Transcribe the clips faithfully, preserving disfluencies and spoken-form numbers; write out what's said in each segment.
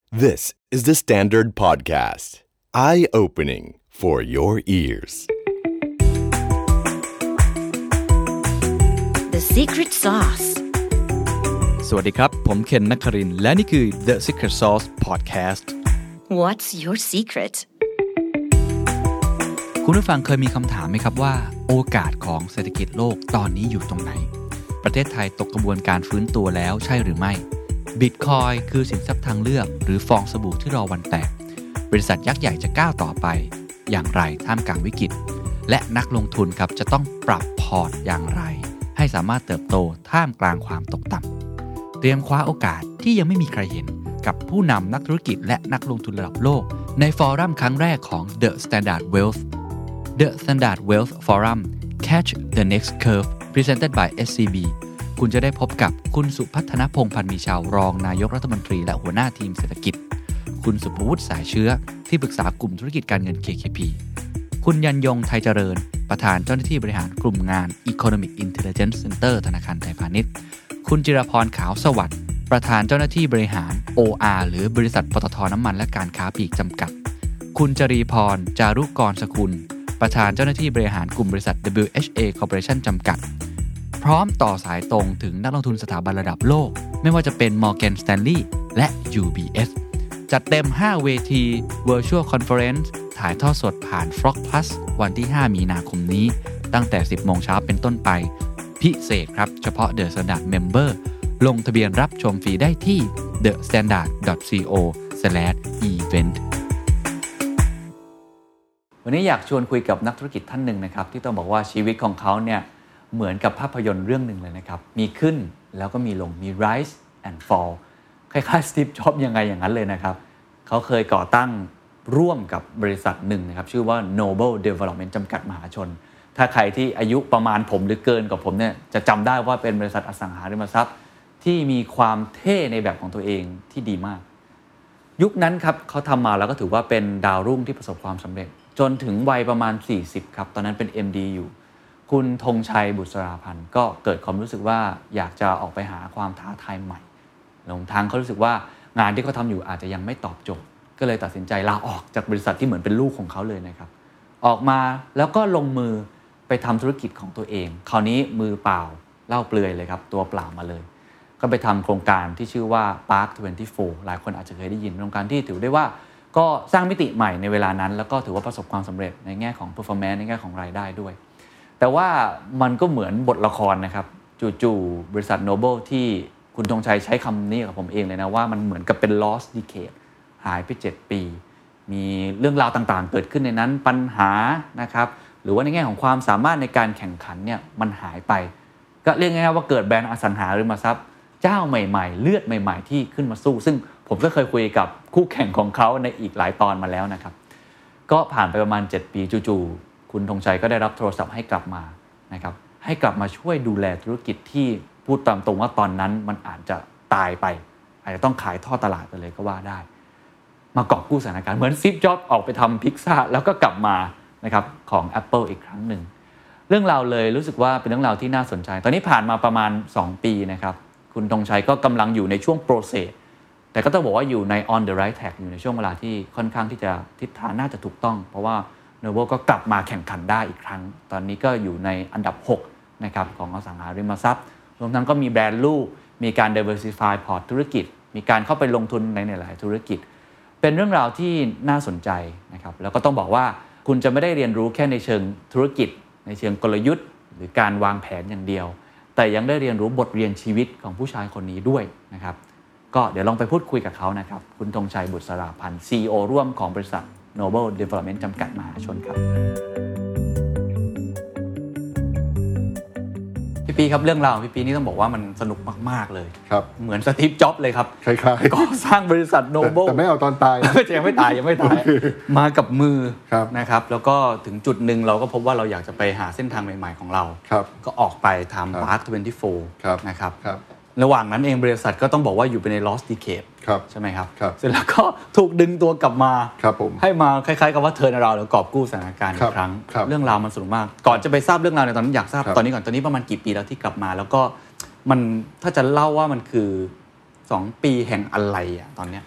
This is the Standard Podcast. Eye-opening for your ears. The Secret Sauce. สวัสดีครับผมเคนนครินทร์และนี่คือ The Secret Sauce Podcast. What's your secret? คุณผู้ฟังเคยมีคำถามไหมครับว่าโอกาสของเศรษฐกิจโลกตอนนี้อยู่ตรงไหนประเทศไทยตกกระบวนการฟื้นตัวแล้วใช่หรือไม่Bitcoin คือสินทรัพย์ทางเลือกหรือฟองสบู่ที่รอวันแตกบริษัทยักษ์ใหญ่จะก้าวต่อไปอย่างไรท่ามกลางวิกฤตและนักลงทุนครับจะต้องปรับพอร์ตอย่างไรให้สามารถเติบโตท่ามกลางความตกต่ำเตรียมคว้าโอกาสที่ยังไม่มีใครเห็นกับผู้นำนักธุรกิจและนักลงทุนระดับโลกในฟอรัมครั้งแรกของ The Standard Wealth The Standard Wealth Forum Catch the Next Curve Presented by เอส ซี บี คุณจะได้พบกับคุณสุพัฒนพงษ์พันธ์มีชาวรองนายกรัฐมนตรีและหัวหน้าทีมเศรษฐกิจคุณสุภวุฒิสายเชื้อที่ปรึกษากลุ่มธุรกิจการเงิน เค เค พี คุณยันยงไทยเจริญประธานเจ้าหน้าที่บริหารกลุ่มงาน Economic Intelligence Center ธนาคารไทยพาณิชย์คุณจิรพรขาวสวัสดิ์ประธานเจ้าหน้าที่บริหาร โอ อาร์ หรือบริษัทปตท.น้ำมันและการค้าปลีกจำกัดคุณจรีพรจารุกรสกุลประธานเจ้าหน้าที่บริหารกลุ่มบริษัท ดับเบิลยู เอช เอ Corporation จำกัดพร้อมต่อสายตรงถึงนักลงทุนสถาบันระดับโลกไม่ว่าจะเป็น Morgan Stanley และ ยู บี เอส จัดเต็มห้าเวที Virtual Conference ถ่ายทอดสดผ่าน Frog Plus วันที่ห้ามีนาคมนี้ตั้งแต่ สิบโมงเช้าเป็นต้นไปพิเศษครับเฉพาะ The Standard Member ลงทะเบียนรับชมฟรีได้ที่ เดอะ สแตนดาร์ด ดอท ซี โอ สแลช อีเวนต์ วันนี้อยากชวนคุยกับนักธุรกิจท่านหนึ่งนะครับที่ต้องบอกว่าชีวิตของเขาเนี่ยเหมือนกับภาพยนตร์เรื่องหนึ่งเลยนะครับมีขึ้นแล้วก็มีลงมี rise and fall คล้ายๆ Steve Jobs ยังไงอย่างนั้นเลยนะครับเขาเคยก่อตั้งร่วมกับบริษัทหนึ่งนะครับชื่อว่า Noble Development จำกัดมหาชนถ้าใครที่อายุประมาณผมหรือเกินกว่าผมเนี่ยจะจำได้ว่าเป็นบริษัทอสังหาริมทรัพย์ที่มีความเท่ในแบบของตัวเองที่ดีมากยุคนั้นครับเขาทำมาแล้วก็ถือว่าเป็นดาวรุ่งที่ประสบความสำเร็จจนถึงวัยประมาณสี่สิบครับตอนนั้นเป็น เอ็ม ดี อยู่คุณธงชัยบุษราพันธ์ก็เกิดความรู้สึกว่าอยากจะออกไปหาความท้าทายใหม่ลงทางเขารู้สึกว่างานที่เขาทำอยู่อาจจะยังไม่ตอบโจทย์ก็เลยตัดสินใจลาออกจากบริษัทที่เหมือนเป็นลูกของเขาเลยนะครับออกมาแล้วก็ลงมือไปทำธุรกิจของตัวเองคราวนี้มือเปล่าเล่าเปลือยเลยครับตัวเปล่ามาเลยก็ไปทำโครงการที่ชื่อว่า Park ยี่สิบสี่หลายคนอาจจะเคยได้ยินโครงการที่ถือได้ว่าก็สร้างมิติใหม่ในเวลานั้นแล้วก็ถือว่าประสบความสำเร็จในแง่ของ performance ในแง่ของรายได้ด้วยแต่ว่ามันก็เหมือนบทละครนะครับจู่ๆบริษัท Noble ที่คุณธงชัยใช้คำนี้กับผมเองเลยนะว่ามันเหมือนกับเป็น lost decade หายไปเจ็ดปีมีเรื่องราวต่างๆเกิดขึ้นในนั้นปัญหานะครับหรือว่าในแง่ของความสามารถในการแข่งขันเนี่ยมันหายไปก็เรียกง่ายๆว่าเกิดแบรนด์อสังหาริมทรัพย์เจ้าใหม่ๆเลือดใหม่ๆที่ขึ้นมาสู้ซึ่งผมก็เคยคุยกับคู่แข่งของเขาในอีกหลายตอนมาแล้วนะครับก็ผ่านไปประมาณเจ็ดปีจู่ๆคุณธงชัยก็ได้รับโทรศัพท์ให้กลับมานะครับให้กลับมาช่วยดูแลธุรกิจที่พูดตามตรงว่าตอนนั้นมันอาจจะตายไปอาจจะต้องขายท่อตลาดไปเลยก็ว่าได้มากอบกู้สถานการณ์เหมือนซีฟจ็อบออกไปทำพิซซ่าแล้วก็กลับมานะครับของ Apple อีกครั้งหนึ่งเรื่องราวเลยรู้สึกว่าเป็นเรื่องราวที่น่าสนใจตอนนี้ผ่านมาประมาณสองปีนะครับคุณธงชัยก็กำลังอยู่ในช่วงโปรเซสแต่ก็ต้องบอกว่าอยู่ใน on the right track อยู่ในช่วงเวลาที่ค่อนข้างที่จะทิศทางน่าจะถูกต้องเพราะว่าNoble ก็กลับมาแข่งขันได้อีกครั้งตอนนี้ก็อยู่ในอันดับหกนะครับของอสังหาริมทรัพย์รวมทั้งก็มีแบรนด์ลูกมีการ diversify พอร์ตธุรกิจมีการเข้าไปลงทุนในหลายธุรกิจเป็นเรื่องราวที่น่าสนใจนะครับแล้วก็ต้องบอกว่าคุณจะไม่ได้เรียนรู้แค่ในเชิงธุรกิจในเชิงกลยุทธ์หรือการวางแผนอย่างเดียวแต่ยังได้เรียนรู้บทเรียนชีวิตของผู้ชายคนนี้ด้วยนะครับก็เดี๋ยวลองไปพูดคุยกับเขานะครับคุณธงชัยบุษราพันธ์ ซี อี โอ ร่วมของบริษัทNoble Development จำกัดมหาชนครับพี่ปีครับเรื่องราวพี่ปีนี่ต้องบอกว่ามันสนุกมากๆเลยครับเหมือนสตีฟจ็อบส์เลยครับคล้ายๆก่อสร้างบริษัท Noble แต่ไม่เอาตอนตายยังไม่ตายยังไม่ตายมากับมือครับนะครับแล้วก็ถึงจุดนึงเราก็พบว่าเราอยากจะไปหาเส้นทางใหม่ๆของเราก็ออกไปทำ Park ยี่สิบสี่นะครับระหว่างนั้นเองบริษัทก็ต้องบอกว่าอยู่ใน lost decade ใช่ไหมครับเสร็จแล้วก็ถูกดึงตัวกลับมาให้มาคล้ายๆกับว่า turn around แล้วกอบกู้สถานการณ์อีกครั้งเรื่องราวมันสนุกมากก่อนจะไปทราบเรื่องราวในตอนนั้นอยากทราบตอนนี้ก่อนตอนนี้ประมาณกี่ปีแล้วที่กลับมาแล้วก็มันถ้าจะเล่าว่ามันคือสองปีแห่งอะไรอ่ะตอนเนี้ย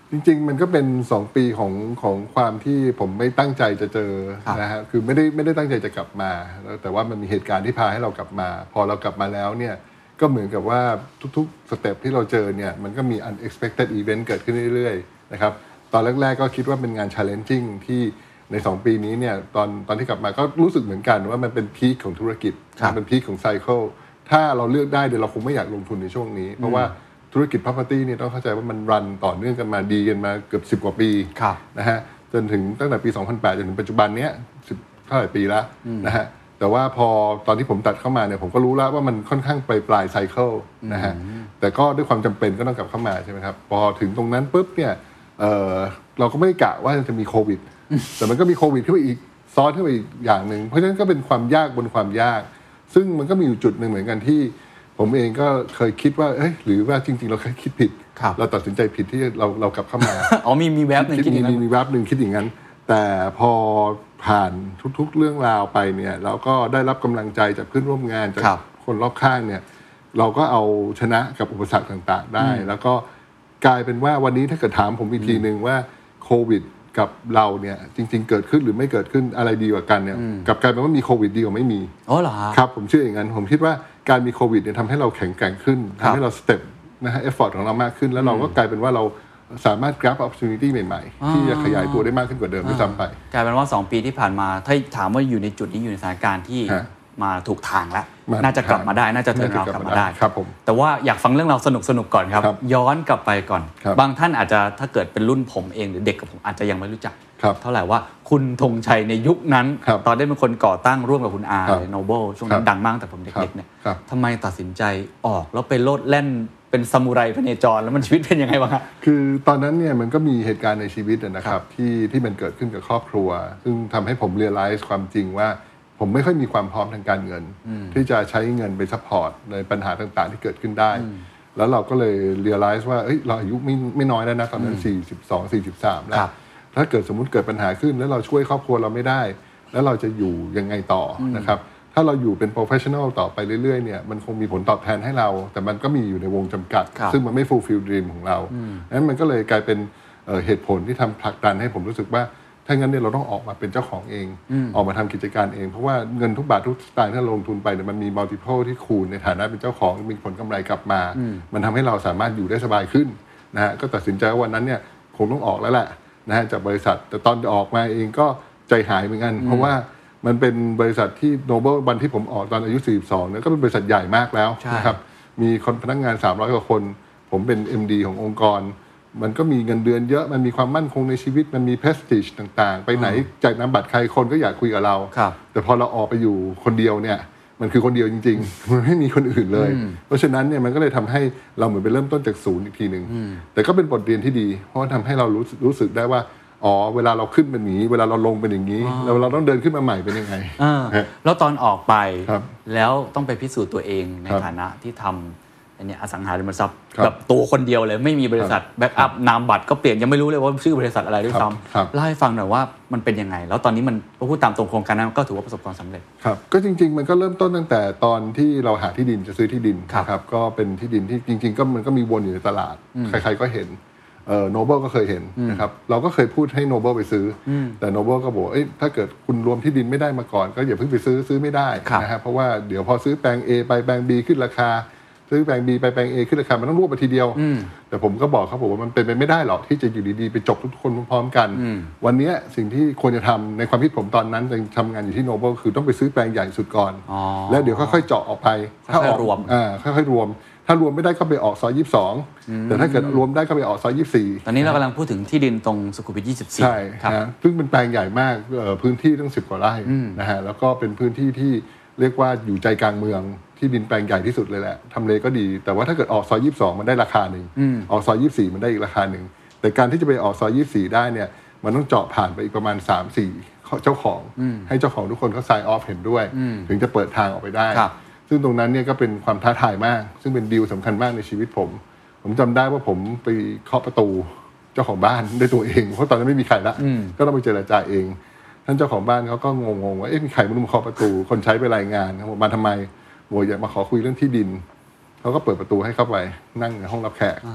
จริงๆมันก็เป็นสองปีของของความที่ผมไม่ตั้งใจจะเจอนะฮะคือไม่ได้ไม่ได้ตั้งใจจะกลับมาแต่ว่ามันมีเหตุการณ์ที่พาให้เรากลับมาพอเรากลับมาแล้วเนี่ยก็เหมือนกับว่าทุกๆสเต็ปที่เราเจอเนี่ยมันก็มี unexpected event เกิดขึ้นเรื่อยๆนะครับตอนแรกๆก็คิดว่าเป็นงาน challenging ที่ในสองปีนี้เนี่ยตอนตอนที่กลับมาก็รู้สึกเหมือนกันว่ามันเป็นพีคของธุรกิจมันเป็นพีคของไซเคิลถ้าเราเลือกได้เดี๋ยวเราคงไม่อยากลงทุนในช่วงนี้เพราะว่าธุรกิจ property เนี่ยต้องเข้าใจว่ามันรันต่อเนื่องกันมาดีกันมาเกือบสิบกว่าปีนะฮะจนถึงตั้งแต่ปีสองพันแปดจนถึงปัจจุบันเนี้ยสิบเท่าไหร่ปีแล้วนะฮะแต่ว่าพอตอนที่ผมตัดเข้ามาเนี่ยผมก็รู้แล้วว่ามันค่อนข้างปลายปลายไซเคิลนะฮะแต่ก็ด้วยความจำเป็นก็ต้องกลับเข้ามาใช่ไหมครับพอถึงตรงนั้นปุ๊บเนี่ย เ, เราก็ไม่ได้กะว่าจะมีโควิดแต่มันก็มีโควิดขึ้นไปอีกซ้อนขึ้นไปอีกอย่างหนึ่งเพราะฉะนั้นก็เป็นความยากบนความยากซึ่งมันก็มีอยู่จุดหนึ่งเหมือนกันที่ผมเองก็เคยคิดว่าเอ้ยหรือว่าจริงๆเราเคยคิดผิดเราตัดสินใจผิดที่เราเรากลับเข้ามาอ๋อมีมีแวบนึงคิดอย่างนั้นมีมีแวบนึงคิดอย่างนั้นแต่พอผ่านทุกๆเรื่องราวไปเนี่ยเราก็ได้รับกำลังใจจากเพื่อนร่วมงานจากคนรอบข้างเนี่ยเราก็เอาชนะกับอุปสรรคต่างๆได้แล้วก็กลายเป็นว่าวันนี้ถ้าเกิดถามผมอีกทีนึงว่าโควิดกับเราเนี่ยจริงๆเกิดขึ้นหรือไม่เกิดขึ้นอะไรดีกว่ากันเนี่ยกับกลายเป็นว่ามีโควิดดีกว่าไม่มีอ๋อเหรอครับผมเชื่ออย่างนั้นผมคิดว่าการมีโควิดเนี่ยทำให้เราแข็งแกร่งขึ้นทำให้เราสเต็ปนะฮะเอฟฟอร์ตของเรามากขึ้นแล้วเราก็กลายเป็นว่าเราสามารถ grab opportunity ใหม่ๆที่จะขยายตัวได้มากขึ้นกว่าเดิมด้วยซ้ำไปกลายเป็นว่าสองปีที่ผ่านมาถ้าถามว่าอยู่ในจุดนี้อยู่ในสถานการณ์ที่มาถูกทางแล้วน่าจะกลับมาได้น่าจะเทิร์นราวด์กลับมาได้ครับผมแต่ว่าอยากฟังเรื่องราวสนุกๆก่อนครับย้อนกลับไปก่อนบางท่านอาจจะถ้าเกิดเป็นรุ่นผมเองหรือเด็กกับผมอาจจะยังไม่รู้จักเท่าไหร่ว่าคุณธงชัยในยุคนั้นตอนได้เป็นคนก่อตั้งร่วมกับคุณอาเลยโนเบิลช่วงนั้นดังมากแต่ผมเด็กๆเนี่ยทำไมตัดสินใจออกแล้วไปโลดแล่นเป็นซามูไรพเนจรแล้วมันชีวิตเป็นยังไงบ้างฮะคือตอนนั้นเนี่ยมันก็มีเหตุการณ์ในชีวิตนะครับที่ที่มันเกิดขึ้นกับครอบครัวซึ่งทำให้ผมเรียลไลซ์ความจริงว่าผมไม่ค่อยมีความพร้อมทางการเงินที่จะใช้เงินไปซัพพอร์ตในปัญหาต่างๆที่เกิดขึ้นได้แล้วเราก็เลยเรียลไลซ์ว่าเอ้ยเราอายุไม่ไม่น้อยแล้วนะตอนนั้นสี่สิบสอง สี่สิบสามแล้วถ้าเกิดสมมุติเกิดปัญหาขึ้นแล้วเราช่วยครอบครัวเราไม่ได้แล้วเราจะอยู่ยังไงต่อนะครับถ้าเราอยู่เป็นโปรเฟสชั่นอลต่อไปเรื่อยๆเนี่ยมันคงมีผลตอบแทนให้เราแต่มันก็มีอยู่ในวงจำกัดซึ่งมันไม่ฟูลฟิลดรีมของเรานั้นมันก็เลยกลายเป็นเหตุผลที่ทำผลักดันให้ผมรู้สึกว่าถ้างั้นเนี่ยเราต้องออกมาเป็นเจ้าของเองออกมาทำกิจการเองเพราะว่าเงินทุกบาททุกสตางค์ที่เราลงทุนไปเนี่ยมันมีมัลติเพลที่คูณในฐานะเป็นเจ้าของมีผลกำไรกลับมามันทำให้เราสามารถอยู่ได้สบายขึ้นนะฮะก็ตัดสินใจว่าวันนั้นเนี่ยคงต้องออกแล้วแหละนะฮะจากบริษัทแต่ตอนออกมาเองก็ใจหายเหมือนกันเพราะว่ามันเป็นบริษัทที่โนเบิลวันที่ผมออกตอนอายุสี่สิบสองเนี่ยก็เป็นบริษัทใหญ่มากแล้วนะครับมีคนพนักงานสามร้อยกว่าคนผมเป็น เอ็ม ดี ขององค์กรมันก็มีเงินเดือนเยอะมันมีความมั่นคงในชีวิตมันมีเพรสติจต่างๆไปไหนแจกนามบัตรใครคนก็อยากคุยกับเราแต่พอเราออกไปอยู่คนเดียวเนี่ยมันคือคนเดียวจริงๆมันไม่มีคนอื่นเลยเพราะฉะนั้นเนี่ยมันก็เลยทำให้เราเหมือนไปเริ่มต้นจากศูนย์อีกทีนึงแต่ก็เป็นบทเรียนที่ดีเพราะว่าทำให้เรารู้รู้สึกได้ว่าอ๋อเวลาเราขึ้นเป็นอย่างนี้เวลาเราลงเป็นอย่างนี้แล้วเราต้องเดินขึ้นมาใหม่เป็นยังไงแล้วตอนออกไปแล้วต้องไปพิสูจน์ตัวเองในฐานะที่ทำอันนี้อสังหาริมทรัพย์แบบตัวคนเดียวเลยไม่มีบริษัทแบ็กอัพนามบัตรก็เปลี่ยนยังไม่รู้เลยว่าชื่อบริษัทอะไรด้วยซ้ำเล่าให้ฟังหน่อยว่ามันเป็นยังไงแล้วตอนนี้มันพูดตามตรงโครงการนั้นก็ถือว่าประสบความสำเร็จครับก็จริงๆมันก็เริ่มต้นตั้งแต่ตอนที่เราหาที่ดินจะซื้อที่ดินครับก็เป็นที่ดินที่จริงๆก็มันก็มีวนอยู่ในตลาดใครๆก็เห็นเอ่อโนเบิลก็เคยเห็นนะครับเราก็เคยพูดให้โนเบิลไปซื้อแต่โนเบิลก็บอกเอ้ยถ้าเกิดคุณรวมที่ดินไม่ได้มาก่อนก็อย่าเพิ่งไปซื้อซื้อไม่ได้นะครับเพราะว่าเดี๋ยวพอซื้อแปลง A ไปแปลง B ขึ้นราคาซื้อแปลง B ไปแปลง A ขึ้นราคามันต้องรวบไปทีเดียวแต่ผมก็บอกเขาบอกว่ามันเป็นไปไม่ได้หรอกที่จะอยู่ดีๆไปจบทุกคนพร้อมๆกันวันนี้สิ่งที่ควรจะทำในความคิดผมตอนนั้นยังทำงานอยู่ที่โนเบิลคือต้องไปซื้อแปลงใหญ่สุดก่อนแล้วเดี๋ยวค่อยๆเจาะออกไปถ้าออกรวมอ่าค่อยๆรวมถ้ารวมไม่ได้ก็ไปออกซอยยี่สิบสองแต่ถ้าเกิดรวมได้ก็ไปออกซอยยี่สิบสี่ตอนนี้เรากำลังพูดถึงที่ดินตรงสุขุมวิทยี่สิบสี่ใช่ครับซึ่งเป็นแปลงใหญ่มากพื้นที่ตั้งสิบกว่าไร่นะฮะแล้วก็เป็นพื้นที่ที่เรียกว่าอยู่ใจกลางเมืองที่ดินแปลงใหญ่ที่สุดเลยแหละทำเลก็ดีแต่ว่าถ้าเกิดออกซอยยี่สิบสองมันได้ราคาหนึ่งออกซอยยี่สิบสี่มันได้อีกราคาหนึ่งแต่การที่จะไปออกซอยยี่สิบสี่ได้เนี่ยมันต้องเจาะผ่านไปอีกประมาณ สามสี่ เจ้าของให้เจ้าของทุกคนเขา sign off เห็นด้วยถึงจะเปิดทางออกไปได้ซึ่งตรงนั้นเนี่ยก็เป็นความท้าทายมากซึ่งเป็นดีลสำคัญมากในชีวิตผมผมจำได้ว่าผมไปเคาะประตูเจ้าของบ้านด้วยตัวเองเพราะตอนนั้นไม่มีใครละก็ต้องไปเจรจาเองท่านเจ้าของบ้านเขาก็งงๆว่าเอ๊ะมีใครมาเคาะประตูคนใช้ไปรายงานเขาบอกมาทำไมโวยอยากมาขอคุยเรื่องที่ดินเขาก็เปิดประตูให้เข้าไปนั่งในห้องรับแขก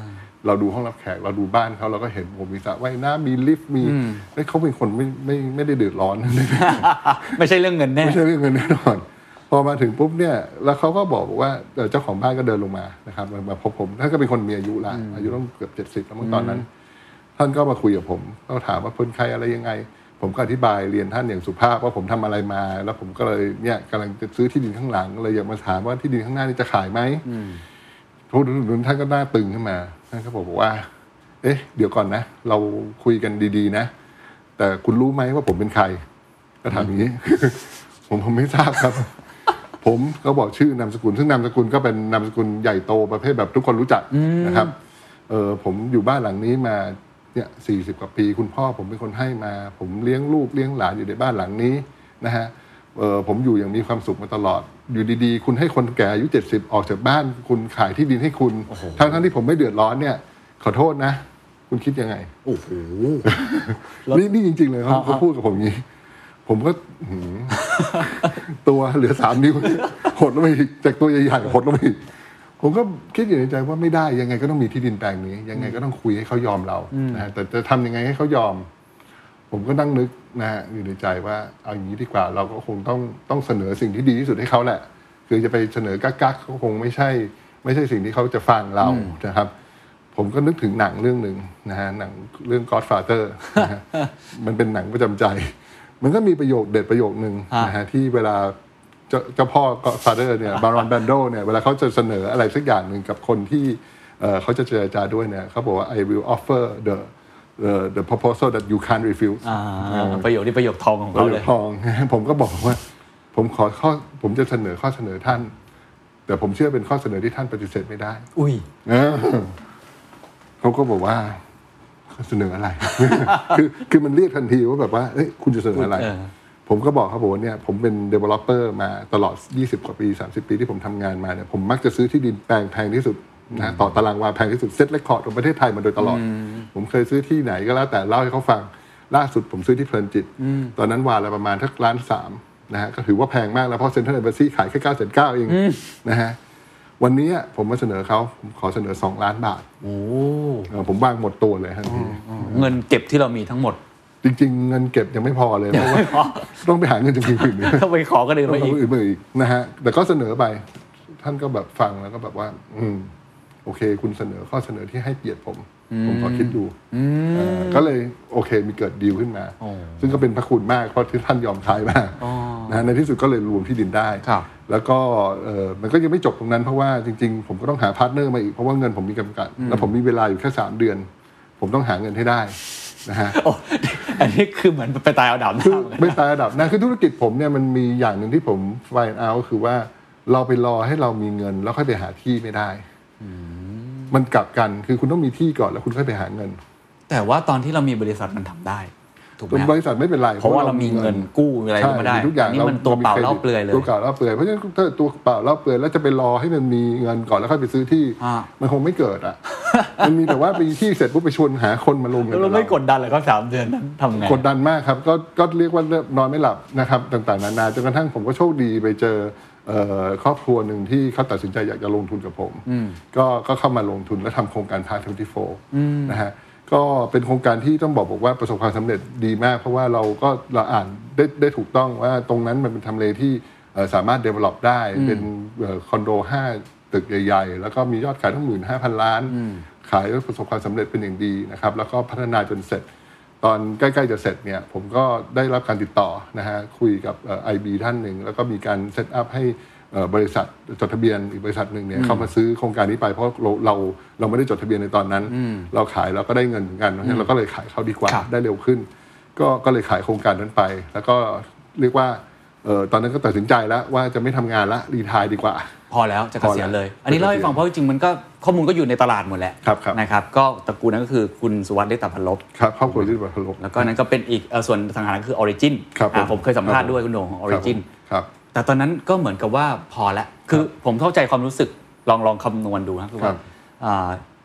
เราดูห้องรับแขกเราดูบ้านเขาเราก็เห็นผมมีสระว่ายน้ำมีลิฟต์มีเฮ้ยเขาเป็นคนไม่ไม่ไม่ได้เดือดร้อนไม่ใช่เรื่องเงินแน่ไม่ใช่เรื่องเงินแน่นอนพอมาถึงปุ๊บเนี่ยแล้วเขาก็บอกว่าเจ้าของบ้านก็เดินลงมานะครับมาพบผมท่านก็เป็นคนมีอายุละอายุต้องเกือบเจ็ดสิบแล้วเมื่อตอนนั้นท่านก็มาคุยกับผมก็ถามว่าเป็นใครอะไรยังไงผมก็อธิบายเรียนท่านอย่างสุภาพว่าผมทำอะไรมาแล้วผมก็เลยเนี่ยกำลังจะซื้อที่ดินข้างหลังเลยอยากมาถามว่าที่ดินข้างหน้านี่จะขายไหมทุกท่านก็หน้าตึงขึ้นมาท่านก็บอกว่าเอ๊ะเดี๋ยวก่อนนะเราคุยกันดีๆนะแต่คุณรู้ไหมว่าผมเป็นใครก็ถามอย่างนี้ ผมผมไม่ทราบครับ ผมก็บอกชื่อนามสกุลซึ่งนามสกุลก็เป็นนามสกุลใหญ่โตประเภทแบบทุกคนรู้จักนะครับเออผมอยู่บ้านหลังนี้มาเนี่ยสี่สิบกว่าปีคุณพ่อผมเป็นคนให้มาผมเลี้ยงลูกเลี้ยงหลานอยู่ในบ้านหลังนี้นะฮะเออผมอยู่อย่างมีความสุขมาตลอดอยู่ดีๆคุณให้คนแก่อายุเจ็ดสิบออกจากบ้านคุณขายที่ดินให้คุณทั้งๆที่ผมไม่เดือดร้อนเนี่ยขอโทษนะคุณคิดยังไงโอ้โหนี่นี่จริงๆเลยเขาเขาพูดกับผมอย่างนี้ผมก็ตัวเหลือสามนิ้วหดลงไปจากตัวใหญ่ๆหดลงไปผมก็คิดอยู่ในใจว่าไม่ได้ยังไงก็ต้องมีที่ดินแปลงนี้ยังไงก็ต้องคุยให้เขายอมเรานะแต่จะทำยังไงให้เขายอมผมก็นั่งนึกนะฮะอยู่ในใจว่าเอาอย่างนี้ดีกว่าเราก็คงต้องต้องเสนอสิ่งที่ดีที่สุดให้เขาแหละคือจะไปเสนอกักๆเขาคงไม่ใช่ไม่ใช่สิ่งที่เขาจะฟังเรานะครับผมก็นึกถึงหนังเรื่องหนึ่งนะฮะหนังเรื่อง Godfather นะฮะมันเป็นหนังประจำใจมันก็มีประโยคเด็ดประโยคนึงนะฮะที่เวลาเจ้าพ่อ Godfather เนี่ยบารอนแบนโดเนี่ยเวลาเขาจะเสนออะไรสักอย่างหนึ่งกับคนที่เขาจะเจรจาด้วยเนี่ยเขาบอกว่า I will offer the the the proposal that you can't refuse ประโยคนี้ประโยคทองของเขาเลยทองผมก็บอกว่าผมขอข้อผมจะเสนอข้อเสนอท่านแต่ผมเชื่อเป็นข้อเสนอที่ท่านปฏิเสธไม่ได้อุ้ยเขาก็บอกว่าเสนออะไร คือคือมันเรียกทันทีว่าแบบว่าเอ้ยคุณจะเสนออะไรผมก็บอกเขาบอกว่าเนี่ยผมเป็น developer มาตลอดยี่สิบกว่าปีสามสิบปีที่ผมทำงานมาเนี่ยผมมักจะซื้อที่ดินแปลงแพงที่สุดนะต่อตารางวาแพงที่สุดเซ็ตเรคคอร์ดของประเทศไทยมาโดยตลอดผมเคยซื้อที่ไหนก็แล้วแต่เล่าให้เขาฟังล่าสุดผมซื้อที่เพลินจิตตอนนั้นวาละประมาณทักล้านสามนะฮะก็ถือว่าแพงมากแล้วเพราะเซ็นทรัลเอมบาซีขายแค่เก้าแสนเก้าเองนะฮะวันนี้ผมมาเสนอเขาผมขอเสนอสองล้านบาทโอ้ผมวางหมดตัวเลยทันทีเงินเก็บที่เรามีทั้งหมดจริงๆเงินเก็บยังไม่พอเลยเพราะว่าต้องไปหาเงินจากที่อื่นต้องไปขอกันอื่นมาอีกอื่นอีกนะฮะแต่ก็เสนอไปท่านก็แบบฟังแล้วก็แบบว่าอืมโอเคคุณเสนอข้อเสนอที่ให้เกียรติผมผมขอคิดดูก็เลยโอเคมีเกิดดีลขึ้นมาซึ่งก็เป็นพระคุณมากเพราะที่ท่านยอมทายมากนะในที่สุดก็เลยรวมที่ดินได้แล้วก็มันก็ยังไม่จบตรงนั้นเพราะว่าจริงๆผมก็ต้องหาพาร์ทเนอร์มาอีกเพราะว่าเงินผมมีจำกัดแล้วผมมีเวลาอยู่แค่สามเดือนผมต้องหาเงินให้ได้นะฮะอันนี้คือเหมือนไปตายเอาดับหน้าไม่ตายเอาดับหน้าคือธุรกิจผมเนี่ยมันมีอย่างหนึ่งที่ผมไฟน์เอาท์คือว่าเราไปรอให้เรามีเงินแล้วค่อยไปหาที่ไม่ได้มันกลับกันคือคุณต้องมีที่ก่อนแล้วคุณค่อยไปหาเงินแต่ว่าตอนที่เรามีบริษัทมันทำได้ถูกไหมบริษัทไม่เป็นไรเพราะว่าเรามีเงินกู้อะไรก็ไม่ได้ทุกอย่างนี่มันตัวเปล่าเล่าเปลือยเลยตัวเปล่าเล่าเปลือยเพราะฉะนั้นถ้าตัวเปล่าเล่าเปลือยแล้วจะไปรอให้มันมีเงินก่อนแล้วค่อยไปซื้อที่มันคงไม่เกิดอ่ะมันมีแต่ว่าไปที่เสร็จปุ๊บไปชวนหาคนมาลงเงินเราไม่กดดันเลยก็สามเดือนนั้นทำไงกดดันมากครับก็ก็เรียกว่านอนไม่หลับนะครับต่างๆนานาจนกระทั่งผมก็โชคดีไปเจอครอบครัวหนึ่งที่เขาตัดสินใจอยากจะลงทุนกับผมก็ก็เข้ามาลงทุนและทำโครงการพาร์ทยี่สิบสี่นะฮะก็เป็นโครงการที่ต้องบอกบอกว่าประสบความสำเร็จดีมากเพราะว่าเราก็เราอ่านได้ได้ถูกต้องว่าตรงนั้นมันเป็นทำเลที่สามารถ develop ได้เป็นคอนโดห้าตึกใหญ่ๆแล้วก็มียอดขายทั้งหมื่นห้าพันล้านขายแล้วประสบความสำเร็จเป็นอย่างดีนะครับแล้วก็พัฒนาจนเสร็จตอนใกล้ๆจะเสร็จเนี่ยผมก็ได้รับการติดต่อนะฮะคุยกับไอบีท่านหนึ่งแล้วก็มีการเซตอัพให้บริษัทจดทะเบียนอีกบริษัทหนึ่งเนี่ยเข้ามาซื้อโครงการนี้ไปเพราะเราเราเราไม่ได้จดทะเบียนในตอนนั้นเราขายเราก็ได้เงินเหมือนกันเพราะฉะนั้นเราก็เลยขายเขาดีกว่าได้เร็วขึ้นก็ก็เลยขายโครงการนั้นไปแล้วก็เรียกว่าเอ่อตอนนั้นก็ตัดสินใจแล้วว่าจะไม่ทำงานละรีไทร์ดีกว่าพอแล้วจะเกษียณเลยอันนี้เล่าให้ฟังเพราะจริงๆมันก็ข้อมูลก็อยู่ในตลาดหมดแหละนะครับก็ตระกูลนั้นก็คือคุณสุวัสดิ์ ฤทธพันลบครับครอบครัวฤทธพันลบแล้วก็นั้นก็เป็นอีกส่วนทางหารก็คือ Origin ผมเคยสัมภาษณ์ด้วยคุณโหน่งของ Origin ครับแต่ตอนนั้นก็เหมือนกับว่าพอแล้วคือผมเข้าใจความรู้สึกลองลองคำนวณดูนะคือว่า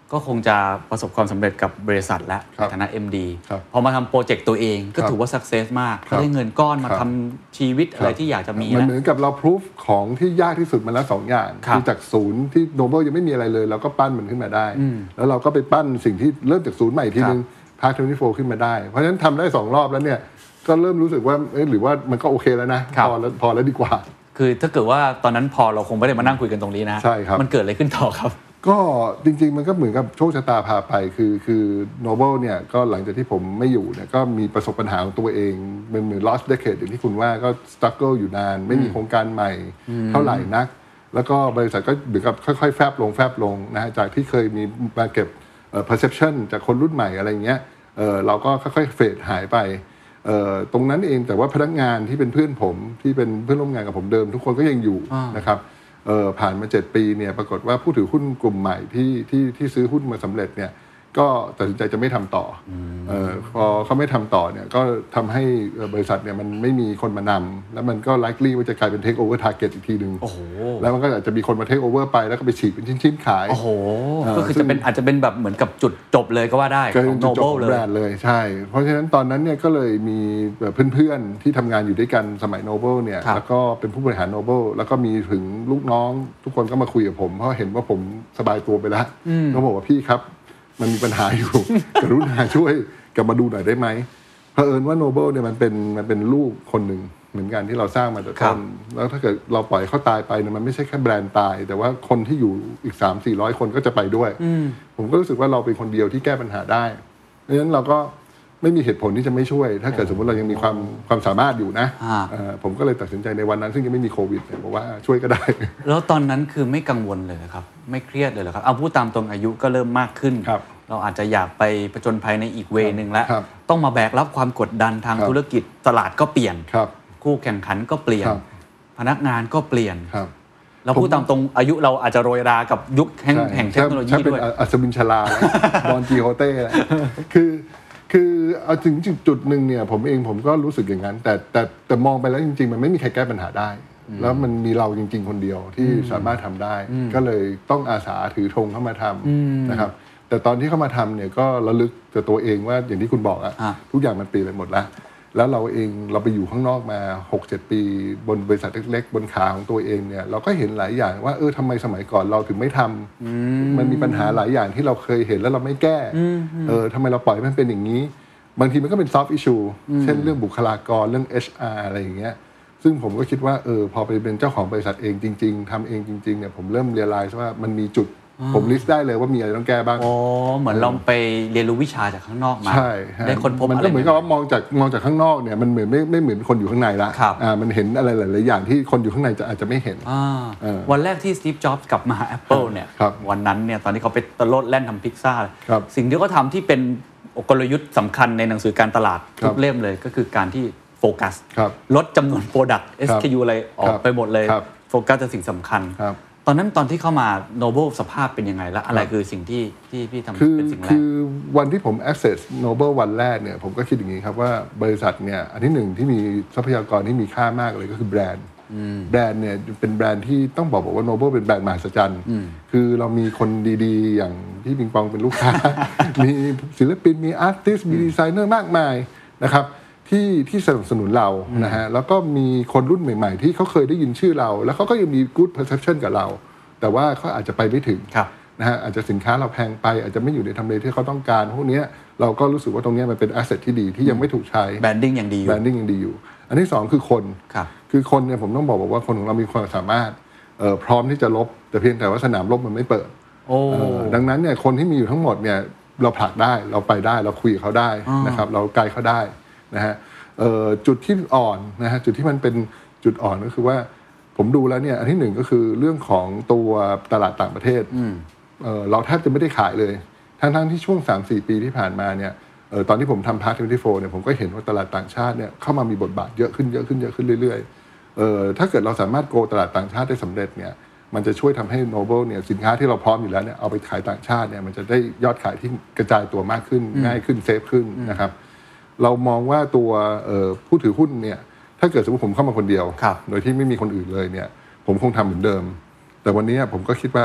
ก็คงจะประสบความสำเร็จกับบริษัทและในฐานะ เอ็ม ดี พอมาทำโปรเจกต์ตัวเองก็ถือว่า success มากก็ได้เงินก้อนมาทำชีวิตอะไรที่อยากจะมีมันเหมือนกับเราพิสูจของที่ยากที่สุดมาแล้วสองอย่างที่จากศูนย์ที่ Noble ยังไม่มีอะไรเลยเราก็ปั้นมันขึ้นมาได้แล้วเราก็ไปปั้นสิ่งที่เริ่มจากศูนย์ใหม่ทีนึง Park ยี่สิบสี่ขึ้นมาได้เพราะฉะนั้นทำได้สองรอบแล้วเนี่ยก็เริ่มรู้สึกว่าเอ๊ะหรือว่ามันก็โอเคแล้วนะพอแล้วพอแล้วดีกว่าคือถ้าเกิดว่าตอนนั้นพอเราคงไม่ได้มานั่งคุยกันตรงนี้นะใช่ครับมันเกิดอะไรขึ้นต่อครับก็จริงๆมันก็เหมือนกับโชคชะตาพาไปคือคือ Noble เนี่ยก็หลังจากที่ผมไม่อยู่เนี่ยก็มีประสบปัญหาของตัวเองมันเหมือน lost decade อย่างที่คุณว่าก็ struggle อยู่นานไม่มีโครงการใหม่เท่าไหร่นักแล้วก็บริษัทก็เหมือนกับค่อยๆแฟบลงแฟบลงนะฮะจากที่เคยมีมาเก็บ perception จากคนรุ่นใหม่อะไรเงี้ยเออเราก็ค่อยๆเฟดหายไปเอ่อตรงนั้นเองแต่ว่าพนักงานที่เป็นเพื่อนผมที่เป็นเพื่อนร่วมงานกับผมเดิมทุกคนก็ยังอยู่นะครับเอ่อผ่านมาเจ็ดปีเนี่ยปรากฏว่าผู้ถือหุ้นกลุ่มใหม่ที่ที่ที่ซื้อหุ้นมาสำเร็จเนี่ยก็ตัดสินใจจะไม่ทำต่อเอ่อพอเขาไม่ทำต่อเนี่ยก็ทำให้บริษัทเนี่ยมันไม่มีคนมานำแล้วมันก็ likely ว่าจะกลายเป็น take over target อีกทีนึงแล้วมันก็อาจจะมีคนมา take over ไปแล้วก็ไปฉีกเป็นชิ้นๆขายโอ้โหก็คือจะเป็นอาจจะเป็นแบบเหมือนกับจุดจบเลยก็ว่าได้ของ Noble เลยแบรนด์เลยใช่เพราะฉะนั้นตอนนั้นเนี่ยก็เลยมีเพื่อนๆที่ทำงานอยู่ด้วยกันสมัย Noble เนี่ยแล้วก็เป็นผู้บริหาร Noble แล้วก็มีถึงลูกน้องทุกคนก็มาคุยกับผมเพราะเห็นว่าผมสบายตัวไปแล้วก็บอกว่าพี่ครับมันมีปัญหาอยู่ กรุณาช่วยกลับมาดูหน่อยได้ไหมเผอิญว่า Noble เนี่ยมันเป็นมันเป็นลูกคนหนึ่งเหมือนกันที่เราสร้างมาแต่ต้นแล้วถ้าเกิดเราปล่อยเขาตายไปเนี่ยมันไม่ใช่แค่แบรนด์ตายแต่ว่าคนที่อยู่อีก สามถึงสี่ร้อย คนก็จะไปด้วยผมก็รู้สึกว่าเราเป็นคนเดียวที่แก้ปัญหาได้เพราะฉะนั้นเราก็ไม่มีเหตุผลที่จะไม่ช่วยถ้าเกิดสมมติเรายังมีความความสามารถอยู่นะผมก็เลยตัดสินใจในวันนั้นซึ่งยังไม่มีโควิดเนี่ยบอกว่าช่วยก็ได้แล้วตอนนั้นคือไม่กังวลเลยครับไม่เครียดเลยเหรอครับเอาพูดตามตรงอายุก็เริ่มมากขึ้นเราอาจจะอยากไปผจญภัยในอีกเวนึงแล้วต้องมาแบกรับความกดดันทางธุรกิจตลาดก็เปลี่ยนคู่แข่งขันก็เปลี่ยนพนักงานก็เปลี่ยนเราพูดตามตรงอายุเราอาจจะโรยรากับยุคแห่งแห่งเทคโนโลยีด้วยอัศวินชลาดอนจีโฮเต้คือคือเอาถึงจุดหนึ่งเนี่ยผมเองผมก็รู้สึกอย่างนั้นแต่แต่แต่มองไปแล้วจริงๆมันไม่มีใครแก้ปัญหาได้แล้วมันมีเราจริงๆคนเดียวที่สามารถทำได้ก็เลยต้องอาสาถือธงเข้ามาทำนะครับแต่ตอนที่เข้ามาทำเนี่ยก็ระลึกกับตัวเองว่าอย่างที่คุณบอกอะทุกอย่างมันเปลี่ยนไปหมดแล้วแล้วเราเองเราไปอยู่ข้างนอกมา หกเจ็ด ปีบนบริษัทเล็กๆบนขาของตัวเองเนี่ยเราก็เห็นหลายอย่างว่าเออทำไมสมัยก่อนเราถึงไม่ทำมันมีปัญหาหลายอย่างที่เราเคยเห็นแล้วเราไม่แก้เออทำไมเราปล่อยมันเป็นอย่างนี้บางทีมันก็เป็น soft issue เช่นเรื่องบุคลากรเรื่อง เอช อาร์ อะไรอย่างเงี้ยซึ่งผมก็คิดว่าเออพอไปเป็นเจ้าของบริษัทเองจริงๆทำเองจริงๆเนี่ยผมเริ่ม realize ว่ามันมีจุดผมลิสต์ได้เลยว่ามีอะไรต้องแก้บ้างอ๋อเหมือนเราไปเรียนรู้วิชาจากข้างนอกมาใช่ได้ค้นพบอะไรมันก็เหมือนกับว่ามองจากมองจากข้างนอกเนี่ยมันเหมือนไม่ไม่เหมือนคนอยู่ข้างในละอ่ามันเห็นอะไรหลายๆอย่างที่คนอยู่ข้างในจะอาจจะไม่เห็นวันแรกที่สตีฟจ็อบส์กลับมา Apple เนี่ยวันนั้นเนี่ยตอนที่เขาไปตะโลดแล่นทำพิซซ่าสิ่งที่เขาทำที่เป็นกลยุทธ์สำคัญในหนังสือการตลาดทุกเล่มเลยก็คือการที่โฟกัสลดจำนวน Product เอส เค ยู อะไรออกไปหมดเลยโฟกัสจะสิ่งสำคัญตอนนั้นตอนที่เข้ามา Noble สภาพเป็นยังไงและอะไรคือสิ่งที่ที่พี่ทำเป็นสิ่งแรกคือวันที่ผม access Noble วันแรกเนี่ยผมก็คิดอย่างนี้ครับว่าบริษัทเนี่ยอันที่หนึ่งที่มีทรัพยากรที่มีค่ามากเลยก็คือแบรนด์แบรนด์เนี่ยเป็นแบรนด์ที่ต้องบอกบอกว่า Noble เป็นแบรนด์มหัศจรรย์คือเรามีคนดีๆอย่างพี่ปิงปองเป็นลูกค้า มีศิลปินมีอาร์ติสต์มีดีไซเนอร์มากมายนะครับที่ที่สนับสนุนเรานะฮะแล้วก็มีคนรุ่นใหม่ๆที่เขาเคยได้ยินชื่อเราแล้วเขาก็ยังมี good perception กับเราแต่ว่าเขาอาจจะไปไม่ถึงนะฮะอาจจะสินค้าเราแพงไปอาจจะไม่อยู่ในทำเลที่เขาต้องการพวกนี้เราก็รู้สึกว่าตรงนี้มันเป็น asset ที่ดีที่ยังไม่ถูกใช้ branding ยังดีอยู่ branding ยังดีอยู่อันที่สองคือคนคือคนเนี่ยผมต้องบอกบอกว่าคนของเรามีความสามารถเอ่อพร้อมที่จะลบแต่เพียงแต่ว่าสนามรบมันไม่เปิดดังนั้นเนี่ยคนที่มีอยู่ทั้งหมดเนี่ยเราผลักได้เราไปได้เราคุยกับเขาได้นะครับเราไกลเขาได้นะฮะจุดที่อ่อนนะฮะจุดที่มันเป็นจุดอ่อนก็คือว่าผมดูแล้วเนี่ยอันที่หนึ่งก็คือเรื่องของตัวตลาดต่างประเทศ เ, เราแทบจะไม่ได้ขายเลยทั้งๆที่ช่วง สามสี่ ปีที่ผ่านมาเนี่ยตอนที่ผมทำ Park ยี่สิบสี่เนี่ยผมก็เห็นว่าตลาดต่างชาติเนี่ยเข้ามามีบทบาทเยอะขึ้นเยอะขึ้นเยอะขึ้นเรื่อยๆถ้าเกิดเราสามารถโกตลาดต่างชาติได้สำเร็จเนี่ยมันจะช่วยทำให้ Noble เนี่ยสินค้าที่เราพร้อมอยู่แล้วเนี่ยเอาไปขายต่างชาติเนี่ยมันจะได้ยอดขายที่กระจายตัวมากขึ้นง่ายขึ้นเซฟขึ้นนะครับเรามองว่าตัวผู้ถือหุ้นเนี่ยถ้าเกิดสมมติผมเข้ามาคนเดียวโดยที่ไม่มีคนอื่นเลยเนี่ยผมคงทำเหมือนเดิมแต่วันนี้ผมก็คิดว่าถ้า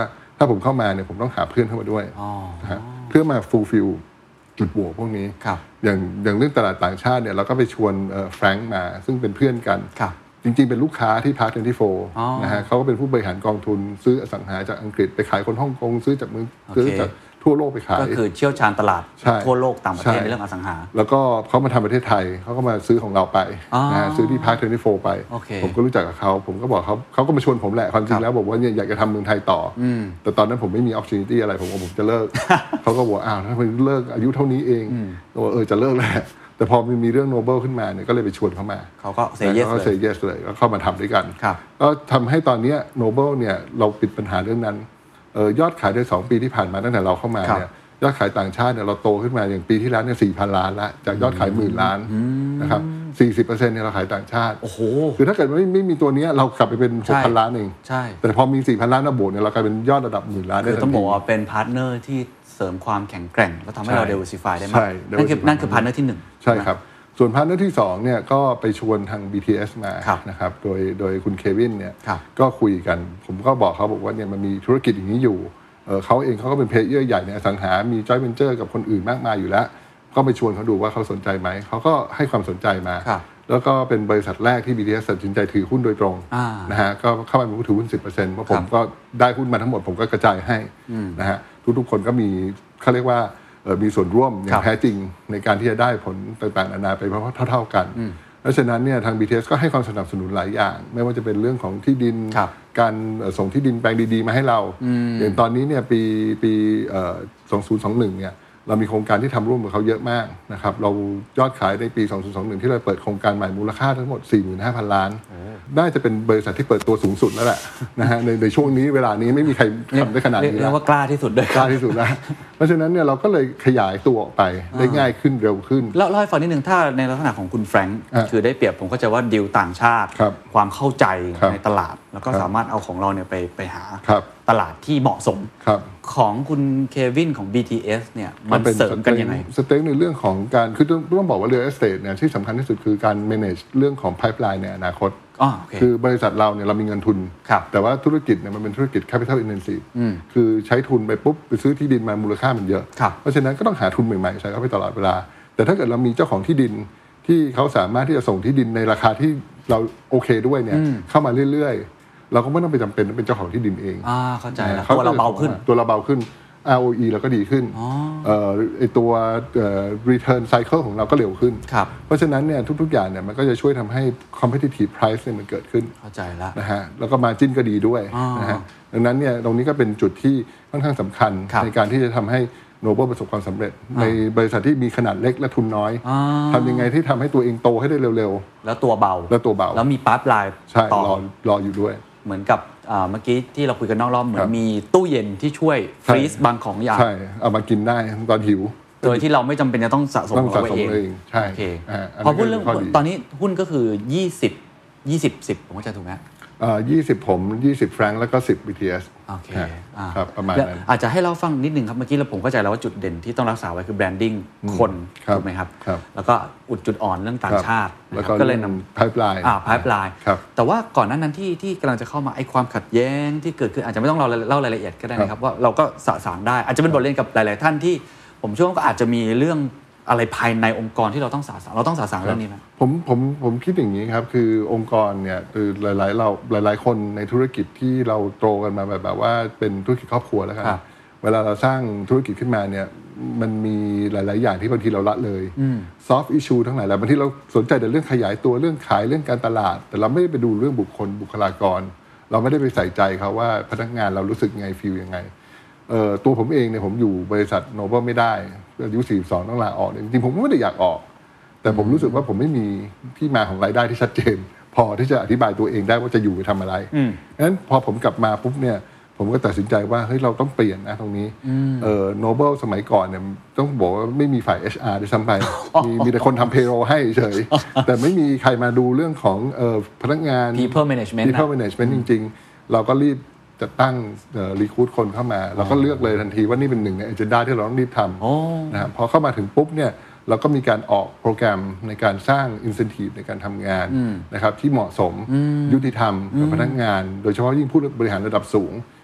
าผมเข้ามาเนี่ยผมต้องหาเพื่อนเข้ามาด้วยนะฮะเพื่อมาฟูลฟิลจุดบวกพวกนี้อย่างอย่างเรื่องตลาดต่างชาติเนี่ยเราก็ไปชวนแฟรงค์มาซึ่งเป็นเพื่อนกันจริงๆเป็นลูกค้าที่พาร์คยี่สิบสี่นะฮะเขาก็เป็นผู้บริหารกองทุนซื้ออสังหาจากอังกฤษไปขายคนฮ่องกงซื้อจากเมืองซื้อจากทั่วโลกไปขายก็คือเชี่ยวชาญตลาดทั่วโลกต่างประเทศในเรื่องอสังหาแล้วก็เขามาทำประเทศไทยเขาก็มาซื้อของเราไปนะฮะซื้อที่พาร์คยี่สิบสี่ไปผมก็รู้จักกับเขาผมก็บอกเขาเขาก็มาชวนผมแหละความจริงแล้วบอกว่าเนี่ยอยากจะทำเมืองไทยต่อแต่ตอนนั้นผมไม่มี opportunity อะไรผมว่าผมจะเลิกเขาก็บอกอ้าวถ้ามันเลิกอายุเท่านี้เองก็บอกเออจะเลิกแล้วแต่พอมีเรื่องโนเบิลขึ้นมาเนี่ยก็เลยไปชวนเขามาเขาก็เซย์เยสเลยเซย์เยสเลยก็เข้ามาทำด้วยกันก็ทำให้ตอนนี้โนเบิลเนี่ยเราปิดปัญหาเรื่องนั้นเออยอดขายได้สองปีที่ผ่านมาตั้งแต่เราเข้ามาเนี่ยยอดขายต่างชาติเนี่ยเราโตขึ้นมาอย่างปีที่แล้วเนี่ย สี่พัน ล้านละจากยอดขายหมื่นล้านนะครับ สี่สิบเปอร์เซ็นต์ เนี่ยเราขายต่างชาติโอ้โหคือถ้าเกิดไม่ไม่มีตัวนี้เรากลับไปเป็น หกพัน ล้านเองใช่แต่พอมี สี่พัน ล้านระบบเนี่ยเรากลายเป็นยอดระดับหมื่นล้านได้ทันทีคือต้องบอกว่าเป็นพาร์ทเนอร์ที่เสริมความแข็งแกร่งแล้วทำให้เรา diversify ได้มากนั่นคือนั่นคือพาร์ทเนอร์ที่หนึ่งใช่ครับส่วนพาร์ทเนอร์ที่สองเนี่ยก็ไปชวนทาง บี ที เอส มานะครับโดยโดยคุณเควินเนี่ยก็คุยกันผมก็บอกเขาบอกว่าเนี่ยมันมีธุรกิจอย่างนี้อยู่เอ่อเขาเองเขาก็เป็นเพลเยอร์ใหญ่ในอสังหามีจอยเวนเจอร์กับคนอื่นมากมายอยู่แล้วก็ไปชวนเขาดูว่าเขาสนใจไหมเขาก็ให้ความสนใจมาแล้วก็เป็นบริษัทแรกที่ บี ที เอส ตัดสินใจถือหุ้นโดยตรงนะฮะก็เข้ามาเป็นผู้ถือหุ้น สิบเปอร์เซ็นต์ เพราะผมก็ได้หุ้นมาทั้งหมดผมก็กระจายให้นะฮะทุกๆคนก็มีเขาเรียกว่ามีส่วนร่วมอย่างแท้จริงในการที่จะได้ผลต่างๆนานาไปเท่าๆกันเพราะฉะนั้นเนี่ยทาง บี ที เอส ก็ให้ความสนับสนุนหลายอย่างไม่ว่าจะเป็นเรื่องของที่ดินการส่งที่ดินแปลงดีๆมาให้เราอย่างตอนนี้เนี่ยปีปีสองพันยี่สิบเอ็ดเนี่ยเรามีโครงการที่ทำร่วมกับเขาเยอะมากนะครับเรายอดขายในปีสองพันยี่สิบเอ็ดที่เราเปิดโครงการใหม่มูลค่าทั้งหมด สี่หมื่นห้าพัน ล้านน่าจะเป็นบริษัทที่เปิดตัวสูงสุดแล้วแหละนะฮะในในช่วงนี้เวลานี้ไม่มีใครทำได้ขนาดนี้เรียกว่ากล้าที่สุดเลยกล้าที่สุดแล้วเพราะฉะนั้นเนี่ยเราก็เลยขยายตัวออกไปได้ง่ายขึ้นเร็วขึ้นเล่าเล่าให้ฟังนิดนึงถ้าในลักษณะของคุณแฟรงค์คือได้เปรียบผมก็จะว่าดีลต่างชาติความเข้าใจในตลาดแล้วก็สามารถเอาของเราเนี่ยไปไปหาตลาดที่เหมาะสมของคุณเควินของ บี ที เอส เนี่ยมันเสริมกันยังไงสเต็กในเรื่องของการคือต้องบอกว่า real estate เนี่ยที่สำคัญที่สุดคือการ manage เรื่องของ pipeline ในอนาคตคือบริษัทเราเนี่ยเรามีเงินทุนแต่ว่าธุรกิจเนี่ยมันเป็นธุรกิจ capital intensive คือใช้ทุนไปปุ๊บไปซื้อที่ดินมามูลค่ามันเยอะเพราะฉะนั้นก็ต้องหาทุนใหม่ๆใช้เข้าไปตลอดเวลาแต่ถ้าเกิดเรามีเจ้าของที่ดินที่เขาสามารถที่จะส่งที่ดินในราคาที่เราโอเคด้วยเนี่ยเข้ามาเรื่อยๆเราก็ไม่ต้องไปจำเป็นเป็นเจ้าของที่ดินเองอ่าเข้าใจแล้วตัวเราเบาขึ้นตัวเราเบาขึ้น อาร์ โอ อี เราก็ดีขึ้นเอ่อไอตัวเอ่อ return cycle ของเราก็เร็วขึ้นเพราะฉะนั้นเนี่ยทุกๆอย่างเนี่ยมันก็จะช่วยทำให้ competitive price เนี่ยมันเกิดขึ้นเข้าใจแล้วนะฮะแล้วก็ margin ก็ดีด้วยนะฮะดังนั้นเนี่ยตรงนี้ก็เป็นจุดที่ค่อนข้างสำคัญในการที่จะทำให้โนเบิลประสบความสำเร็จในบริษัทที่มีขนาดเล็กและทุนน้อยทำยังไงที่ทำให้ตัวเองโตให้ได้เร็วๆแล้วตัวเบาแล้วตัวเบาแล้วมีปั๊บไลน์ต่อรอรออยู่ด้วยเหมือนกับเมื่อกี้ที่เราคุยกันนอกรอบเหมือนมีตู้เย็นที่ช่วยฟรีซบางของอย่างใช่เอามากินได้ตอนหิวโดยที่เราไม่จำเป็นจะต้องสะสมเอาไว้เองใช่พอพูดเรื่องตอนนี้หุ้นก็คือยี่สิบ ยี่สิบ สิบผมเข้าใจถูกไหมอ่ายี่สิบผมยี่สิบแฟรงค์แล้วก็สิบ บี ที เอสโอเคครับประมาณนั้นอาจจะให้เราฟังนิดนึงครับเมื่อกี้เราผมเข้าใจแล้วว่าจุดเด่นที่ต้องรักษาไว้คือแบรนดิ้งคนถูกไหมครับแล้วก็อุดจุดอ่อนเรื่องต่างชาติก็เลยนำ pipeline อ่า pipeline แต่ว่าก่อนหน้านั้นที่ที่กำลังจะเข้ามาไอ้ความขัดแย้งที่เกิดขึ้นอาจจะไม่ต้องเราเล่ารายละเอียดก็ได้นะครับว่าเราก็สะสางได้อาจจะเป็นบทเรียนกับหลายๆท่านที่ผมเชื่อว่าก็อาจจะมีเรื่องอะไรภายในองค์กรที่เราต้องสะสางเราต้องสะสางเรื่องนี้ไหมผมผมผมคิดอย่างนี้ครับคือองค์กรเนี่ยคือหลายๆเราหลายๆคนในธุรกิจที่เราโตกันมาแบบแบบว่าเป็นธุรกิจครอบครัวแล้วครับเวลาเราสร้างธุรกิจขึ้นมาเนี่ยมันมีหลายๆอย่างที่บางทีเราละเลย soft issue ทั้งหลายแหละบางทีเราสนใจแต่เรื่องขยายตัวเรื่องขายเรื่องการตลาดแต่เราไม่ได้ไปดูเรื่องบุคคลบุคลากรเราไม่ได้ไปใส่ใจเขาว่าพนักงานเรารู้สึกไงฟีลยังไงเอ่อตัวผมเองเนี่ยผมอยู่บริษัทโนเบิลไม่ได้อายุสี่สิบสองต้องลาออกจริงๆผมก็ไม่ได้อยากออกแต่ผมรู้สึกว่าผมไม่มีที่มาของรายได้ที่ชัดเจนพอที่จะอธิบายตัวเองได้ว่าจะอยู่ไปทำอะไรงั้นพอผมกลับมาปุ๊บเนี่ยผมก็ตัดสินใจว่าเฮ้ยเราต้องเปลี่ยนนะตรงนี้เอ่อโนเบิลสมัยก่อนเนี่ยต้องบอกว่าไม่มีฝ่าย เอช อาร์ ด้วยซ้ำไปมีมีแต่คนทำ payroll ให้เฉยแต่ไม่มีใครมาดูเรื่องของเอ่อพนักงาน people management people management จริงๆเราก็รีบจะตั้งเอ่อรีครูทคนเข้ามาเราก็เลือกเลยทันทีว่านี่เป็นหนึ่งใน agenda ที่เราต้องรีบทำนะครับพอเข้ามาถึงปุ๊บเนี่ยเราก็มีการออกโปรแกรมในการสร้าง incentive ในการทำงานนะครับที่เหมาะสมยุติธรรมกับพนักงานโดยเฉพาะยิ่งผู้บริหารระดับสูง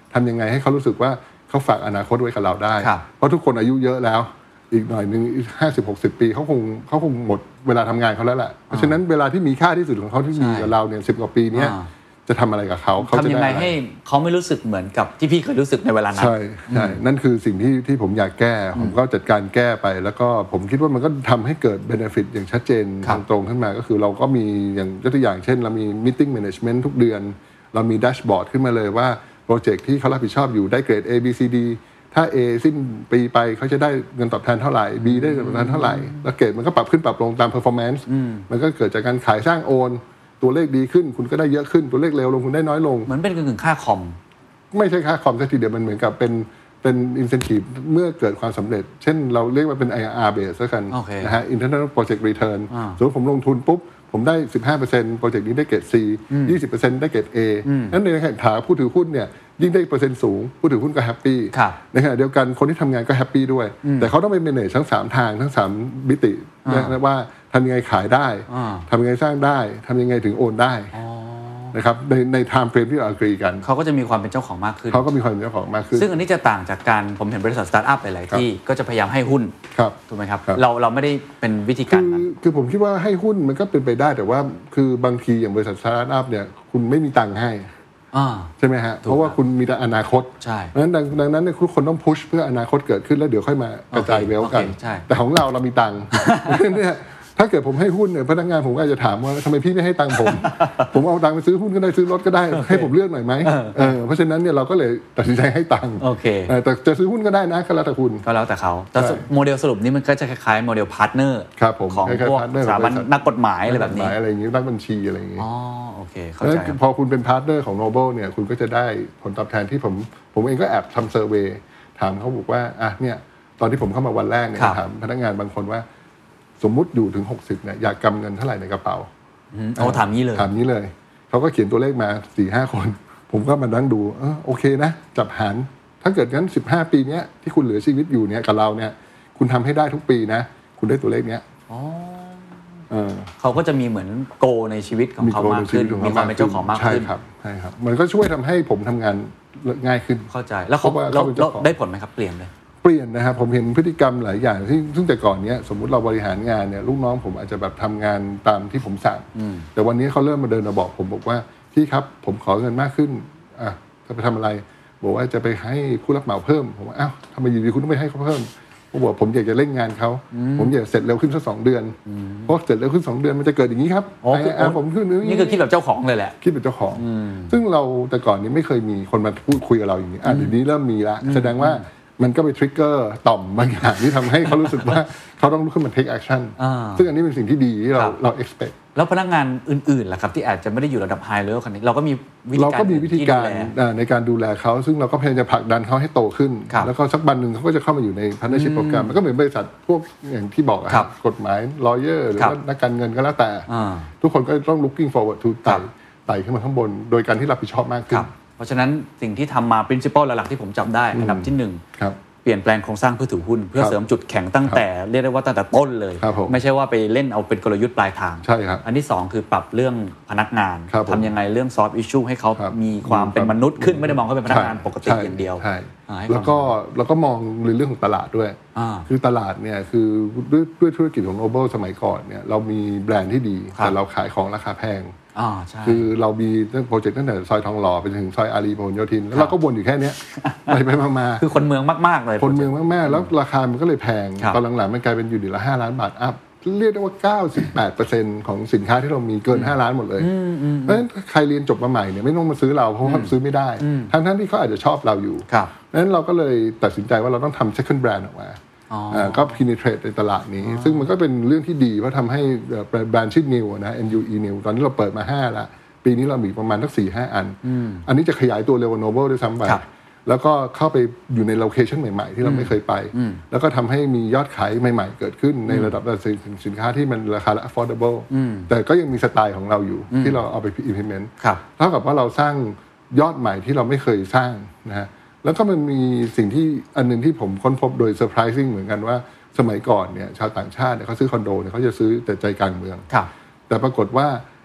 ทำยังไงให้เขารู้สึกว่าเขาฝากอนาคตไว้กับเราได้เพราะทุกคนอายุเยอะแล้วอีกหน่อยนึงอีกห้าสิบ หกสิบปีเขาคงเขาคงหมดเวลาทำงานเขาแล้วแหละเพราะฉะนั้นเวลาที่มีค่าที่สุดของเขาที่มีกับเราเนี่ยสิบกว่าปีเนี้ยจะทำอะไรกับเขาเขาจะทำยังไงให้เขาไม่รู้สึกเหมือนกับที่พี่เคยรู้สึกในเวลานั้นใช่ใช่นั่นคือสิ่งที่ที่ผมอยากแก้ผมก็จัดการแก้ไปแล้วก็ผมคิดว่ามันก็ทำให้เกิด benefit อย่างชัดเจนตรงๆขึ้นมาก็คือเราก็มีอย่างยกตัวอย่างเช่นเรามี meeting management ทุกเดือนเรามี dashboard ขึ้นมาเลยว่าโปรเจกต์ที่เขารับผิดชอบอยู่ได้เกรด A B C D ถ้า A สิ้นปีไปเขาจะได้เงินตอบแทนเท่าไหร่ B ได้เงินตอบแทนเท่าไหร่แล้วเกรดมันก็ปรับขึ้นปรับลงตาม performance มันก็เกิดจากการขายสร้างโอนตัวเลขดีขึ้นคุณก็ได้เยอะขึ้นตัวเลขเร็วลงคุณได้น้อยลงเหมือนเป็นกึ่งๆค่าคอมไม่ใช่ค่าคอมซะทีเดียวมันเหมือนกับเป็นเป็น incentive เมื่อเกิดความสำเร็จเช่นเราเรียกว่าเป็น ไอ อาร์ base แล้วกันนะฮะ internal project return สมมติผมลงทุนปุ๊บผมได้ สิบห้าเปอร์เซ็นต์ โปรเจกต์นี้ได้เกรด C ยี่สิบเปอร์เซ็นต์ ได้เกรด A นั่นในฐานะผู้ถือหุ้นเนี่ยยิ่งได้เปอร์เซ็นต์สูงผู้ถือหุ้นก็แฮปปี้ในขณะเดียวกันคนที่ทำงานก็แฮปปี้ด้วยแต่เขาต้องไป manage ทั้งสามทางทั้งสามมิตินะว่าทำยังไงขายได้ทำยังไงสร้างได้ทำยังไงถึงโอนได้นะครับในใน time frame ที่เราagree กันเขาก็จะมีความเป็นเจ้าของมากขึ้นเขาก็มีความเป็นเจ้าของมากขึ้นซึ่งอันนี้จะต่างจากการผมเห็นบริษัทสตาร์ทอัพหลายๆที่ก็จะพยายามให้หุ้นถูกไหมครับเราเราไม่ได้เป็นวิธีการนั้นคือผมคิดว่าให้หุ้นมันก็เป็นไปได้แต่ว่าคือบางทีอย่างบริษัทสตาร์ทอัพเนี่ยคุณไม่มีตังค์ให้ใช่ไหมฮะเพราะว่าคุณมีแต่อนาคตเพราะฉะนั้นดังนั้นเนี่ยทุกคนต้องพุชเพื่ออนาคตเกิดขึ้นแล้วเดี๋ยวค่อยมากระจายเวลกันแต่ของเราเรามีตังค์เนี่ยถ้าเกิดผมให้หุ้นเนี่ยพนักงานผมก็อาจจะถามว่าทำไมพี่ไม่ให้ตังค์ผม ผมเอาตังค์ไปซื้อหุ้นก็ได้ซื้อรถก็ได้ ให้ผมเลือกหน่อยไหมเออเพราะฉะนั้นเนี่ยเราก็เลยตัดสินใจให้ตังค์โอเคแต่จะซื้อหุ้นก็ได้นะก็แล้วแต่คุณก็แล้วแต่เขาแต่โมเดลสรุปนี้มันก็จะคล้ายๆโมเดลพาร์ทเนอร์ของพวกสถาบันนักกฎหมายอะไรแบบนี้อะไรอย่างนี้นักบัญชีอะไรอย่างนี้อ๋อโอเคเข้าใจพอคุณเป็นพาร์ทเนอร์ของ Noble เนี่ยคุณก็จะได้ผลตอบแทนที่ผมผมเองก็แอบทำเซอร์เวย์ถามเขาบอกว่าอ่ะเนี่ยตอนที่ผมเข้ามาวันแรกเนี่ยถามพนักงานบางคนว่าสมมุติอยู่ถึงหกสิบเนี่ยอยากกำเงินเท่าไหร่ในกระเป๋าเอาถามนี้เลยถามนี้เลยเขาก็เขียนตัวเลขมา สี่ห้า คนผมก็มานั่งดูเออโอเคนะจับหารถ้าเกิดงั้นสิบห้าปีเนี้ยที่คุณเหลือชีวิตอยู่เนี่ยกับเราเนี่ยคุณทำให้ได้ทุกปีนะคุณได้ตัวเลขเนี้ยอ๋อเออเขาก็จะมีเหมือนโกในชีวิตของเขามากขึ้นมีความเป็นเจ้าของมากขึ้นใช่ครับใช่ครับมันก็ช่วยทำให้ผมทำงานง่ายขึ้นเข้าใจแล้วเขาได้ผลไหมครับเปลี่ยนเลยเปลี่ยนนะครับผมเห็นพฤติกรรมหลายอย่างที่ซึ่งแต่ก่อนเนี้ยสมมุติเราบริหารงานเนี่ยลูกน้องผมอาจจะแบบทำงานตามที่ผมสั่งแต่วันนี้เขาเริ่มมาเดินมาบอกผมบอกว่าพี่ครับผมขอเงินมากขึ้นอ่ะจะไปทำอะไรบอกว่าจะไปให้ผู้รับเหมาเพิ่มผมว่าอ้าวทำไมอยู่ดีคุณต้องไปให้เขาเพิ่มผมบอกผมอยากจะเร่งงานเขาผมอยากเสร็จเร็วขึ้นสักสองเดือนเพราะเสร็จเร็วขึ้นสองเดือนมันจะเกิดอย่างนี้ครับไอ้ผมขึ้นนี่คือคิดแบบเจ้าของเลยแหละคิดแบบเจ้าของซึ่งเราแต่ก่อนนี้ไม่เคยมีคนมาพูดคุยกับเราอย่างนี้อ่ะเดี๋ยวนี้เริ่มมีละแสดงว่ามันก็ไปทริกเกอร์ต่อมบางอย่างที่ทำให้เขารู้สึกว่าเขาต้องลุกขึ้นมา take action ซึ่งอันนี้เป็นสิ่งที่ดีที่เราเรา expect แล้วพนักงานอื่นๆล่ะครับที่อาจจะไม่ได้อยู่ระดับ high level คนนี้เราก็มีวิธีการเราก็มีวิธีการในการดูแลเขาซึ่งเราก็พยายามจะผลักดันเขาให้โตขึ้นแล้วก็สักวันหนึ่งเขาก็จะเข้ามาอยู่ใน partnership program มันก็เหมือนบริษัทพวกอย่างที่บอกกฎหมาย lawyer หรือว่านักการเงินก็แล้วแต่ทุกคนก็ต้อง looking forward to ไต่ไต่ขึ้นมาข้างบนโดยการที่รับผิดชอบมากขึ้นเพราะฉะนั้นสิ่งที่ทำมา principle หลักๆที่ผมจำได้อันดับที่หนึ่งเปลี่ยนแปลงโครงสร้างผู้ถือหุ้นเพื่อเสริมจุดแข็งตั้งแต่เรียกได้ว่าตั้งแต่ต้นเลยไม่ใช่ว่าไปเล่นเอาเป็นกลยุทธ์ปลายทางใช่ครับอันที่สองคือปรับเรื่องพนักงานทำยังไงเรื่อง soft issue ให้เขามีความเป็นมนุษย์ขึ้นไม่ได้มองเขาเป็นพนักงานปกติอย่างเดียวแล้วก็แล้วก็มองในเรื่องของตลาดด้วยคือตลาดเนี่ยคือด้วยด้วยธุรกิจของ Noble สมัยก่อนเนี่ยเรามีแบรนด์ที่ดีแต่เราขายของราคาแพงคือเรามีโปรเจกต์ตั้งแต่ซอยทองหล่อไปถึงซอยอารีพหลโยธินแล้วเราก็วนอยู่แค่นี้ไปไปมาๆคือคนเมืองมากๆเลยคนเมืองมากๆแล้วราคามันก็เลยแพงตอนหลังๆมันกลายเป็นอยู่ดีละห้าล้านบาทอัพเรียกได้ว่า เก้าสิบแปดเปอร์เซ็นต์ ของสินค้าที่เรามีเกินห้าล้านหมดเลยเพราะฉะนั้นใครเรียนจบมาใหม่เนี่ยไม่ต้องมาซื้อเราเพราะเขาซื้อไม่ได้ทั้งๆที่เขาอาจจะชอบเราอยู่เพราะฉะนั้นเราก็เลยตัดสินใจว่าเราต้องทำ second brand ออกมาก็ penetrate ในตลาดนี้ซึ่งมันก็เป็นเรื่องที่ดีเพราะทำให้แบรนด์ชื่อ New นะ N U E New ตอนนี้เราเปิดมาห้าละปีนี้เรามีประมาณสัก สี่ห้า อันอันนี้จะขยายตัวเร็วกว่า Noble ด้วยซ้ำไปแล้วก็เข้าไปอยู่ในโลเคชั่นใหม่ๆที่เราไม่เคยไปแล้วก็ทำให้มียอดขายใหม่ๆเกิดขึ้นในระดับสินค้าที่มันราคา affordable แต่ก็ยังมีสไตล์ของเราอยู่ที่เราเอาไป implement เท่ากับว่าเราสร้างยอดใหม่ที่เราไม่เคยสร้างนะฮะแล้วก็มันมีสิ่งที่อันนึงที่ผมค้นพบโดย surprising เหมือนกันว่าสมัยก่อนเนี่ยชาวต่างชาติเนี่ยเขาซื้อคอนโดเนี่ยเขาจะซื้อแต่ใจกลางเมืองแต่ปรากฏว่า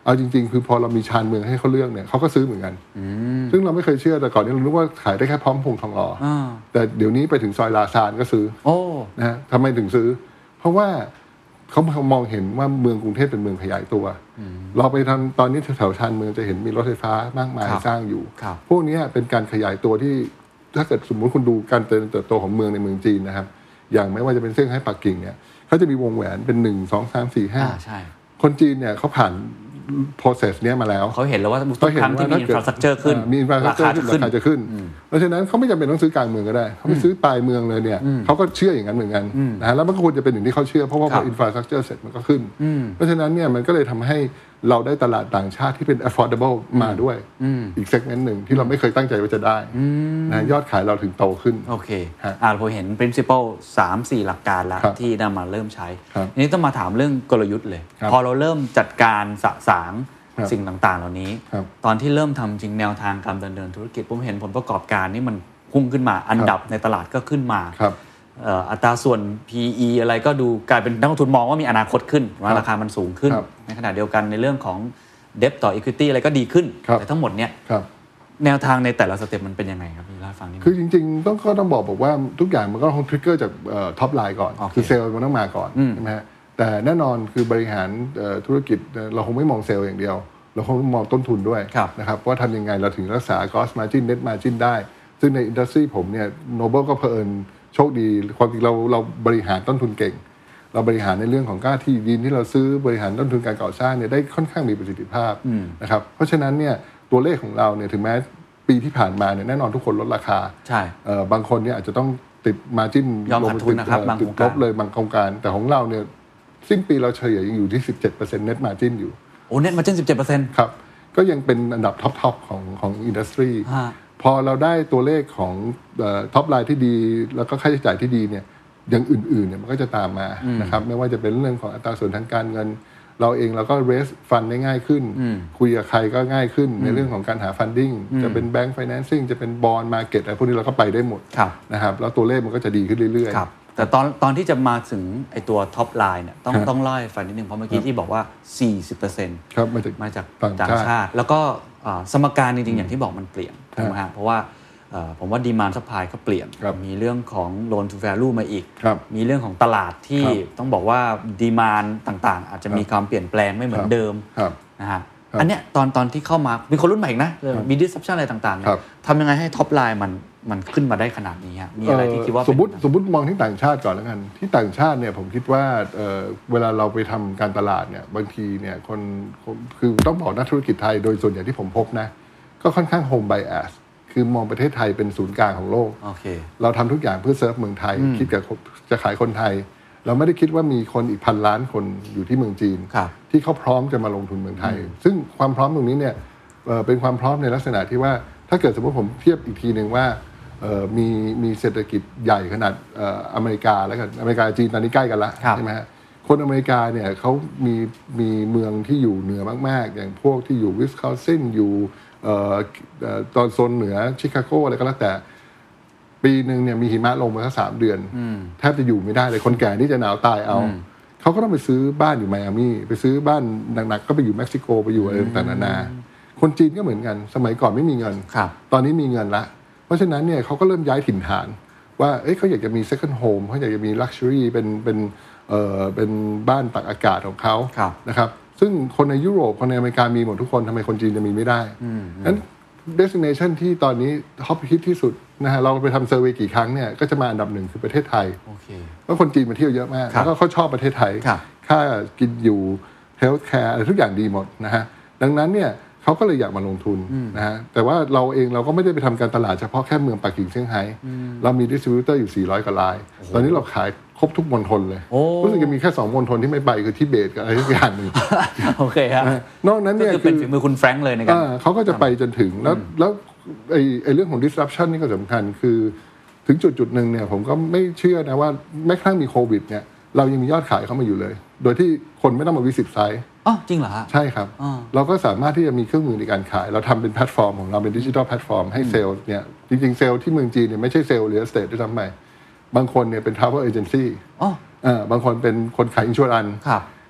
เอาจริงๆคือพอเรามีชานเมืองให้เขาเลือกเนี่ยเขาก็ซื้อเหมือนกันซึ่งเราไม่เคยเชื่อแต่ก่อนนี้เราคิดว่าขายได้แค่พร้อมพงษ์ทองหล่อแต่เดี๋ยวนี้ไปถึงซอยลาซานก็ซื้อนะฮะทำไมถึงซื้อเพราะว่าเขามองเห็นว่าเมืองกรุงเทพเป็นเมืองขยายตัวเราไปทำตอนนี้แถวชานเมืองจะเห็นมีรถไฟฟ้ามากมายสร้างอยู่พวกนี้เป็นการขยายตัวที่ถ้าเกิดสมมติคุณดูการเติบโตของเมืองในเมืองจีนนะครับอย่างไม่ว่าจะเป็นเซี่ยงไฮ้ปักกิ่งเนี่ยเขาจะมีวงแหวนเป็นหนึ่งสองสามสี่ห้าคนจีนเนี่ยเขาผ่านprocess เนี้ยมาแล้วเขาเห็นแล้วว่าทุกครั้งที่มี infrastructure ขึ้นมี infrastructure ขึ้นราคาจะขึ้นเพราะฉะนั้นเขาไม่จำเป็นต้องซื้อกลางเมืองก็ได้เขาไปซื้อปลายเมืองเลยเนี่ยเขาก็เชื่ออย่างนั้นเหมือนกันนะฮะแล้วมันก็ควรจะเป็นอย่างที่เขาเชื่อเพราะว่าพอ infrastructure เสร็จมันก็ขึ้นเพราะฉะนั้นเนี่ยมันก็เลยทำให้เราได้ตลาดต่างชาติที่เป็น affordable มาด้วยอีก segment หนึ่งที่เราไม่เคยตั้งใจว่าจะได้นะยอดขายเราถึงโตขึ้นโอเคอ่าผมเห็น principle สามสี่ หลักการแล้วที่นำมาเริ่มใช้ทีนี้ต้องมาถามเรื่องกลยุทธ์เลยพอเราเริ่มจัดการสะสางสิ่งต่างๆเหล่านี้ตอนที่เริ่มทำจริงแนวทางการดำเนินธุรกิจผมเห็นผลประกอบการนี่มันพุ่งขึ้นมาอันดับในตลาดก็ขึ้นมาอัตราส่วน พี อี อะไรก็ดูกลายเป็นนักลงทุนมองว่ามีอนาคตขึ้นว่าราคามันสูงขึ้นในขณะเดียวกันในเรื่องของ debt ต่อ equity อะไรก็ดีขึ้นแต่ทั้งหมดเนี่ยแนวทางในแต่ละสเต็ปมันเป็นยังไงครับพี่เล่าให้ฟังนิดนึงคือจริงๆต้องก็ต้องบอกบอกว่าทุกอย่างมันก็ต้องทริกเกอร์จากท็อปไลน์ก่อนคือเซลล์มันต้องมาก่อนใช่ไหมฮะแต่แน่นอนคือบริหารธุรกิจเราคงไม่มองเซลล์อย่างเดียวเราคงมองต้นทุนด้วยนะครับว่าทำยังไงเราถึงรักษา gross margin net margin ได้ซึ่งในอินดัสทรีผมเนี่ยโนเบิลก็เผอิญโชคดีความจริงเราเราบริหารต้นทุนเก่งเราบริหารในเรื่องของค่าที่ดินที่เราซื้อบริหารต้นทุนการก่อสร้างเนี่ยได้ค่อนข้างมีประสิทธิภาพนะครับเพราะฉะนั้นเนี่ยตัวเลขของเราเนี่ยถึงแม้ปีที่ผ่านมาเนี่ยแน่นอนทุกคนลดราคาใช่บางคนเนี่ยอาจจะต้องติด margin ยอมขาดทุนนะครับบางติดลบเลยบางโครงการแต่ของเราเนี่ยสิ้นปีเราเฉลี่ยยังอยู่ที่ สิบเจ็ดเปอร์เซ็นต์ net margin อยู่โอ้ net margin สิบเจ็ดเปอร์เซ็นต์ครับก็ยังเป็นอันดับท็อปๆของของอินดัสทรีพอเราได้ตัวเลขของท็อปไลน์ที่ดีแล้วก็ค่าใช้จ่ายที่ดีเนี่ยอย่างอื่นๆเนี่ยมันก็จะตามมานะครับไม่ว่าจะเป็นเรื่องของอัตราส่วนทางการเงินเราเองเราก็ raise fund ได้ง่ายขึ้นคุยกับใครก็ง่ายขึ้นในเรื่องของการหา funding จะเป็น bank financing จะเป็น bond market อะไรพวกนี้เราก็ไปได้หมดนะครับแล้วตัวเลขมันก็จะดีขึ้นเรื่อยๆแต่ตอนตอนที่จะมาถึงไอตัวท็อปไลน์เนี่ยต้องต้องเล่าให้ฟังนิดนึงเพราะเมื่อกี้ที่บอกว่า สี่สิบเปอร์เซ็นต์ครับมาจากมาจากต่างชาติแล้วก็สมการจริงๆอย่างที่บอกมันเปลี่ยนถูกไหมฮะเพราะว่าผมว่า demand supply ก็เปลี่ยนมีเรื่องของ loan to value มาอีกมีเรื่องของตลาดที่ต้องบอกว่า demand ต่างๆอาจจะมีความเปลี่ยนแปลงไม่เหมือนเดิมนะฮะอันเนี้ยตอนตอนที่เข้ามามีคนรุ่นใหม่อีกนะมี disruption อะไรต่างๆเนี่ยทำยังไงให้ท็อปไลน์มันมันขึ้นมาได้ขนาดนี้ฮะมีอะไรที่คิดว่าสมมติสมมติมองที่ต่างชาติก่อนแล้วกันที่ต่างชาติเนี่ยผมคิดว่า เ, เวลาเราไปทำการตลาดเนี่ยบางทีเนี่ยคนคือต้องบอกนักธุรกิจไทยโดยส่วนใหญ่ที่ผมพบนะก็ค่อนข้าง home bias คือมองประเทศไทยเป็นศูนย์กลางของโลก okay. เราทำทุกอย่างเพื่อเซิร์ฟเมืองไทยคิดกับจะขายคนไทยเราไม่ได้คิดว่ามีคนอีกพันล้านคนอยู่ที่เมืองจีนที่เขาพร้อมจะมาลงทุนเมืองไทยซึ่งความพร้อมตรงนี้เนี่ยเป็นความพร้อมในลักษณะที่ว่าถ้าเกิดสมมติผมเทียบอีกทีนึงว่ามีมีเศรษฐกิจใหญ่ขนาดอเมริกาแล้วกันอเมริกาจีนตอนนี้ใกล้กันละใช่ไหมฮะคนอเมริกาเนี่ยเขามีมีเมืองที่อยู่เหนือมากๆอย่างพวกที่อยู่วิสคอนซินอยู่ตอนโซนเหนือชิคาโกอะไรก็แล้วแต่ปีหนึ่งเนี่ยมีหิมะลงมาแค่สามเดือนแทบจะอยู่ไม่ได้เลยคนแก่นี่จะหนาวตายเอาเขาก็ต้องไปซื้อบ้านอยู่ไมอามี่ไปซื้อบ้านหนักๆก็ไปอยู่เม็กซิโกไปอยู่อะไรต่างๆนานาคนจีนก็เหมือนกันสมัยก่อนไม่มีเงินตอนนี้มีเงินละเพราะฉะนั้นเนี่ยเขาก็เริ่มย้ายถิ่นฐานว่าเอ้ยเขาอยากจะมี second home เขาอยากจะมี luxury เป็นเป็นเอ่อเป็นบ้านตากอากาศของเขานะครับซึ่งคนในยุโรปคนในอเมริกามีหมดทุกคนทำไมคนจีนจะมีไม่ได้นั้น destination ที่ตอนนี้ท็อปฮิตที่สุดนะฮะเราไปทำเซอร์เวย์กี่ครั้งเนี่ยก็จะมาอันดับหนึ่งคือประเทศไทยเพราะคนจีนมาเที่ยวเยอะมากแล้วก็เขาชอบประเทศไทยค่ากินอยู่ healthcare อะไรทุกอย่างดีหมดนะฮะดังนั้นเนี่ยเขาก็เลยอยากมาลงทุนนะฮะแต่ว่าเราเองเราก็ไม่ได้ไปทำการตลาดเฉพาะแค่เมืองปักกิ่งเซี่ยงไฮ้เรามีดิสทริบิวเตอร์อยู่สี่ร้อยกว่ารายตอนนี้เราขายครบทุกมณฑลเลยรู้สึกจะมีแค่สองมณฑลที่ไม่ไปคือทิเบตกับอะไรทุกอย่างนึงโอเคฮะนอกนั้นเนี่ยคือเป็นฝีมือคุณแฟรงค์เลยนะครับเขาก็จะไปจนถึงแล้วแล้วไอ้ไอ้เรื่องของ disruption นี่ก็สำคัญคือถึงจุดจุดนึงเนี่ยผมก็ไม่เชื่อนะว่าแม้กระทั่งมีโควิดเนี่ยเรายังมียอดขายเข้ามาอยู่เลยโดยที่คนไม่ต้องมาวิสิตไซต์อ๋อจริงเหรอฮะใช่ครับเราก็สามารถที่จะมีเครื่องมือในการขายเราทำเป็นแพลตฟอร์มของเราเป็นดิจิทัลแพลตฟอร์มให้เซลล์เนี่ยจริงๆเซลล์ที่เมืองจีนเนี่ยไม่ใช่เซลล์เรียลเอสเตทด้วยซ้ำไปบางคนเนี่ยเป็นทราเวลเอเจนซี่อ๋อ บางคนเป็นคนขายอินชัวรันซ์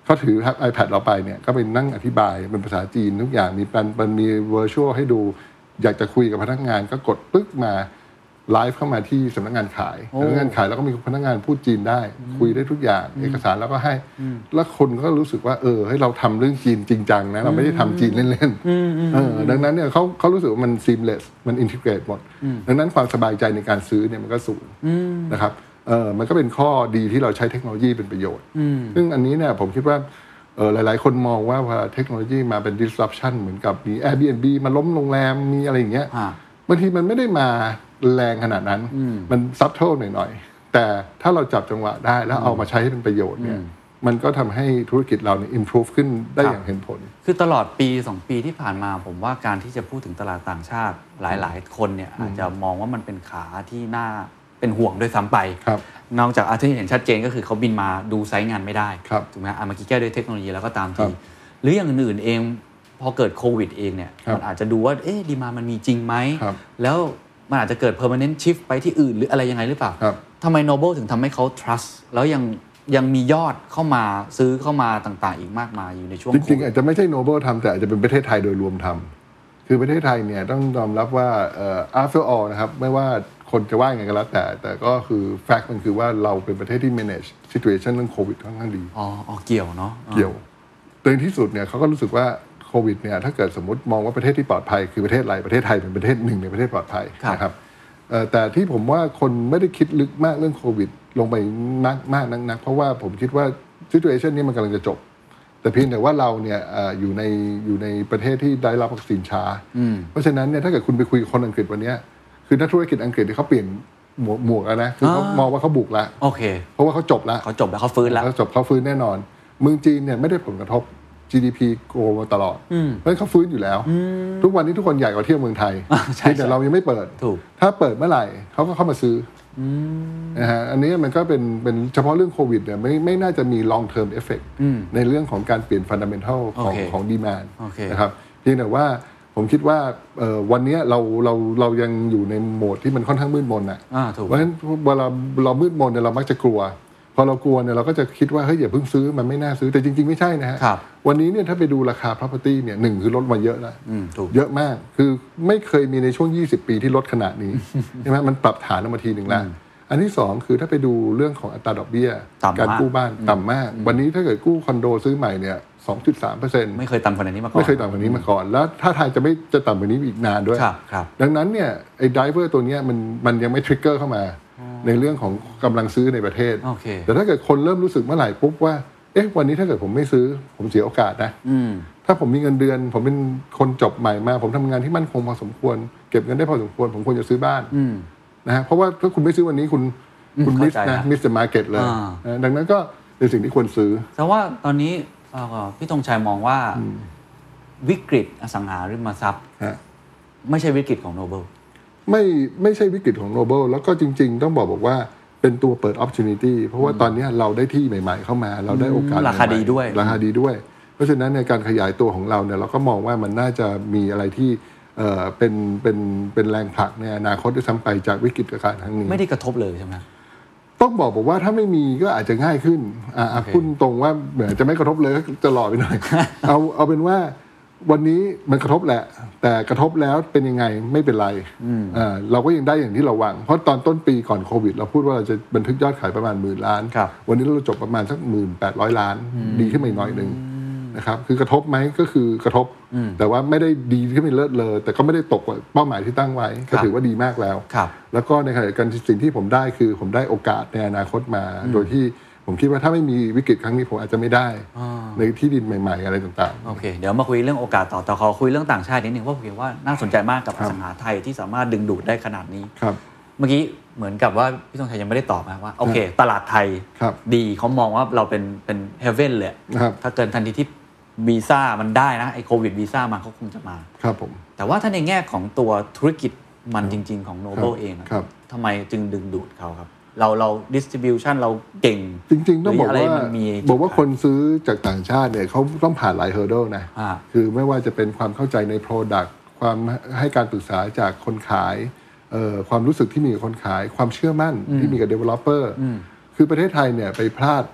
เขาถือ iPad เราไปเนี่ยก็ไปนั่งอธิบายเป็นภาษาจีนทุกอย่างมีมันมันมี virtual ให้ดูอยากจะคุยกับพนักงานก็กดปึ๊กมาไลฟ์เข้ามาที่สำนักงานขายสำนักงานขายแล้วก็มีพนักงานพูดจีนได้คุยได้ทุกอย่างเอกสารแล้วก็ให้แล้วคนก็รู้สึกว่าเออให้เราทำเรื่องจีนจริงจังนะเราไม่ได้ทำจีนเล่นๆเออดังนั้นเนี่ยเขาเขารู้สึกว่ามัน seamless มัน integrate หมดดังนั้นความสบายใจในการซื้อเนี่ยมันก็สูงนะครับเออมันก็เป็นข้อดีที่เราใช้เทคโนโลยีเป็นประโยชน์ซึ่งอันนี้เนี่ยผมคิดว่าเออหลายๆคนมองว่าพอเทคโนโลยีมาเป็น disruption เหมือนกับมี Airbnb มาล้มโรงแรมมีอะไรอย่างเงี้ยบางทีมันไม่ได้มาแรงขนาดนั้นมันซับเทิลหน่อยๆแต่ถ้าเราจับจังหวะได้แล้วเอามาใช้ให้เป็นประโยชน์เนี่ยมันก็ทำให้ธุรกิจเราเนี่ย improve ขึ้นได้อย่างเห็นผลคือตลอดปีสองปีที่ผ่านมาผมว่าการที่จะพูดถึงตลาดต่างชาติหลายๆคนเนี่ยอาจจะมองว่ามันเป็นขาที่น่าเป็นห่วงด้วยซ้ำไปนอกจากอาที่เห็นชัดเจนก็คือเขาบินมาดูไซต์งานไม่ได้ถูกไหมอ่ะเมื่อกี้แก้ด้วยเทคโนโลยีแล้วก็ตามทีหรืออย่างอื่นๆเองพอเกิดโควิดเองเนี่ยมันอาจจะดูว่าเอ๊ะดีมามันมีจริงไหมแล้วมันอาจจะเกิด permanent shift ไปที่อื่นหรืออะไรยังไงหรือเปล่าทำไม Noble ถึงทำให้เขา trust แล้วยังยังมียอดเข้ามาซื้อเข้ามาต่างๆอีกมากมายอยู่ในช่วงจริงๆอาจจะไม่ใช่ Noble ทำแต่อาจจะเป็นประเทศไทยโดยรวมทำคือประเทศไทยเนี่ยต้องยอมรับว่า after all นะครับไม่ว่าคนจะว่ายังไงก็แล้วแต่แต่ก็คือ fact มันคือว่าเราเป็นประเทศที่ manage situation เรื่องโควิดค่อนข้างดีอ๋อเกี่ยวเนาะเกี่ยวโดยที่สุดเนี่ยเขาก็รู้สึกว่าโควิดเนี่ยถ้าเกิดสมมติมองว่าประเทศที่ปลอดภัยคือประเทศอะไรประเทศไทยเป็นประเทศหนึ่งในประเทศปลอดภัยนะครับแต่ที่ผมว่าคนไม่ได้คิดลึกมากเรื่องโควิดลงไปมากมากนักๆเพราะว่าผมคิดว่า situation นี้มันกำลังจะจบแต่เพียงแต่ว่าเราเนี่ยอยู่ในอยู่ในประเทศที่ได้รับวัคซีนช้าเพราะฉะนั้นเนี่ยถ้าเกิดคุณไปคุยกับคนอังกฤษวันนี้คือนักธุรกิจอังกฤษที่เขาเปลี่ยนหมวกหมวกแล้วนะคือเขามองว่าเขาบุกแล้วโอเคเพราะว่าเขาจบแล้วเขาจบแล้วเขาฟื้นแล้วเขาจบเขาฟื้นแน่นอนเมืองจีนเนี่ยไม่ได้ผลกระทบ จี ดี พี โกมาตลอดเพราะเขาฟื้นอยู่แล้วทุกวันนี้ทุกคนอยากมาเที่ยวเมืองไทยแต่เรายังไม่เปิดถ้าเปิดเมื่อไหร่เขาก็เข้ามาซื้อนะฮะอันนี้มันก็เป็นเป็นเฉพาะเรื่องโควิดเนี่ยไม่ไม่น่าจะมี long term effect ในเรื่องของการเปลี่ยน fundamental ของของ demand นะครับเพียงแต่ว่าผมคิดว่าวันนี้เราเราเรายังอยู่ในโหมดที่มันค่อนข้างมืดมนอ่ะเพราะฉะนั้นเวลาเรามืดมนเนี่ยเรามักจะกลัวพอเรากลัวเนี่ยเราก็จะคิดว่าเฮ้ยอย่าเพิ่งซื้อมันไม่น่าซื้อแต่จริงๆไม่ใช่นะฮะวันนี้เนี่ยถ้าไปดูราคา property เนี่ยหนึ่งคือลดมาเยอะแล้วเยอะมากคือไม่เคยมีในช่วงยี่สิบปีที่ลดขนาดนี้ใช่ไหมมันปรับฐานลงมาทีหนึ่งแล้วอันที่สองคือถ้าไปดูเรื่องของอัตราดอกเบี้ยการกู้บ้านต่ำมากวันนี้ถ้าเกิดกู้คอนโดซื้อใหม่เนี่ย สองจุดสามเปอร์เซ็นต์ไม่เคยต่ำกว่านี้มาก่อนไม่เคยต่ำกว่านี้มาก่อนแล้วถ้าทางจะไม่จะต่ำกว่านี้อีกนานด้วยดังนั้นเนี่ยไอ้ไดเวอร์ตัวนี้มันมันยังไม่ทริกเกอร์เข้ามาในเรื่องของกำลังซื้อในประเทศแต่ถ้าเกิดคนเริ่มรู้สึกเมื่อไหร่ปุ๊บว่าเอ๊ะวันนี้ถ้าเกิดผมไม่ซื้อผมเสียโอกาสนะถ้าผมมีเงินเดือนผมเป็นคนจบใหม่มาผมทำงานที่มั่นคงพอสมควรเก็บเงินได้พอสมควรผมควรจะซื้อบ้านนะฮะเพราะว่าถ้าคุณไม่ซื้อวันนี้คุณคุณมิสนะมิสเดอะมาร์เก็ตเลยดังนั้นก็เป็นสิ่งที่ควรซื้อแต่ว่าตอนนี้พี่ธงชัยมองว่าวิกฤตอสังหาริมทรัพย์ไม่ใช่วิกฤตของ Noble ไม่ไม่ใช่วิกฤตของ Noble แล้วก็จริงๆต้องบอกบอกว่าเป็นตัวเปิด opportunity เพราะว่าตอนนี้เราได้ที่ใหม่ๆเข้ามาเราได้โอกาสราคาดีด้วยราคาดีด้วยเพราะฉะนั้นในการขยายตัวของเราเนี่ยเราก็มองว่ามันน่าจะมีอะไรที่เอ่อเป็นเป็นเป็นแรงผลักในอนาคตด้วยซ้ำไปจากวิกฤตการณ์ครั้งนี้ไม่ได้กระทบเลยใช่ไหมต้องบอกบอกว่าถ้าไม่มีก็อาจจะง่ายขึ้นอ่าพูดตรงว่าเหมือนจะไม่กระทบเลยจะหล่อไปหน่อย เอาเอาเป็นว่าวันนี้มันกระทบแหละแต่กระทบแล้วเป็นยังไงไม่เป็นไรอ่าเราก็ยังได้อย่างที่เราหวังเพราะตอนต้นปีก่อนโควิดเราพูดว่าเราจะบันทึกยอดขายประมาณหมื่นล้านวันนี้เราจบประมาณสักหมื่นแปดร้อยล้านดีขึ้นมาอีกน้อยนึงนะครับคือกระทบไหมก็คือกระทบแต่ว่าไม่ได้ดีขึ้นไปเลิศเลยแต่ก็ไม่ได้ตกกว่าเป้าหมายที่ตั้งไว้ก็ถือว่าดีมากแล้วแล้วก็ในขณะเดียวกันสิ่งที่ผมได้คือผมได้โอกาสในอนาคตมาโดยที่ผมคิดว่าถ้าไม่มีวิกฤตครั้งนี้ผมอาจจะไม่ได้ในที่ดินใหม่ๆอะไรต่างๆโอเคเดี๋ยวมาคุยเรื่องโอกาสต่อแต่ขอคุยเรื่องต่างชาตินิดนึงเพราะผมคิดว่าน่าสนใจมากกับอสังหาไทยที่สามารถดึงดูดได้ขนาดนี้เมื่อกี้เหมือนกับว่าพี่ธงชัยยังไม่ได้ตอบนะว่าโอเคตลาดไทยดีเขามองว่าเราเป็นเป็นเฮเว่นเลยถ้าเกินทันทีที่วีซ่ามันได้นะไอ้โควิดวีซ่ามาเขาคงจะมาครับผมแต่ว่าถ้าในแง่ของตัวธุรกิจมันจริงๆของ Noble เองทำไมจึงดึงดูดเขาครับเราเรา distribution เราเก่งจริงๆต้องบอกว่าบอกว่าคนซื้อจากต่างชาติเนี่ยเขาต้องผ่านหลาย hurdle นะคือไม่ว่าจะเป็นความเข้าใจใน product ความให้การปรึกษาจากคนขายความรู้สึกที่มีกับคนขายความเชื่อมั่นที่มีกับ developer คือประเทศไทยเนี่ยไปพลาด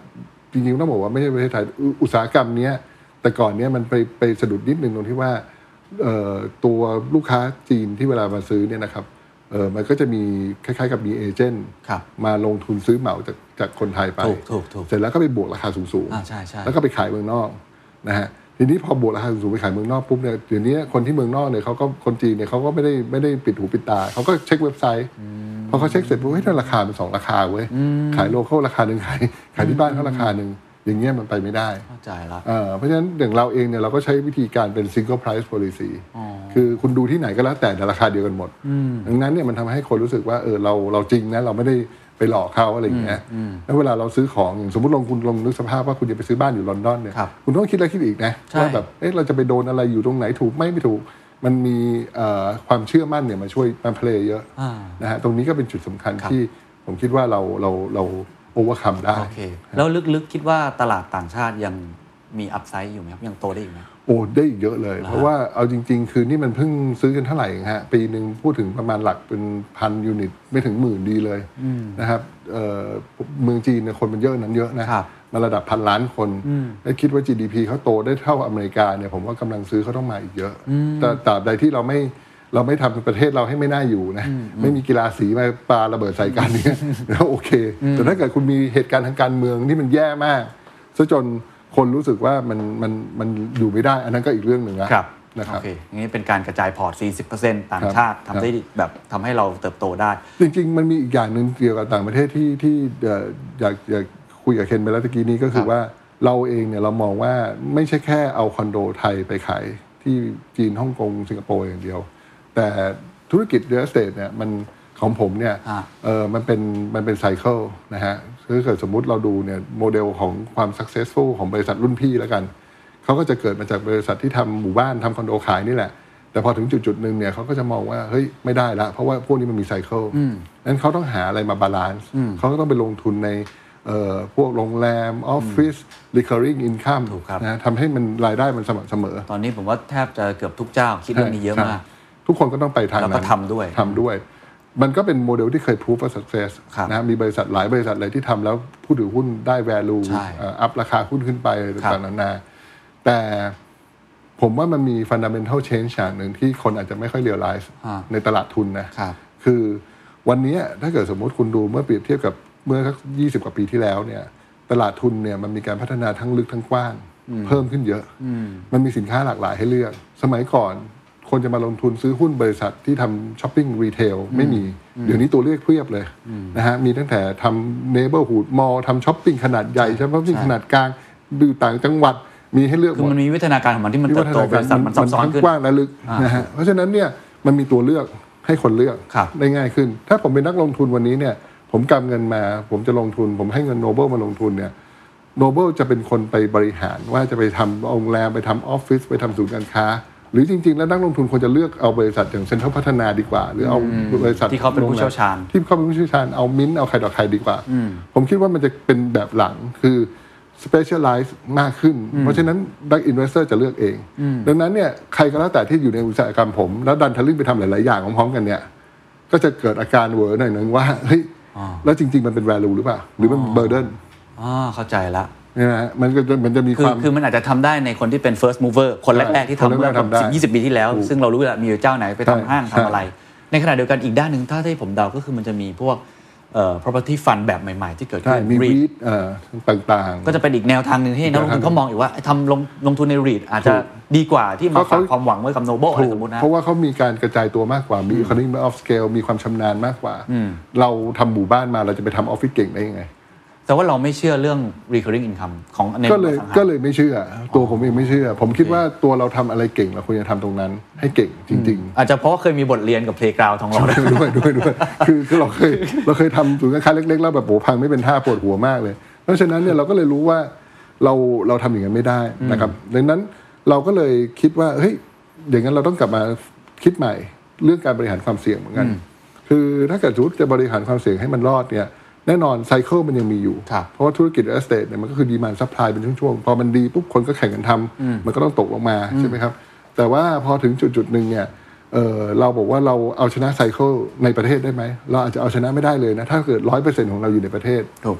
จริงๆต้องบอกว่าไม่ใช่ประเทศไทยอุตสาหกรรมเนี้ยแต่ก่อนเนี้ยมันไปไปสะดุดนิดนึงตรงที่ว่าเอ่อตัวลูกค้าจีนที่เวลามาซื้อเนี่ยนะครับเออมันก็จะมีคล้ายๆกับมีเอเจนต์มาลงทุนซื้อเหมาจากจากคนไทยไปเสร็จแล้วก็ไปบวกราคาสูงๆแล้วก็ไปขายเมืองนอกนะฮะทีนี้พอบวกราคาสูงๆไปขายเมืองนอกปุ๊บเนี่ยเดี๋ยวนี้คนที่เมืองนอกเนี่ยเขาก็คนจีนเนี่ยเขาก็ไม่ได้ไม่ได้ปิดหูปิดตาเขาก็เช็คเว็บไซต์พอเขาเช็คเสร็จปุ๊บเฮ้ยราคาเป็นสองราคาเว้ยขายโลคอลราคาหนึ่งขายขายที่บ้านเขาราคาหนึ่งอย่างเงี้ยมันไปไม่ได้เข้าใจละเพราะฉะนั้นอย่างเราเองเนี่ยเราก็ใช้วิธีการเป็น single price policy คือคุณดูที่ไหนก็แล้วแต่ราคาเดียวกันหมดดังนั้นเนี่ยมันทำให้คนรู้สึกว่าเออเราเราจริงนะเราไม่ได้ไปหลอกเขาอะไรอย่างเงี้ยแล้วเวลาเราซื้อของอย่างสมมติลงคุณลองนึกสภาพว่าคุณจะไปซื้อบ้านอยู่ลอนดอนเนี่ยคุณต้องคิดแล้วคิดอีกนะว่าแบบเอ๊ะเราจะไปโดนอะไรอยู่ตรงไหนถูกไม่ไม่ถูกมันมีความเชื่อมั่นเนี่ยมาช่วยมันเพลย์เยอะนะฮะตรงนี้ก็เป็นจุดสำคัญที่ผมคิดว่าเราเราเราโอเวอร์คัมได้โอเคแล้วลึกๆคิดว่าตลาดต่างชาติยังมีอัพไซด์อยู่ไหมครับยังโตได้อีกไหมโอ้ได้เยอะเลยเพราะว่าเอาจริงๆคือนี่มันเพิ่งซื้อกันเท่าไหร่ฮะปีหนึ่งพูดถึงประมาณหลักเป็นพันยูนิตไม่ถึงหมื่นดีเลยนะครับเมืองจีนเนี่ยคนมันเยอะนั้นเยอะนะมาระดับพันล้านคนและคิดว่า จี ดี พี เขาโตได้เท่าอเมริกาเนี่ยผมว่ากำลังซื้อเขาต้องมาอีกเยอะแต่ตราบใดที่เราไม่เราไม่ทำประเทศเราให้ไม่น่าอยู่นะไม่มีกีฬาสีมาปาระเบิดใส่กันเนี่ยแล้วโอเคแต่ถ้าเกิดคุณมีเหตุการณ์ทางการเมืองที่มันแย่มากซะจนคนรู้สึกว่ามันมันมันอยู่ไม่ได้อันนั้นก็อีกเรื่องหนึ่งนะครับนะครับโอเคอย่างนี้เป็นการกระจายพอร์ต สี่สิบเปอร์เซ็นต์ ต่างชาติทำได้แบบทำให้เราเติบโตได้จริงๆมันมีอีกอย่างนึงเกี่ยวกับต่างประเทศที่ที่อยากอยากคุยกับเคนไปแล้วตะกี้นี้ก็คือว่าเราเองเนี่ยเรามองว่าไม่ใช่แค่เอาคอนโดไทยไปขายที่จีนฮ่องกงสิงคโปร์อย่างเดียวแต่ธุรกิจ real estate เนี่ยมันของผมเนี่ยเออมันเป็นมันเป็นไซเคิลนะฮะถ้าเกิดสมมุติเราดูเนี่ยโมเดลของความ successful ของบริษัทรุ่นพี่แล้วกันเขาก็จะเกิดมาจากบริษัทที่ทำหมู่บ้านทำคอนโดขายนี่แหละแต่พอถึงจุดๆนึงเนี่ยเขาก็จะมองว่าเฮ้ยไม่ได้ละเพราะว่าพวกนี้มันมีไซเคิลนั้นเขาต้องหาอะไรมาบาลานซ์เขาก็ต้องไปลงทุนในเอ่อพวกโรงแรมออฟฟิศ recurring income นะทำให้มันรายได้มันสม่ำเสมอตอนนี้ผมว่าแทบจะเกือบทุกเจ้าคิดเรื่องนี้เยอะมากทุกคนก็ต้องไปทางนั้นแล้วก็ทำด้วยทำด้วยมันก็เป็นโมเดลที่เคย prove ว่า success นะมีบริษัทหลายบริษัทเลยที่ทำแล้วผู้ถือหุ้นได้ value อัพราคาหุ้นขึ้นไปต่างๆนานาแต่ผมว่ามันมี fundamental change อย่างหนึ่งที่คนอาจจะไม่ค่อย realize ในตลาดทุนนะคือวันนี้ถ้าเกิดสมมติคุณดูเมื่อเปรียบเทียบกับเมื่อสักยี่สิบกว่าปีที่แล้วเนี่ยตลาดทุนเนี่ยมันมีการพัฒนาทั้งลึกทั้งกว้างเพิ่มขึ้นเยอะมันมีสินค้าหลากหลายให้เลือกสมัยก่อนคนจะมาลงทุนซื้อหุ้นบริษัทที่ทำช้อปปิ้งรีเทลไม่มีเดี๋ยวนี้ตัวเลือกเพียบเลยนะฮะมีตั้งแต่ทำ neighborhood mall ทำช้อปปิ้งขนาดใหญ่ช้อปปิ้งขนาดกลางดูต่างจังหวัดมีให้เลือกหมดคือมันมีวิทยาการของมันที่มันเติบโตบริษัทมันซับซ้อนขึ้นกว้างและลึกนะฮะเพราะฉะนั้นเนี่ยมันมีตัวเลือกให้คนเลือกได้ง่ายขึ้นถ้าผมเป็นนักลงทุนวันนี้เนี่ยผมกำเงินมาผมจะลงทุนผมให้เงินโนเบิลมาลงทุนเนี่ยโนเบิลจะเป็นคนไปบริหารว่าจะไปทำโรงแรมไปทำออฟฟิศไปทำศูนย์การค้าหรือจริงๆแล้วนักลงทุนควรจะเลือกเอาบริษัทอย่างเซ็นทรัลพัฒนาดีกว่าหรือเอาบริษัทที่เขาเป็นผู้เชี่ยวชาญที่เขาเป็นผู้เชี่ยวชาญเอามิ้นเอาใครต่อใครดีกว่าผมคิดว่ามันจะเป็นแบบหลังคือ specialize มากขึ้นเพราะฉะนั้นนัก investor จะเลือกเองดังนั้นเนี่ยใครก็แล้วแต่ที่อยู่ในอุตสาหกรรมผมแล้วดันทะลึ่งไปทำหลายๆอย่างพร้อมๆกันเนี่ยก็จะเกิดอาการเวอร์หน่อยนึงว่าเฮ้ยแล้วจริงๆมันเป็น value หรือเปล่าหรือมัน burden อ๋อเข้าใจละเนี่ยนะมันก็มันจะมีความคือมันอาจจะทำได้ในคนที่เป็น first mover คนแรกๆที่ทำเมื่อสิบ ยี่สิบปีที่แล้วซึ่งเรารู้ว่ามีเจ้าไหนไปทำห้างทำอะไรในขณะเดียวกันอีกด้านนึงถ้าที่ผมเดาก็คือมันจะมีพวกเอ่อ property fund แบบใหม่ๆที่เกิดขึ้นมี รีท เอ่อต่างๆก็จะเป็นอีกแนวทางนึงที่นักลงทุนเขามองอีกว่าทำลงลงทุนใน รีท อาจจะดีกว่าที่มาฝากความหวังไว้กับ Noble อะไรสมมุตินะเพราะว่าเขามีการกระจายตัวมากกว่ามี economy of scale มีความชำนาญมากกว่าเราทำหมู่บ้านมาเราจะไปทำออฟฟิศเก่งได้ยังไงแต่ว่าเราไม่เชื่อเรื่อง recurring income ของในก็เลยก็เลยไม่เชื่อตัวผมเองไม่เชื่อผมคิดว่าตัวเราทำอะไรเก่งเราควรจะทำตรงนั้นให้เก่งจริงๆอาจจะเพราะเคยมีบทเรียนกับ playground ของเราด้วยด้วยด้วยคือคือเราเคยเราเคยทำศูนย์การค้าเล็กๆแล้วแบบโหพังไม่เป็นท่าปวดหัวมากเลยเพราะฉะนั้นเนี่ยเราก็เลยรู้ว่าเราเราทำอย่างนั้นไม่ได้นะครับดังนั้นเราก็เลยคิดว่าเฮ้ยอย่างนั้นเราต้องกลับมาคิดใหม่เรื่องการบริหารความเสี่ยงเหมือนกันคือถ้าเกิดจะบริหารความเสี่ยงให้มันรอดเนี่ยแน่นอนไซเคิลมันยังมีอยู่เพราะว่าธุรกิจ real estate เนี่ยมันก็คือดีมานด์ซัพพลายเป็นช่วงๆพอมันดีปุ๊บคนก็แข่งกันทำมันก็ต้องตกลงมาใช่ไหมครับแต่ว่าพอถึงจุดๆนึงเนี่ย เ, เราบอกว่าเราเอาชนะไซเคิลในประเทศได้ไหมเราอาจจะเอาชนะไม่ได้เลยนะถ้าเกิด ร้อยเปอร์เซ็นต์ ของเราอยู่ในประเทศถูกครับด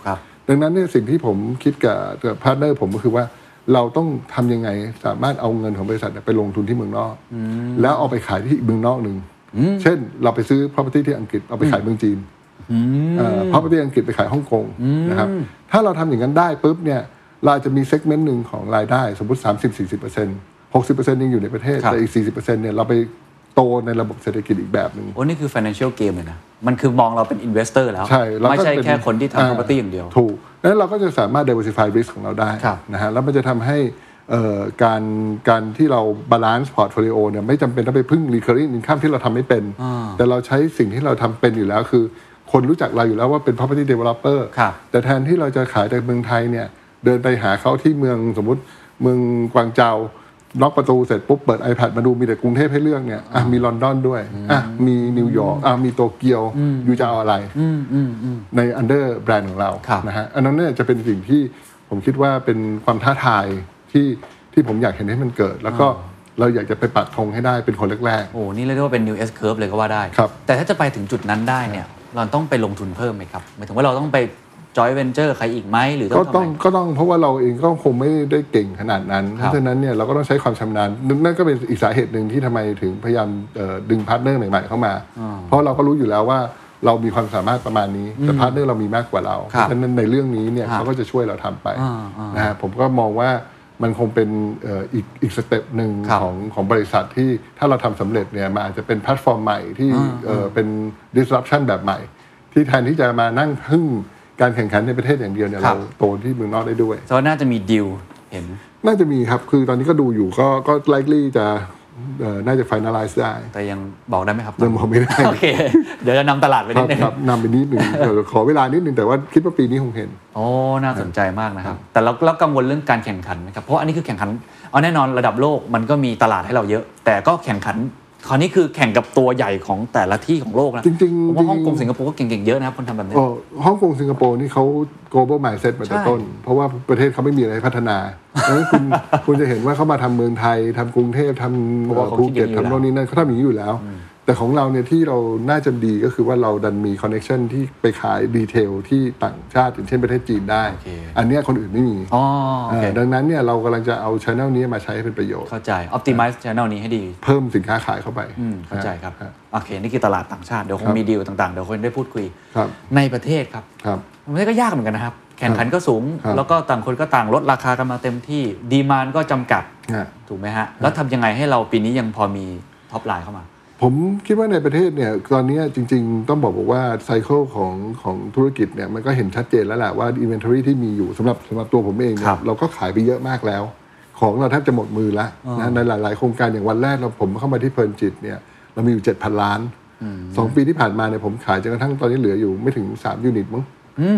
ดังนั้นเนี่ยสิ่งที่ผมคิดกับกับพาร์ทเนอร์ผมก็คือว่าเราต้องทำยังไงสามารถเอาเงินของบริษัทไปลงทุนที่เมืองนอกแล้วเอาไปขายที่อีกเมืองนอกนึงเช่นเราไปซื้อ property ที่อังกฤษเอาไปขายเมืองจีนเอ่อ property อังกฤษไปขายฮ่องกงนะครับถ้าเราทำอย่างนั้นได้ปุ๊บเนี่ยเราจะมีเซกเมนต์นึงของรายได้สมมุติ สามสิบถึงสี่สิบเปอร์เซ็นต์ หกสิบเปอร์เซ็นต์ ยังอยู่ในประเทศแต่อีก สี่สิบเปอร์เซ็นต์ เนี่ยเราไปโตในระบบเศรษฐกิจอีกแบบนึงโอ้นี่คือ financial game เลยนะมันคือมองเราเป็น investor แล้วไม่ใช่แค่คนที่ทำ property อย่างเดียวถูกแล้วเราก็จะสามารถ diversify risk ของเราได้นะฮะแล้วมันจะทำให้การการที่เรา balance portfolio เนี่ยไม่จำเป็นต้องไปพึ่ง recurring income ที่เราทำไม่เป็นแต่เราใช้สิ่งที่เราทำเป็นอยู่แล้วคือคนรู้จักเราอยู่แล้วว่าเป็น property developer แต่แทนที่เราจะขายจากเมืองไทยเนี่ยเดินไปหาเขาที่เมืองสมมุติเมืองกวางเจาล็อกประตูเสร็จปุ๊บเปิด iPad มาดูมีแต่กรุงเทพให้เลือกเนี่ยอ่ะมีลอนดอนด้วยอ่ะมีนิวยอร์กอ่ะมีโตเกียวอยู่จะเอาอะไรใน under แบรนด์ของเรานะฮะอันนั้นเนี่ยจะเป็นสิ่งที่ผมคิดว่าเป็นความท้าทายที่ที่ผมอยากเห็นให้มันเกิดแล้วก็เราอยากจะไปปักธงให้ได้เป็นคนแรกๆโอ้นี่เรียกว่าเป็น new S curve เลยก็ว่าได้แต่ถ้าจะไปถึงจุดนั้นได้เนี่ยเราต้องไปลงทุนเพิ่มไหมครับหมายถึงว่าเราต้องไปjoint venture ใครอีกไหมหรือต้องก็ต้องก็ต้องเพราะว่าเราเองก็คงไม่ได้เก่งขนาดนั้นเพราะฉะนั้นเนี่ยเราก็ต้องใช้ความชำนาญนั่นก็เป็นอีกสาเหตุหนึ่งที่ทำไมถึงพยายามดึงพาร์ทเนอร์ใหม่ๆเข้ามาเพราะเราก็รู้อยู่แล้วว่าเรามีความสามารถประมาณนี้แต่พาร์ทเนอร์เรามีมากกว่าเราเพราะฉะนั้นในเรื่องนี้เนี่ยเขาก็จะช่วยเราทำไปนะฮะผมก็มองว่ามันคงเป็นอีกอีกสเต็ปหนึ่งของของบริษัทที่ถ้าเราทำสำเร็จเนี่ยมันอาจจะเป็นแพลตฟอร์มใหม่ที่เป็น disruption แบบใหม่ที่แทนที่จะมานั่งพึ่งการแข่งขันในประเทศอย่างเดียวเนี่ยเราโตที่เมืองนอกได้ด้วยเพราะน่าจะมีดีลเห็นน่าจะมีครับคือตอนนี้ก็ดูอยู่ก็ก็ likely จะน่าจะ finalize ได้แต่ยังบอกได้ไหมครับยังบอกไม่ได้โอเคเดี๋ยวจะนำตลาดไปนิดนึงครับนำไปนิดนึงขอเวลานิดนึงแต่ว่าคิดว่าปีนี้คงเห็นโอ้น่าสนใจมากนะครับแต่เราเรากังวลเรื่องการแข่งขันไหมครับเพราะอันนี้คือแข่งขันเอาแน่นอนระดับโลกมันก็มีตลาดให้เราเยอะแต่ก็แข่งขันคราวนี้คือแข่งกับตัวใหญ่ของแต่ละที่ของโลกนะจริงๆผมว่าฮ่องกงสิงคโปร์ก็เก่งๆเยอะนะครับคนทำแบบนี้ฮ่องกงสิงคโปร์นี่เขา global mindset มาแต่ต้นเพราะว่าประเทศเขาไม่มีอะไรพัฒนาดังนั้นคุณคุณจะเห็นว่าเขามาทำเมืองไทยทำกรุงเทพทำภูเก็ตทำโน่นนี่นั่นเขาทำอย่างนี้อยู่แล้วแต่ของเราเนี่ยที่เราน่าจะดีก็คือว่าเราดันมีคอนเนคชั่นที่ไปขายดีเทลที่ต่างชาติอย่างเช่นประเทศจีนได้อันนี้คนอื่นไม่มีดังนั้นเนี่ยเรากำลังจะเอา channel นี้มาใช้ให้เป็นประโยชน์เข้าใจ optimize channel นี้ให้ดีเพิ่มสินค้าขายเข้าไปเข้าใจครับโอเคนี่คือตลาดต่างชาติเดี๋ยวคงมีดีลต่างๆเดี๋ยวคนได้พูดคุยในประเทศครับประเทศก็ยากเหมือนกันนะครับแข่งขันก็สูงแล้วก็ต่างคนก็ต่างลดราคากันมาเต็มที่ดีมานด์ก็จำกัดถูกไหมฮะแล้วทำยังไงให้เราปีนี้ยังพอมีท็อปไลน์เข้ามาผมคิดว่าในประเทศเนี่ยตอนนี้จริงๆต้องบอกบอกว่าไซเคิลของของธุรกิจเนี่ยมันก็เห็นชัดเจนแล้วแหละว่า inventory ที่มีอยู่สำหรับสำหรับตัวผมเองเนี่ยเราก็ขายไปเยอะมากแล้วของเราแทบจะหมดมือแล้วนะในหลายๆโครงการอย่างวันแรกเราผมเข้ามาที่เพลินจิตเนี่ยเรามีอยู่ เจ็ดพัน ล้านสองปีที่ผ่านมาเนี่ยผมขายจนกระทั่งตอนนี้เหลืออยู่ไม่ถึงสามยูนิตมั้ง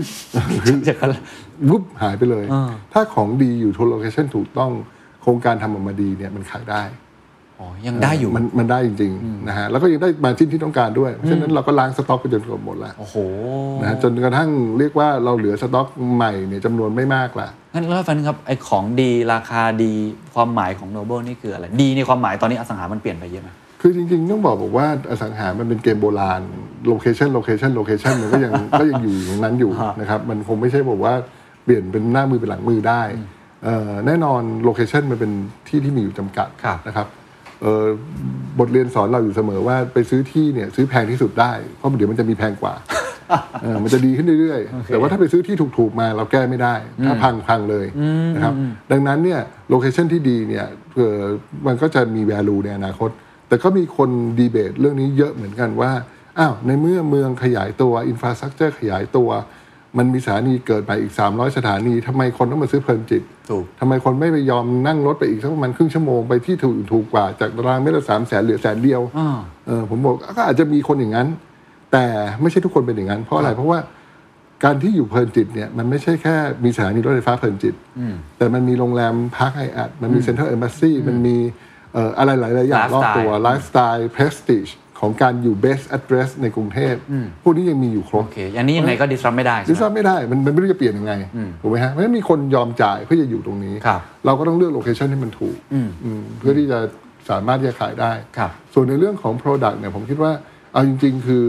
วุบหายไปเลยถ้าของดีอยู่ทุกโลเคชั่นถูกต้องโครงการทำออกมาดีเนี่ยมันขายได้ยังได้อยู่มันมันได้จริงๆนะฮะแล้วก็ยังได้มาชิ้นที่ต้องการด้วยเพราะฉะนั้นเราก็ล้างสต็อกไปจนหมดแล้วโอ้โหนะฮะจนกระทั่งเรียกว่าเราเหลือสต็อกใหม่เนี่ยจำนวนไม่มากละงั้นแล้วฟังครับไอ้ของดีราคาดีความหมายของ Noble นี่คืออะไรดีในความหมายตอนนี้อสังหามันเปลี่ยนไปเยอะไหมคือจริงๆต้องบอกบอกว่าอสังหามันเป็นเกมโบราณโลเคชั่นโลเคชั่นโลเคชั่นมันก็ยังก็ยังอยู่ตรงนั้นอยู่นะครับมันคงไม่ใช่บอกว่าเปลี่ยนเป็นหน้ามือเป็นหลังมือได้แน่นอนโลเคชั่นมันเป็นที่ที่มีอยู่จำกัดนะครับบทเรียนสอนเราอยู่เสมอว่าไปซื้อที่เนี่ยซื้อแพงที่สุดได้เพราะเดี๋ยวมันจะมีแพงกว่า มันจะดีขึ้นเรื่อยๆ okay. แต่ว่าถ้าไปซื้อที่ถูกๆมาเราแก้ไม่ได้ถ้าพังพังเลยนะครับดังนั้นเนี่ยโลเคชั่นที่ดีเนี่ยมันก็จะมี value ในอนาคตแต่ก็มีคนดีเบตเรื่องนี้เยอะเหมือนกันว่าอ้าวในเมื่อเมืองขยายตัวอินฟราสตรัคเจอร์ขยายตัวมันมีสถานีเกิดไปอีกสามร้อยสถานีทำไมคนต้องมาซื้อเพลินจิตทำไมคนไม่ไปยอมนั่งรถไปอีกสักประมาณครึ่งชั่วโมงไปที่ถูกถูกกว่าจากตารางเมตรละสามแสนเหลือแสนเดียวเออผมบอกก็อาจจะมีคนอย่างนั้นแต่ไม่ใช่ทุกคนเป็นอย่างนั้นเพราะอะไรเพราะว่าการที่อยู่เพลินจิตเนี่ยมันไม่ใช่แค่มีสถานีรถไฟฟ้าเพลินจิตแต่มันมีโรงแรมพาร์คไฮแอทมันมีเซ็นทรัลเอมบาซีมันมีอะไรหลายๆอย่างรอบตัวไลฟ์สไตล์เพรสติจของการอยู่ best address ในกรุงเทพพวกนี้ยังมีอยู่ครบโอเคอันนี้ยังไงก็ disrupt ไม่ได้ disrupt ไม่ได้มันมันไม่รู้จะเปลี่ยนยังไงถูกไหมฮะเพราะฉะนั้นมีคนยอมจ่ายเพื่อจะอยู่ตรงนี้เราก็ต้องเลือกโลเคชั่นให้มันถูกเพื่อที่จะสามารถที่จะขายได้ส่วนในเรื่องของ product เนี่ยผมคิดว่าเอาจริงๆคือ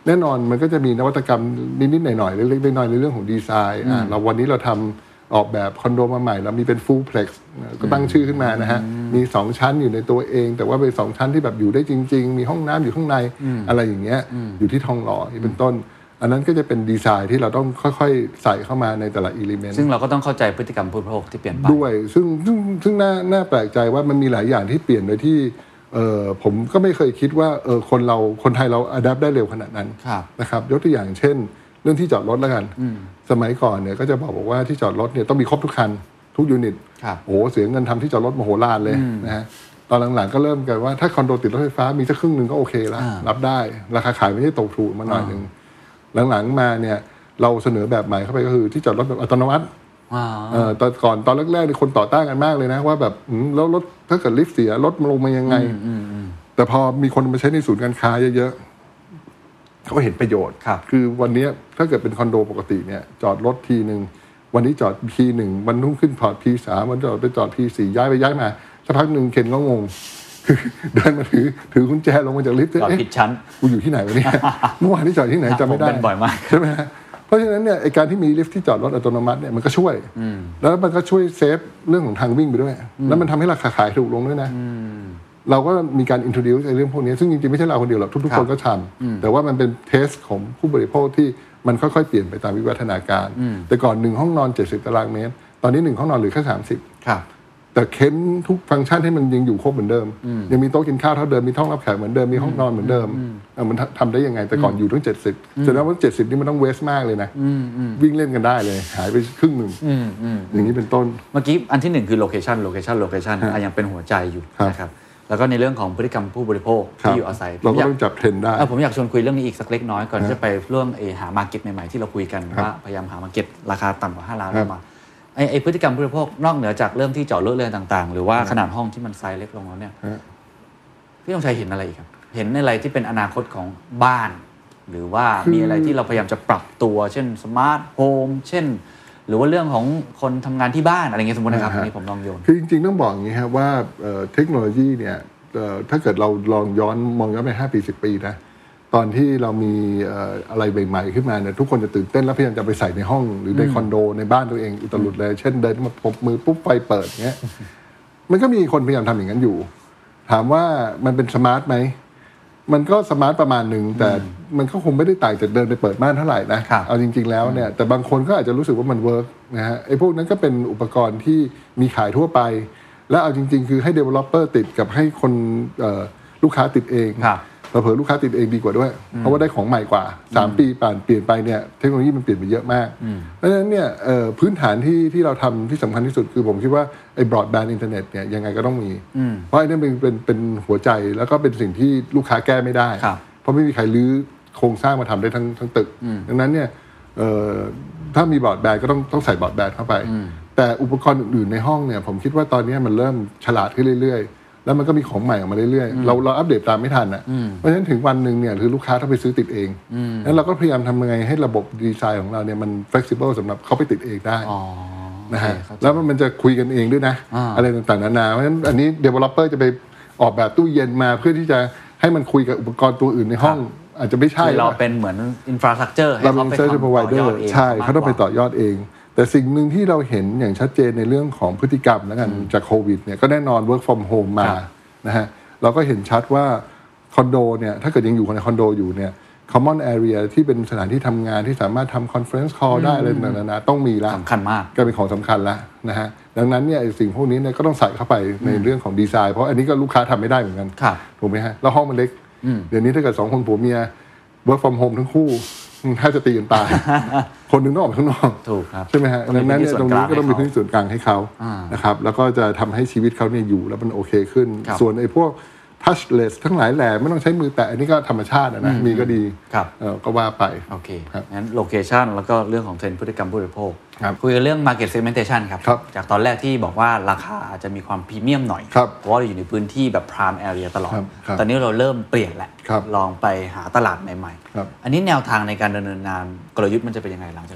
แน่นอนมันก็จะมีนวัตกรรมนิดๆหน่อยๆเล็กๆน้อยๆในเรื่องของดีไซน์อ่าเราวันนี้เราทำออกแบบคอนโดมาใหม่แล้วมีเป็น full plex ก็ตั้งชื่อขึ้นมานะฮะมีสองชั้นอยู่ในตัวเองแต่ว่าเป็นสองชั้นที่แบบอยู่ได้จริงๆมีห้องน้ำอยู่ข้างในอะไรอย่างเงี้ยอยู่ที่ทองหล่อนี่เป็นต้นอันนั้นก็จะเป็นดีไซน์ที่เราต้องค่อยๆใส่เข้ามาในแต่ละอิเลเมนต์ซึ่งเราก็ต้องเข้าใจพฤติกรรมผู้บริโภคที่เปลี่ยนไปด้วยซึ่งซึ่งซึ่งน่าน่าแปลกใจว่ามันมีหลายอย่างที่เปลี่ยนโดยที่เออผมก็ไม่เคยคิดว่าเออคนเราคนไทยเราอัดแอปได้เร็วขนาดนั้นนะครับยกตัวอย่างเช่นเรื่องที่จอดรถแล้วกันสมัยก่อนเนี่ยก็จะบอกบอกว่าที่จอดรถเนี่ยต้องมีครบทุกคันทุกยูนิตโอ้โหเสียเงินทำที่จอดรถมโหฬารเลยนะฮะตอนหลังๆก็เริ่มกันว่าถ้าคอนโดติดรถไฟฟ้ามีสักครึ่งหนึ่งก็โอเคแล้วรับได้ราคาขายไม่ได้ตกถูกมาหน่อยนึงหลังๆมาเนี่ยเราเสนอแบบใหม่เข้าไปก็คือที่จอดรถแบบอัตโนมัติเออตอนก่อนตอนแรกๆนี่คนต่อต้านกันมากเลยนะว่าแบบแล้วรถถ้าเกิดลิฟต์เสียรถมันลงมายังไงแต่พอมีคนมาใช้ในศูนย์การค้าเยอะๆเขาเห็นประโยชน์คือวันนี้ถ้าเกิดเป็นคอนโดปกติเนี่ยจอดรถทีนึงวันนี้จอด พี หนึ่ง วันรุ่งขึ้นพอร์ต พี สาม วันจอดไปจอด พี สี่ ย้ายไปย้ายมาสักพักนึงเคนก็งงคือเดินมาถือถือกุญแจลงมาจากลิฟต์จอดผิดชั้นกูอยู่ที่ไหนวะเนี่ยเมื่อวานที่จอดที่ไหนจำไม่ได้เป็นบ่อยมากใช่ไหมเพราะฉะนั้นเนี่ยไอการที่มีลิฟต์ที่จอดรถอัตโนมัติเนี่ยมันก็ช่วยแล้วมันก็ช่วยเซฟเรื่องของทางวิ่งไปด้วยแล้วมันทำให้ราคาขายถูกลงด้วยนะเราก็มีการ introduce ในเรื่องพวกนี้ซึ่งจริงๆไม่ใช่เราคนเดียวหรอกทุกๆคนก็ทำแต่ว่ามันเป็นเทสของผู้บริโภคที่มันค่อยๆเปลี่ยนไปตามวิวัฒนาการแต่ก่อนหนึ่งห้องนอนเจ็ดสิบตารางเมตรตอนนี้หนึ่งห้องนอนเหลือแค่สามสิบแต่เค้นทุกฟังก์ชันให้มันยังอยู่ครบเหมือนเดิมยังมีโต๊ะกินข้าวเท่าเดิมมีห้องรับแขกเหมือนเดิมมีห้องนอนเหมือนเดิมมันทำได้ยังไงแต่ก่อนอยู่ทั้งเจ็ดสิบแสดงว่าเจ็ดสิบนี่มันต้องเวสมากเลยนะวิ่งเล่นกันได้เลยหายไปครึ่งหนึ่งอย่างนี้เป็นต้นเมื่อกี้อันที่หนึ่งคือโลเคชันโลเคชันโลเคชันยังเป็นหัวใจอยู่นะครับแล้วก็ในเรื่องของพฤติกรรมผู้บริโภคที่อยู่อาศัยเราก็ต้องจับเทรนด์ได้ผมอยากชวนคุยเรื่องนี้อีกสักเล็กน้อยก่อนจะไปเรื่องหามาร์เก็ตใหม่ๆที่เราคุยกันว่าพยายามหามาร์เก็ตราคาต่ำกว่าห้าล้านมาไอ้ไอ้พฤติกรรมผู้บริโภคนอกเหนือจากเรื่องที่จอดรถเรือนต่างๆหรือว่าขนาดห้องที่มันไซส์เล็กลงแล้วเนี่ยพี่ต้องใช้เห็นอะไรอีกครับเห็นอะไรที่เป็นอนาคตของบ้านหรือว่ามีอะไรที่เราพยายามจะปรับตัวเช่นสมาร์ทโฮมเช่นหรือว่าเรื่องของคนทำงานที่บ้านอะไรเงี้ยสมมตินะครับนี่ผมลองโยนคือจริงๆต้องบอกอย่างนี้ครับว่าเทคโนโลยีเนี่ยถ้าเกิดเราลองย้อนมองย้อนไปห้าปีสิบปีนะตอนที่เรามีอะไรใหม่ๆขึ้นมาเนี่ยทุกคนจะตื่นเต้นแล้วพยายามจะไปใส่ในห้องหรือในคอนโดในบ้านตัวเองอุตลุดเลยเช่นเดินมาพบมือปุ๊บไฟเปิดเงี้ยมันก็มีคนพยายามทำอย่างนั้นอยู่ถามว่ามันเป็นสมาร์ทไหมมันก็สมาร์ทประมาณหนึ่งแต่มันก็คงไม่ได้ต่างจากเดินไปเปิดม่านเท่าไหร่นะเอาจริงๆแล้วเนี่ยแต่บางคนก็อาจจะรู้สึกว่ามันเวิร์กนะฮะไอ้พวกนั้นก็เป็นอุปกรณ์ที่มีขายทั่วไปแล้วเอาจริงๆคือให้ developer ติดกับให้คนลูกค้าติดเองเผลอลูกค้าติดเองดีกว่าด้วยเพราะว่าได้ของใหม่กว่าสามปีผ่านเปลี่ยนไปเนี่ยเทคโนโลยีมันเปลี่ยนไปเยอะมากเพราะฉะนั้นเนี่ยพื้นฐานที่ที่เราทำที่สำคัญที่สุดคือผมคิดว่าไอ้ broadband อินเทอร์เน็ตเนี่ยยังไงก็ต้องมีเพราะไอ้นี่เป็นเป็นเป็นหัวใจแล้วก็เป็นสิ่งที่ลูกค้าแก้ไม่ได้เพราะไม่มีใครรื้อโครงสร้างมาทำได้ทั้งทั้งตึกดังนั้นเนี่ยถ้ามี broadband ก็ต้องต้องใส่ broadband เข้าไปแต่อุปกรณ์อื่นๆในห้องเนี่ยผมคิดว่าตอนนี้มันเริ่มฉลาดขึ้นเรื่อยๆแล้วมันก็มีของใหม่ออกมาเรื่อยๆเราเราอัปเดตตามไม่ทันอ่ะเพราะฉะนั้นถึงวันหนึ่งเนี่ยคือลูกค้าต้องไปซื้อติดเองแล้วเราก็พยายามทำยังไงให้ระบบดีไซน์ของเราเนี่ยมัน flexible สำหรับเขาไปติดเองได้นะฮะแล้วมันจะคุยกันเองด้วยนะอะไรต่างๆนานาเพราะฉะนั้นอันนี้ developer จะไปออกแบบตู้เย็นมาเพื่อที่จะให้มันคุยกับอุปกรณ์ตัวอื่นในห้องอาจจะไม่ใช่เราเป็นเหมือน infrastructure เราเป็น service provider ใช่เขาต้องไปต่อยอดเองแต่สิ่งหนึ่งที่เราเห็นอย่างชัดเจนในเรื่องของพฤติกรรมแล้วกันจากโควิดเนี่ยก็แน่นอน work from home มานะฮะเราก็เห็นชัดว่าคอนโดเนี่ยถ้าเกิดยังอยู่ในคอนโดอยู่เนี่ย common area ที่เป็นสถานที่ทำงานที่สามารถทำ conference call ได้อะไรต่างๆต้องมีแล้วสำคัญมากก็เป็นของสำคัญแล้วนะฮะดังนั้นเนี่ยสิ่งพวกนี้เนี่ยก็ต้องใส่เข้าไปในเรื่องของดีไซน์เพราะอันนี้ก็ลูกค้าทำไม่ได้เหมือนกันถูกไหมฮะแล้วห้องมันเล็กเดี๋ยวนี้ถ้าเกิดสองคนผัวเมีย work from home ทั้งคู่ถ้าจะตีกันตายคนนึงต้องออกข้างนอกถูกครับใช่ไหมฮะดังนั้นเนี่ยตรงนี้ก็ต้องมีพื้นที่ส่วนกลางให้เขานะครับแล้วก็จะทำให้ชีวิตเขาเนี่ยอยู่แล้วมันโอเคขึ้นส่วนไอ้พวก touchless ทั้งหลายแหล่ไม่ต้องใช้มือแตะอันนี้ก็ธรรมชาตินะมีก็ดีก็ว่าไปโอเคงั้นโลเคชันแล้วก็เรื่องของเทรนด์พฤติกรรมผู้บริโภคคุยกันเรื่อง market segmentation ครับจากตอนแรกที่บอกว่าราคาอาจจะมีความพรีเมียมหน่อยเพราะว่าเราอยู่ในพื้นที่แบบ prime area ตลอดตอนนี้เราเริ่มเปลี่ยนแหละลองไปหาตลาดใหม่ๆอันนี้แนวทางในการดำเนินงานกลยุทธ์มันจะเป็นยังไงหลังจากนี้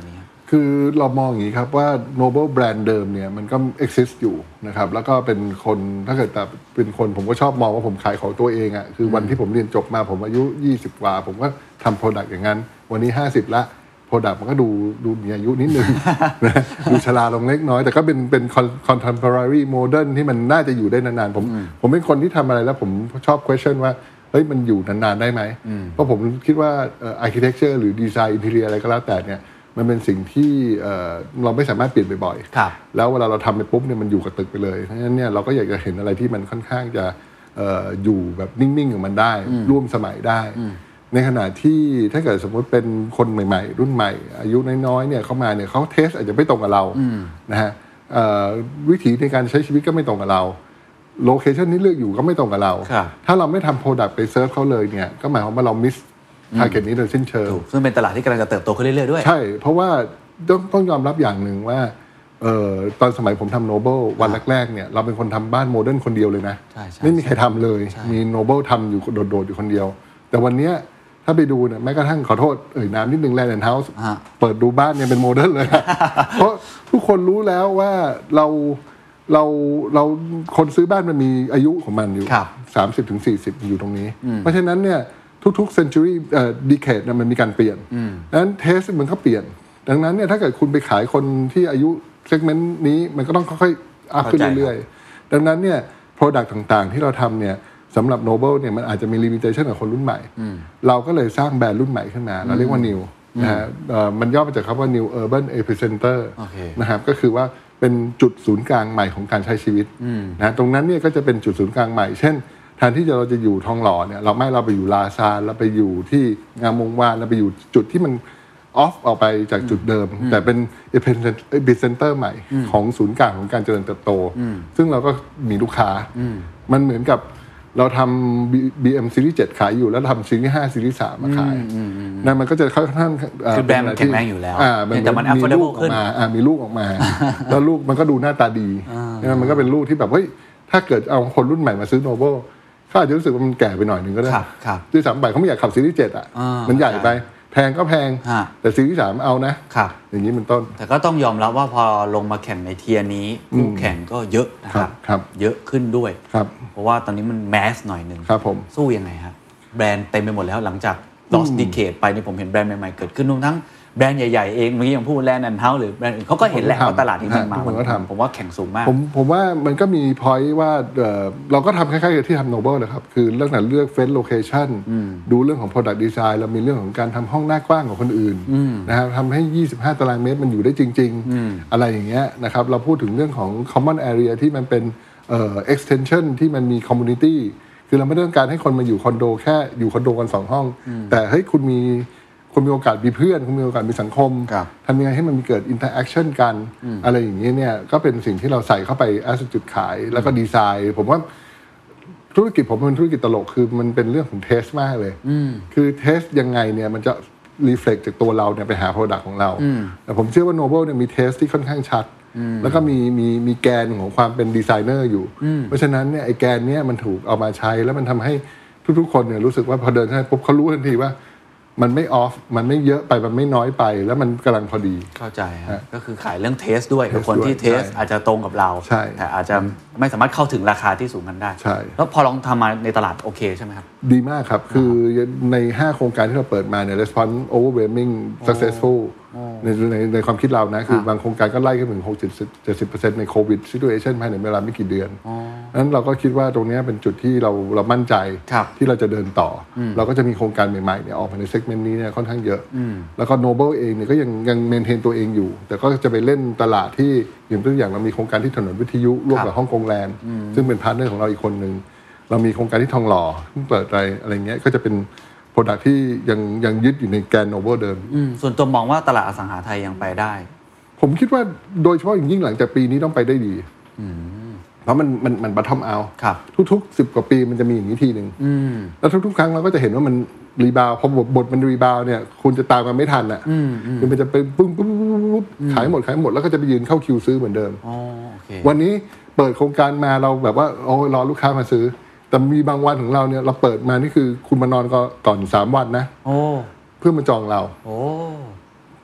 คือเรามองอย่างนี้ครับว่า Noble Brand เดิมเนี่ยมันก็ exist อยู่นะครับแล้วก็เป็นคนถ้าเกิดแต่เป็นคนผมก็ชอบมองว่าผมขายของตัวเองอ่ะคือวันที่ผมเรียนจบมาผมอายุยี่สิบกว่าผมก็ทำ product อย่างนั้นวันนี้ห้าสิบละ product มันก็ดูดูมีอายุนิดนึง นะดูชราลงเล็กน้อยแต่ก็เป็นเป็น contemporary modern ที่มันน่าจะอยู่ได้นานๆผมผมเป็นคนที่ทำอะไรแล้วผมชอบ question ว่าเฮ้ยมันอยู่นานๆได้ไหมเพราะผมคิดว่า architecture หรือ design interior อะไรก็แล้วแต่เนี่ยมันเป็นสิ่งที่เราไม่สามารถเปลี่ยนบ่อยๆแล้วเวลาเราทำไปปุ๊บเนี่ยมันอยู่กับตึกไปเลยเพราะฉะนั้นเนี่ยเราก็อยากจะเห็นอะไรที่มันค่อนข้างจะอยู่แบบนิ่งๆของมันได้ร่วมสมัยได้ในขณะที่ถ้าเกิดสมมติเป็นคนใหม่ๆรุ่นใหม่อายุน้อยๆเนี่ยเข้ามาเนี่ยเขาเทสอาจจะไม่ตรงกับเรานะฮะวิถีในการใช้ชีวิตก็ไม่ตรงกับเราโลเคชันที่เลือกอยู่ก็ไม่ตรงกับเราถ้าเราไม่ทำโปรดักต์ไปเซิร์ฟเขาเลยเนี่ยก็หมายความว่าเรามิสทาร์เก็ตนี้โดยสิ้นเชิงซึ่งเป็นตลาดที่กำลังจะเติบโตขึ้นเรื่อยๆด้วยใช่เพราะว่าต้องต้องยอมรับอย่างหนึ่งว่าเอ่อตอนสมัยผมทำโนเบิลวันแรกๆเนี่ยเราเป็นคนทำบ้านโมเดิร์นคนเดียวเลยนะไม่มีใครทำเลยมีโนเบิลทำอยู่โดดๆอยู่คนเดียวแต่วันนี้ถ้าไปดูเนี่ยแม้กระทั่งขอโทษเอ่ยน้ำนิดนึงแลนด์แอนด์เฮาส์เปิดดูบ้านเนี่ยเป็นโมเดิร์นเลยเพราะทุกคนรู้แล้วว่าเราเราเราคนซื้อบ้านมันมีอายุของมันอยู่สามสิบถึงสี่สิบอยู่ตรงนี้เพราะฉะนั้นเนี่ยทุกๆ century เอ่อ decade เนี่ยมันมีการเปลี่ยนดังนั้น taste มันก็เปลี่ยนดังนั้นเนี่ยถ้าเกิดคุณไปขายคนที่อายุ segment นี้มันก็ต้องค่อยๆ up ขึ้นเรื่อยๆดังนั้นเนี่ย product ต่างๆที่เราทำเนี่ยสำหรับ Noble เนี่ยมันอาจจะมี limitation กับคนรุ่นใหม่เราก็เลยสร้างแบรนด์รุ่นใหม่ขึ้นมาเราเรียกว่า New นะฮะมันย่อมาจากคำว่า New Urban Epicenter นะครับก็คือว่าเป็นจุดศูนย์กลางใหม่ของการใช้ชีวิตนะตรงนั้นเนี่ยก็จะเป็นจุดศูนย์กลางใหม่เช่นแทนที่เราจะอยู่ทองหล่อเนี่ยเราไม่เราไปอยู่ลาซานเราไปอยู่ที่งามวงวานเราไปอยู่จุดที่มันออฟออกไปจากจุดเดิมแต่เป็นเอพิเซนเตอร์ใหม่ของศูนย์กลางของการเจริญเติบโตซึ่งเราก็มีลูกค้ามันเหมือนกับเราทำ บี เอ็ม Series เจ็ดขายอยู่แล้วทำ Series ห้า Series สามมาขายนั่นมันก็จะค่อนข้างคือแบรนด์มันแข็งแรงอยู่แล้วแต่มัน affordable ขึ้นมีลูกออกมาแล้วลูกมันก็ดูหน้าตาดีมันก็เป็นลูกที่แบบเฮ้ยถ้าเกิดเอาคนรุ่นใหม่มาซื้อ Nobleเขาอาจจะรู้สึกว่ามันแก่ไปหน่อยนึงก็ได้ด้วยซ้ำไปเขาไม่อยากขับซีรีส์เจ็ดอ่ะมันใหญ่ไปแพงก็แพงแต่ซีรีส์สามเอานะอย่างนี้เป็นต้นแต่ก็ต้องยอมรับว่าพอลงมาแข่งในเทียร์นี้คู่แข่งก็เยอะนะครับเยอะขึ้นด้วยเพราะว่าตอนนี้มันแมสหน่อยนึงสู้ยังไงครับแบรนด์เต็มไปหมดแล้วหลังจาก Lost Decade ไปนี่ผมเห็นแบรนด์ใหม่ๆเกิดขึ้นทั้งแบรนด์ใหญ่ๆเองเมื่อกี้อย่างพูดแลนด์แอนด์เฮาส์หรือแบรนด์อื่นเขาก็เห็นแหละว่าตลาดที่มันมาผมว่าแข่งสูงมากผมผมว่ามันก็มีพอยต์ว่าเราก็ทำคล้ายๆกับที่ทำ Noble นะครับคือเรื่องนั้นเลือกเฟ้นโลเคชั่นดูเรื่องของ Product Design แล้วมีเรื่องของการทำห้องหน้ากว้างของคนอื่นนะครับทำให้ยี่สิบห้าตารางเมตรมันอยู่ได้จริงๆอะไรอย่างเงี้ยนะครับเราพูดถึงเรื่องของ Common Area ที่มันเป็นเอ่อ extension ที่มันมี community คือเราไม่ต้องการให้คนมาอยู่คอนโดแค่อยู่คอนโดกันสองห้องแต่เฮ้ยคุณมีคุณมีโอกาสมีเพื่อนคุณมีโอกาสมีสังคมทำยังไงให้มันมีเกิดอินเตอร์แอคชั่นกันอะไรอย่างนี้เนี่ยก็เป็นสิ่งที่เราใส่เข้าไปแอสจุดขายแล้วก็ดีไซน์ผมว่าธุรกิจผมเป็นธุรกิจตลกคือมันเป็นเรื่องของเทสมากเลยคือเทสยังไงเนี่ยมันจะรีเฟล็กจากตัวเราเนี่ยไปหาโปรดักต์ของเราแต่ผมเชื่อว่า Noble เนี่ยมีเทสที่ค่อนข้างชัดแล้วก็มีมีมีแกนของความเป็นดีไซเนอร์อยู่เพราะฉะนั้นเนี่ยไอ้แกนเนี้ยมันถูกเอามาใช้แล้วมันทำให้ทุกๆคนเนี่ยรู้สึกว่าพอเดินเข้าไปปุ๊บเขารู้ทันทีว่ามันไม่ออฟมันไม่เยอะไปมันไม่น้อยไปแล้วมันกำลังพอดีเข้าใจครับก็คือขายเรื่องเทสด้วยกับคนที่เทสอาจจะตรงกับเราแต่อาจจะไม่สามารถเข้าถึงราคาที่สูงกันได้แล้วพอลองทำมาในตลาดโอเคใช่ไหมครับดีมากครับคือในห้าโครงการที่เราเปิดมาเนี่ย response overwhelming successful ในในในความคิดเรานะคือบางโครงการก็ไล่ขึ้นถึง หกสิบถึงเจ็ดสิบเปอร์เซ็นต์ ในโควิด situation ภายในเวลาไม่กี่เดือนนั้นเราก็คิดว่าตรงนี้เป็นจุดที่เราเรามั่นใจที่เราจะเดินต่อเราก็จะมีโครงการใหม่ๆเนี่ยออกมาในเซกเมนต์นี้เนี่ยค่อนข้างเยอะแล้วก็ Noble เองเนี่ยก็ยังยังเมนเทนตัวเองอยู่แต่ก็จะไปเล่นตลาดที่อย่างตัวอย่างเรามีโครงการที่ถนนวิทยุร่วมกับฮ่องกงแลนด์ซึ่งเป็นพาร์ทเนอร์ของเราอีกคนนึงเรามีโครงการที่ทองหล่อเพิ่งเปิดอะไรอะไรเงี้ยก็จะเป็นโปรดักที่ยังยังยึดอยู่ในแกน Noble เดิมส่วนตัวมองว่าตลาดอสังหาไทยยังไปได้ผมคิดว่าโดยเฉพาะอย่างยิ่งหลังจากปีนี้ต้องไปได้ดีเพราะมันมันมันบัตทอมเอาทุกๆสิบกว่าปีมันจะมีอย่างนี้ทีนึงแล้วทุกๆครั้งเราก็จะเห็นว่ามันรีบาวพอบทมันรีบาวเนี่ยคุณจะตามกันไม่ทันอ่ะคือมันจะไปปึ้งปุ๊บปุ๊บขายหมดขายหมดแล้วก็จะไปยืนเข้าคิวซื้อเหมือนเดิมวันนี้เปิดโครงการมาเราแบบว่าโอ้รอลูกค้ามาซื้อแต่มีบางวันของเราเนี่ยเราเปิดมานี่คือคุณมานอนก็ก่อนสามวันนะเพื่อมาจองเรา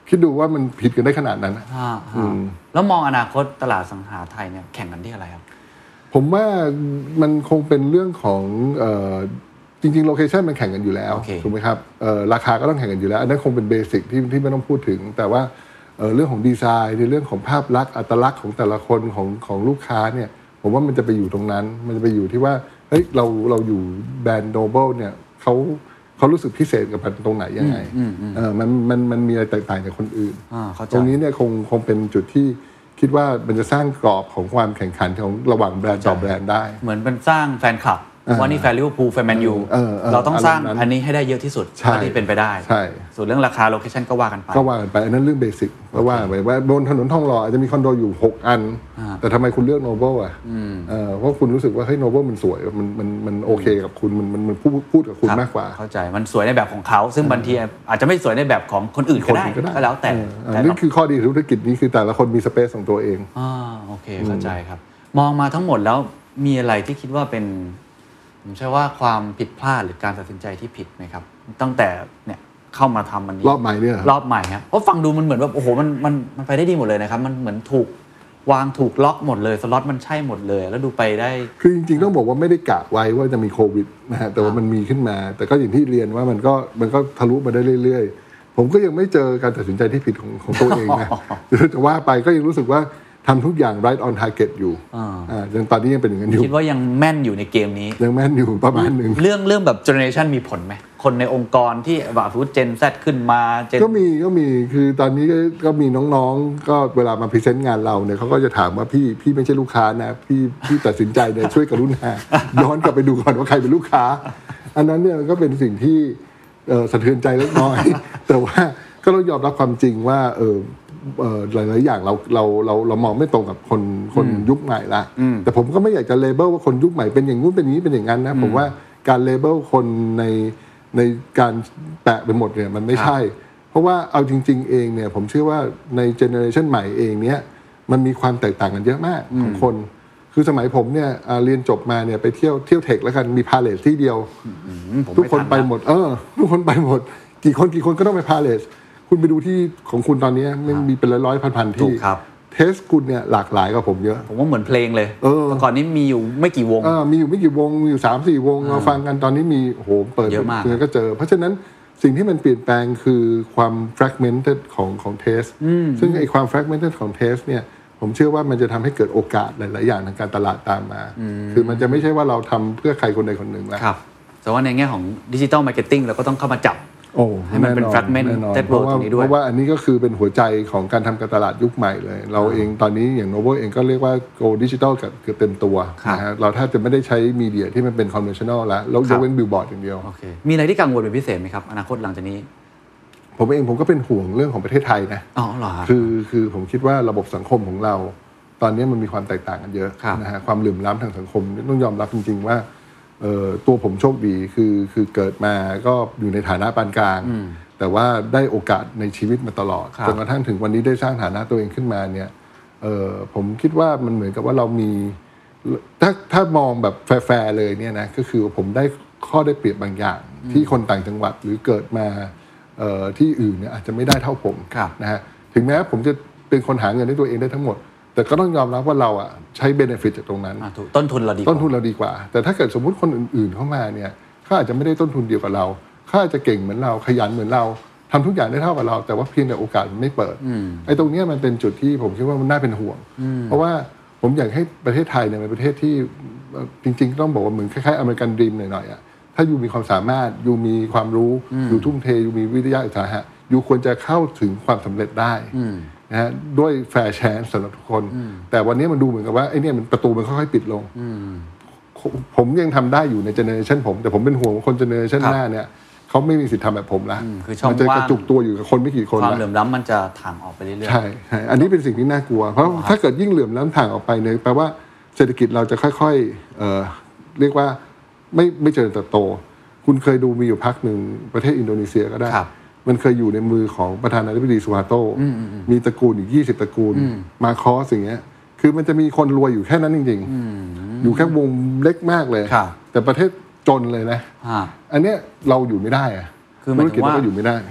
คิดดูว่ามันผิดกันได้ขนาดนั้นนะแล้วมองอนาคตตลาดสังหาไทยเนี่ยแข่งกันที่อะไรครับผมว่ามันคงเป็นเรื่องของเอ่อจริงๆโลเคชันมันแข่งกันอยู่แล้ว okay. ถูกไหมครับเอ่อราคาก็ต้องแข่งกันอยู่แล้วอันนั้นคงเป็นเบสิกที่ที่ไม่ต้องพูดถึงแต่ว่าเอ่อเรื่องของดีไซน์ในเรื่องของภาพลักษณ์อัตลักษณ์ของแต่ละคนของของลูกค้าเนี่ยผมว่ามันจะไปอยู่ตรงนั้นมันจะไปอยู่ที่ว่าเฮ้ยเราเราอยู่แบรนด์โนเบิลเนี่ยเขาเขารู้สึกพิเศษกับมันตรงไหนยังไงเออมันมันมันมีอะไรแตกต่างจากคนอื่นตรงนี้เนี่ยคงคงเป็นจุดที่คิดว่ามันจะสร้างกรอบของความแข่งขันของระหว่างแบรนด์ต่อแบรนด์ได้เหมือนเป็นสร้างแฟนคลับว่านี่แฟนลิเวอร์พูลแฟนแมนยูเราต้องสร้างอันนี้ให้ได้เยอะที่สุดเท่าที่เป็นไปได้ส่วนเรื่องราคาโลเคชั่นก็ว่ากันไปก็ว่ากันไปอันนั้นเรื่องเบสิกก็ว่าไปว่าบนถนนทองหล่ออาจจะมีคอนโดอยู่หกอันแต่ทำไมคุณเลือกโนเบิลอ่ะเพราะคุณรู้สึกว่าเฮ้ยโนเบิลมันสวยมันมันมันโอเคกับคุณมันมันมันพูดพูดกับคุณมากกว่าเข้าใจมันสวยในแบบของเขาซึ่งบางทีอาจจะไม่สวยในแบบของคนอื่นก็ได้ก็แล้วแต่นี่คือข้อดีธุรกิจนี้คือแต่ละคนมีสเปซของตัวเองอ่าโอเคเข้าใจครับมองมาทั้งหมดแล้วมีอะไรที่คิดว่าเป็นผมเชื่อว่าความผิดพลาดหรือการตัดสินใจที่ผิดไหมครับตั้งแต่เนี่ยเข้ามาทำมันนี้รอบใหม่เนี่ยรอบใหม่ครับเพราะฟังดูมันเหมือนแบบโอ้โหมันมันมันไปได้ดีหมดเลยนะครับมันเหมือนถูกวางถูกล็อกหมดเลยสล็อตมันใช่หมดเลยแล้วดูไปได้คือจริงๆต้องบอกว่าไม่ได้กะไว้ว่าจะมีโควิดนะฮะแต่ว่ามันมีขึ้นมาแต่ก็อย่างที่เรียนว่ามันก็มันก็ทะลุมาได้เรื่อยๆผมก็ยังไม่เจอการตัดสินใจที่ผิดของของตัวเองนะแต่ว่าไปก็ยังรู้สึกว่าทำทุกอย่าง right on target อยู่อ่ายังตอนนี้ยังเป็นอย่างนั้นอยู่คิดว่ายังแม่นอยู่ในเกมนี้ยังแม่นอยู่ประมาณนึงเรื่องเรื่องแบบ generation มีผลไหมคนในองค์กรที่แบบฟู้ดเจน Z ขึ้นมาก็มีก็มีคือตอนนี้ก็มีน้องๆก็เวลามาพรีเซนต์งานเราเนี่ยเขาก็จะถามว่าพี่พี่ไม่ใช่ลูกค้านะพี่พี่ตัดสินใจเนี่ยช่วยกรุณาย้อนกลับไปดูก่อนว่าใครเป็นลูกค้าอันนั้นเนี่ยก็เป็นสิ่งที่สะเทือนใจเล็กน้อยแต่ว่าก็ต้องยอมรับความจริงว่าเออหลายๆอย่างเราเราเราเรามองไม่ตรงกับคนคนยุคใหม่ละแต่ผมก็ไม่อยากจะเลเบลว่าคนยุคใหม่เป็นอย่างงู้นเป็นอย่างนี้เป็นอย่างนั้นนะผมว่าการเลเบลคนในในการแปะไปหมดเนี่ยมันไม่ใช่เพราะว่าเอาจริงๆเองเนี่ยผมเชื่อว่าในเจเนอเรชันใหม่เองเนี่ยมันมีความแตกต่างกันเยอะมากของคนคือสมัยผมเนี่ยเรียนจบมาเนี่ยไปเที่ยวเที่ยวเทคแล้วกันมีพาเลทที่เดียวทุกคนไปหมดเออทุกคนไปหมดกี่คนกี่คนก็ต้องไปพาเลทคุณไปดูที่ของคุณตอนนี้มันมีเป็นร้อยๆพันๆที่เทสคุณเนี่ยหลากหลายกว่าผมเยอะผมว่าเหมือนเพลงเลยเมื่อก่อนนี้มีอยู่ไม่กี่วงเออมีอยู่ไม่กี่วงมีอยู่ สามสี่ วงเราฟังกันตอนนี้มีโหเปิดเยอะมากก็เจอเพราะฉะนั้นสิ่งที่มันเปลี่ยนแปลงคือความ fragmented ของของเทสซึ่งไอ้ความ fragmented ของเทสเนี่ยผมเชื่อว่ามันจะทำให้เกิดโอกาสหลายๆอย่างทางการตลาดตามมาคือมันจะไม่ใช่ว่าเราทำเพื่อใครคนใดคนหนึ่งแล้วครับแต่ว่าในแง่ของ digital marketing เราก็ต้องเข้ามาจับโอ้ให้มันเป็นแฟกเมนต์เต็ดเวิร์ดตรงนี้ด้วยเพราะว่าอันนี้ก็คือเป็นหัวใจของการทำการตลาดยุคใหม่เลยเราเองตอนนี้อย่าง Noble เองก็เรียกว่า go digital กับเกือบเต็มตัวนะฮะเราแทบจะไม่ได้ใช้มีเดียที่มันเป็น conventional แล้วแล้วยกเว้นบิลบอร์ดอย่างเดียวโอเคมีอะไรที่กังวลเป็นพิเศษไหมครับอนาคตหลังจากนี้ผมเองผมก็เป็นห่วงเรื่องของประเทศไทยนะอ๋อเหรอคือคือผมคิดว่าระบบสังคมของเราตอนนี้มันมีความแตกต่างกันเยอะนะฮะความเหลื่อมล้ำทางสังคมต้องยอมรับจริงๆว่าตัวผมโชคดีคือคือเกิดมาก็อยู่ในฐานะปานกลางแต่ว่าได้โอกาสในชีวิตมาตลอดจนกระทั่งถึงวันนี้ได้สร้างฐานะตัวเองขึ้นมาเนี่ยเออผมคิดว่ามันเหมือนกับว่าเรามีถ้าถ้ามองแบบแฟร์ๆเลยเนี่ยนะก็คือผมได้ข้อได้เปรียบบางอย่างที่คนต่างจังหวัดหรือเกิดมาเอ่อที่อื่นเนี่ยอาจจะไม่ได้เท่าผมนะฮะถึงแม้ผมจะเป็นคนหาเงินให้ตัวเองได้ทั้งหมดแต่ก็ต้องยอมรับว่าเราอ่ะใช้เบเนฟิตจากตรงนั้นต้นทุนเราดีต้นทุนเราดีกว่าแต่ถ้าเกิดสมมุติคนอื่นๆเข้ามาเนี่ยเขาอาจจะไม่ได้ต้นทุนเดียวกับเราเขาอาจจะเก่งเหมือนเราขยันเหมือนเราทำทุกอย่างได้เท่ากับเราแต่ว่าเพียงแต่โอกาสมันไม่เปิดไอ้ตรงนี้มันเป็นจุดที่ผมคิดว่ามันน่าเป็นห่วงเพราะว่าผมอยากให้ประเทศไทยเนี่ยเป็นประเทศที่จริงๆต้องบอกว่าเหมือนคล้ายๆอเมริกันดรีมหน่อยๆอ่ะถ้าอยู่มีความสามารถอยู่มีความรู้อยู่ทุ่มเทอยู่มีวิทยาอุตสาหะอยู่ควรจะเข้าถึงความสำเร็จได้นะฮะด้วยแฟร์แชนส์สำหรับทุกคนแต่วันนี้มันดูเหมือนกับว่าไอ้นี่มันประตูมันค่อยๆปิดลงผมยังทำได้อยู่ในเจเนอเรชันผมแต่ผมเป็นห่วงว่าคนเจเนอเรชันหน้าเนี่ยเขาไม่มีสิทธิ์ทำแบบผมละมันจะกระจุกตัวอยู่กับคนไม่กี่คนความเหลื่อมล้ำมันจะถ่างออกไปเรื่อยๆใช่อันนี้เป็นสิ่งที่น่ากลัวเพราะถ้าเกิดยิ่งเหลื่อมล้ำถ่างออกไปเนี่ยแปลว่าเศรษฐกิจเราจะค่อยๆเอ่อเรียกว่าไม่ไม่เจริญเติบโตคุณเคยดูมีอยู่พักหนึ่งประเทศอินโดนีเซียก็ได้มันเคยอยู่ในมือของประธานาธิบดีสุฮาโตมีตระกูลอีกยี่สิบตระกูลมาคอสอย่างเงี้ยคือมันจะมีคนรวยอยู่แค่นั้นจริงๆอยู่แค่วงเล็กมากเลยแต่ประเทศจนเลยนะอันเนี้ยเราอยู่ไม่ได้อะคือหมายถึงว่าอยู่ไม่ได้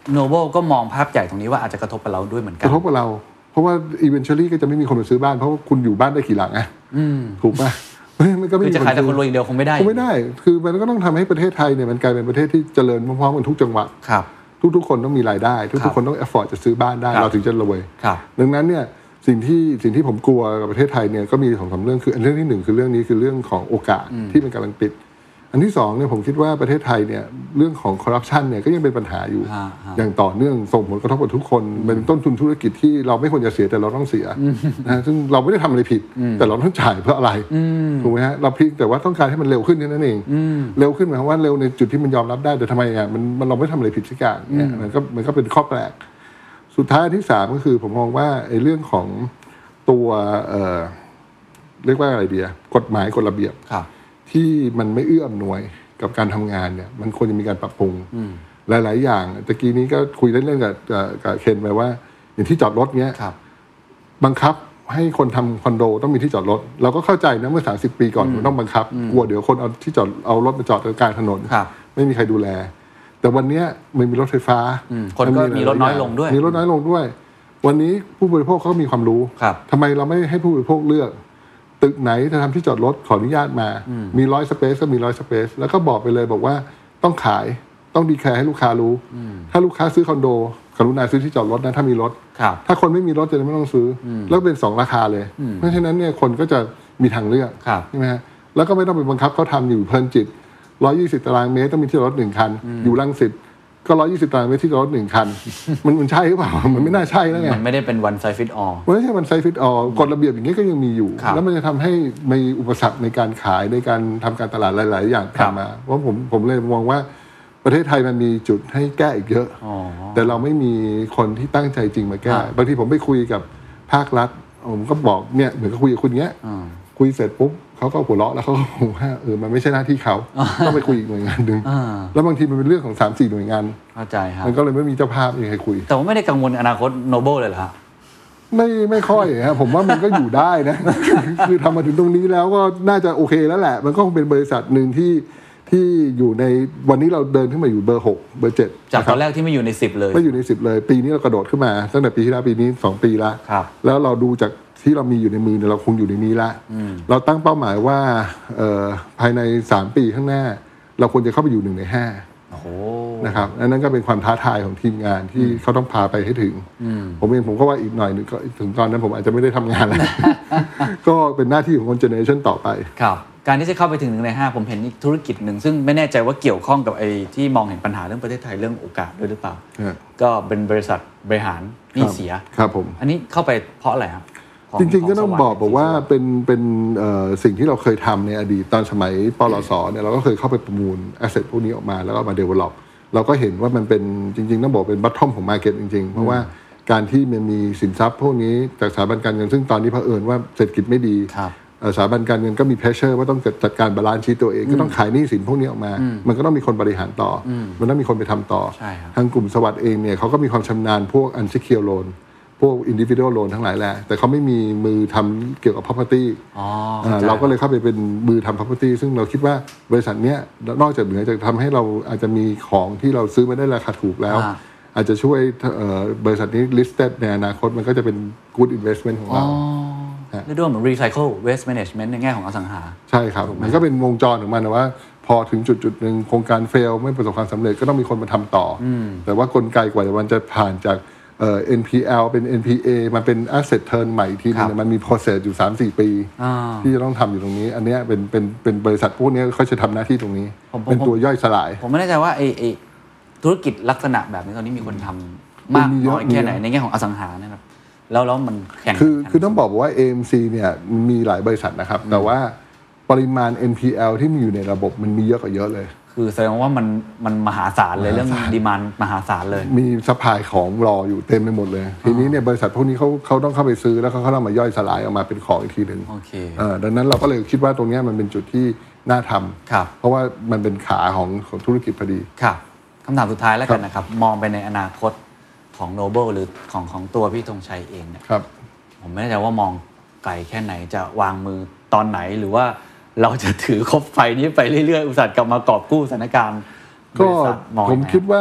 Noble ก็มองภาพใหญ่ตรงนี้ว่าอาจจะกระทบกับเราด้วยเหมือนกันกระทบกับเราเพราะว่า eventually ก็จะไม่มีคนมาซื้อบ้านเพราะว่าคุณอยู่บ้านได้กี่หลังอ่ะถูกป่ะมันก็ไม่คือจะขายแต่คนรวยอย่างเดียวคงไม่ได้คงไม่ได้คือมันก็ต้องทำให้ประเทศไทยเนี่ยมันกลายเป็นประเทศที่เจริญพร้อมๆกันทุกจังหวัดครับทุกๆคนต้องมีรายได้ทุกๆคนต้อง afford จะซื้อบ้านได้เราถึงจะรวยดังนั้นเนี่ยสิ่งที่สิ่งที่ผมกลัวกับประเทศไทยเนี่ยก็มีสองสามเรื่องคืออันเรื่องที่หนึ่งคือเรื่องนี้คือเรื่องของโอกาสที่มันกำลังปิดอันที่สองเนี่ยผมคิดว่าประเทศไทยเนี่ยเรื่องของคอร์รัปชันเนี่ยก็ยังเป็นปัญหาอยู่อย่างต่อเนื่องส่งผลกระทบกับทุกคนเป็นต้นทุนธุรกิจที่เราไม่ควรจะเสียแต่เราต้องเสียนะซึ่งเราไม่ได้ทำอะไรผิดแต่เราต้องจ่ายเพื่ออะไรถูกไหมฮะเราเพียงแต่ว่าต้องการให้มันเร็วขึ้นนั่นเองเร็วขึ้นหมายความว่าเร็วในจุดที่มันยอมรับได้แต่ทำไมอ่ะมันมันเราไม่ทำอะไรผิดสักอย่างเนี่ยมันก็มันก็เป็นข้อแปลกสุดท้ายที่สามก็คือผมมองว่าไอ้เรื่องของตัวเอ่อเรียกว่าอะไรดีอะกฎหมายกฎระเบียบที่มันไม่เอื้ออำนวยกับการทำงานเนี่ยมันควรจะมีการปรับปรุงหลายๆอย่างตะกี้นี้ก็คุยเล่นๆกับกับเคนไปว่าอย่างที่จอดรถเนี้ยบังคับให้คนทำคอนโดต้องมีที่จอดรถเราก็เข้าใจนะเมื่อสามสิบปีก่อนมันต้องบังคับกลัวเดี๋ยวคนเอาที่จอดเอารถมาจอดกลางถนนไม่มีใครดูแลแต่วันนี้มันมีรถไฟฟ้าคนก็มีรถน้อยลงด้วยมีรถน้อยลงด้วยวันนี้ผู้บริโภคเขาก็มีความรู้ทำไมเราไม่ให้ผู้บริโภคเลือกตึกไหนจะทำที่จอดรถขออนุญาตมามีร้อยสเปซก็มีร้อยสเปซแล้วก็บอกไปเลยบอกว่าต้องขายต้องดีแคร์ให้ลูกค้ารู้ถ้าลูกค้าซื้อคอนโดกรุณาซื้อที่จอดรถนะถ้ามีรถถ้าคนไม่มีรถจะไม่ต้องซื้อแล้วเป็นสองราคาเลยเพราะฉะนั้นเนี่ยคนก็จะมีทางเลือกใช่ไหมฮะแล้วก็ไม่ต้องไปบังคับเขาทำอยู่เพลินจิตร้อยยี่สิบตารางเมตรต้องมีที่จอดรถหนึ่งคันอยู่รังสิตก็ร้อยยี่สิบตารางเมตรที่จอดรถหนึ่งคันมันมันใช่หรือเปล่ามันไม่น่าใช่แล้วไงมันไม่ได้เป็น one size fit all มันไม่ใช่ one size fit all กฎระเบียบอย่างนี้ก็ยังมีอยู่แล้วมันจะทำให้มีอุปสรรคในการขายในการทำการตลาดหลายๆอย่างตามมาเพราะผมผมเลยมองว่าประเทศไทยมันมีจุดให้แก้อีกเยอะแต่เราไม่มีคนที่ตั้งใจจริงมาแก้บางทีผมไปคุยกับภาครัฐผมก็บอกเนี่ยเหมือนกับคุยกับคุณเงี้ยคุยเสร็จปุ๊บเขาก็หัวเราะแล้วเขาก็บอกว่าเออมันไม่ใช่หน้าที่เขาต้องไปคุยอีกหน่วยงานนึงแล้วบางทีมันเป็นเรื่องของ สามสี่ หน่วยงานเข้าใจครับมันก็เลยไม่มีเจ้าภาพมีใครคุยแต่ว่าไม่ได้กังวลอนาคต Noble เลยเหรอครับไม่ไม่ค่อยฮะผมว่ามันก็อยู่ได้นะ คือทำมาถึงตรงนี้แล้วก็น่าจะโอเคแล้วแหละมันก็คงเป็นบริษัทนึงที่ที่อยู่ในวันนี้เราเดินขึ้นมาอยู่เบอร์หกเบอร์เจ็ดจากตอนแรกที่ไม่อยู่ในสิบเลยไม่อยู่ในสิบเลยปีนี้เรากระโดดขึ้นมาตั้งแต่ปีที่แล้วปีนี้สองปีแล้วแล้วเราดูจากที่เรามีอยู่ในมือเนี่ยเราคงอยู่ในนี้ละเราตั้งเป้าหมายว่าภายในสามปีข้างหน้าเราควรจะเข้าไปอยู่หนึ่งในห้านะครับอันนั้นก็เป็นความท้าทายของทีมงานที่เขาต้องพาไปให้ถึงผมเองผมก็ว่าอีกหน่อยนึงก็ถึงตอนนั้นผมอาจจะไม่ได้ทำงานแล้ว ก็เป็นหน้าที่ของคนเจเนอเรชั่นต่อไปครับการที่จะเข้าไปถึงหนึ่งในห้าผมเห็นอีกธุรกิจหนึ่งซึ่งไม่แน่ใจว่าเกี่ยวข้องกับไอ้ที่มองเห็นปัญหาเรื่องประเทศไทยเรื่องโอกาสด้วยหรือเปล่าก็เป็นบริษัทบริหารหนี้เสียครับผมอันนี้เข้าไปเพราะอะไรครับจริงๆก็ต้องบอกบอกว่าเป็นเป็นสิ่งที่เราเคยทำในอดีตตอนสมัยปลสเนี่ยเราก็เคยเข้าไปประมูลแอสเซทพวกนี้ออกมาแล้วก็มา develop เราก็เห็นว่ามันเป็นจริงๆต้องบอกเป็น bottom ของ market จริงๆเพราะว่าการที่มันมีสินทรัพย์พวกนี้จากสถาบันการเงินซึ่งตอนนี้เผอิญว่าเศรษฐกิจไม่ดีสถาบันการเงินก็มี pressure ว่าต้องจัดการบาลานซ์ชีทตัวเองก็ต้องขายหนี้สินพวกนี้ออกมามันก็ต้องมีคนบริหารต่อมันต้องมีคนไปทำต่อทางกลุ่มสวัสดิ์เองเนี่ยเขาก็มีความชำนาญพวก unsecured loanพวก individual loan ทั้งหลายแหละแต่เขาไม่มีมือทำเกี่ยวกับ property เราก็เลยเข้าไปเป็นมือทำ property ซึ่งเราคิดว่าบริษัทเนี้ยนอกจากเหนือจากทำให้เราอาจจะมีของที่เราซื้อมาได้ราคาถูกแล้วอาจจะช่วยบริษัทนี้ listed ในอนาคตมันก็จะเป็น good investment ของเราเรียกว่าเหมือน recycle waste management ในแง่ของอสังหาใช่ครับมันก็เป็นวงจรของมันนะว่าพอถึงจุดจุดหนึ่งโครงการ fail ไม่ประสบความสำเร็จก็ต้องมีคนมาทำต่อแต่ว่ากลไกกว่ามันจะผ่านจากเอ่อ เอ็น พี แอล เป็น เอ็น พี เอ มาเป็น asset turn ใหม่ทีนึงมันมี process อยู่ สามสี่ ปีที่จะต้องทำอยู่ตรงนี้อันนี้เป็นเป็นเป็นบริษัทพวกนี้เขาจะทำหน้าที่ตรงนี้เป็นตัวย่อยสลายผมไม่แน่ใจว่าไอ้ไอ้ธุรกิจลักษณะแบบนี้ตอนนี้มีคนทำมากน้อยแค่ไหนในแง่ของอสังหานะครับแล้วแล้วมันแข่งคือคือต้องบอกว่า เอ เอ็ม ซี เนี่ยมีหลายบริษัทนะครับแต่ว่าปริมาณ เอ็น พี แอล ที่มีอยู่ในระบบมันมีเยอะกว่าเยอะเลยคือแสดงว่ามันมันมหาศาลเลยเรื่องดีมานด์มหาศาลเลยมีซัพพลายของรออยู่เต็มไปหมดเลยทีนี้เนี่ยบริษัทพวกนี้เขาเขาต้องเข้าไปซื้อแล้วเขาเขาต้องมาย่อยสลายออกมาเป็นของอีกทีนึงโอเคเออดังนั้นเราก็เลยคิดว่าตรงนี้มันเป็นจุดที่น่าทำครับเพราะว่ามันเป็นขาของของธุรกิจพอดีครับคำถามสุดท้ายแล้วกันนะครับมองไปในอนาคตของ Noble หรือของของตัวพี่ธงชัยเองเนี่ยครับผมไม่แน่ใจว่ามองไกลแค่ไหนจะวางมือตอนไหนหรือว่าเราจะถือคบไฟนี้ไปเรื่อยๆอุตส่าห์กลับมากอบกู้สถานการณ์ก็ผมคิดว่า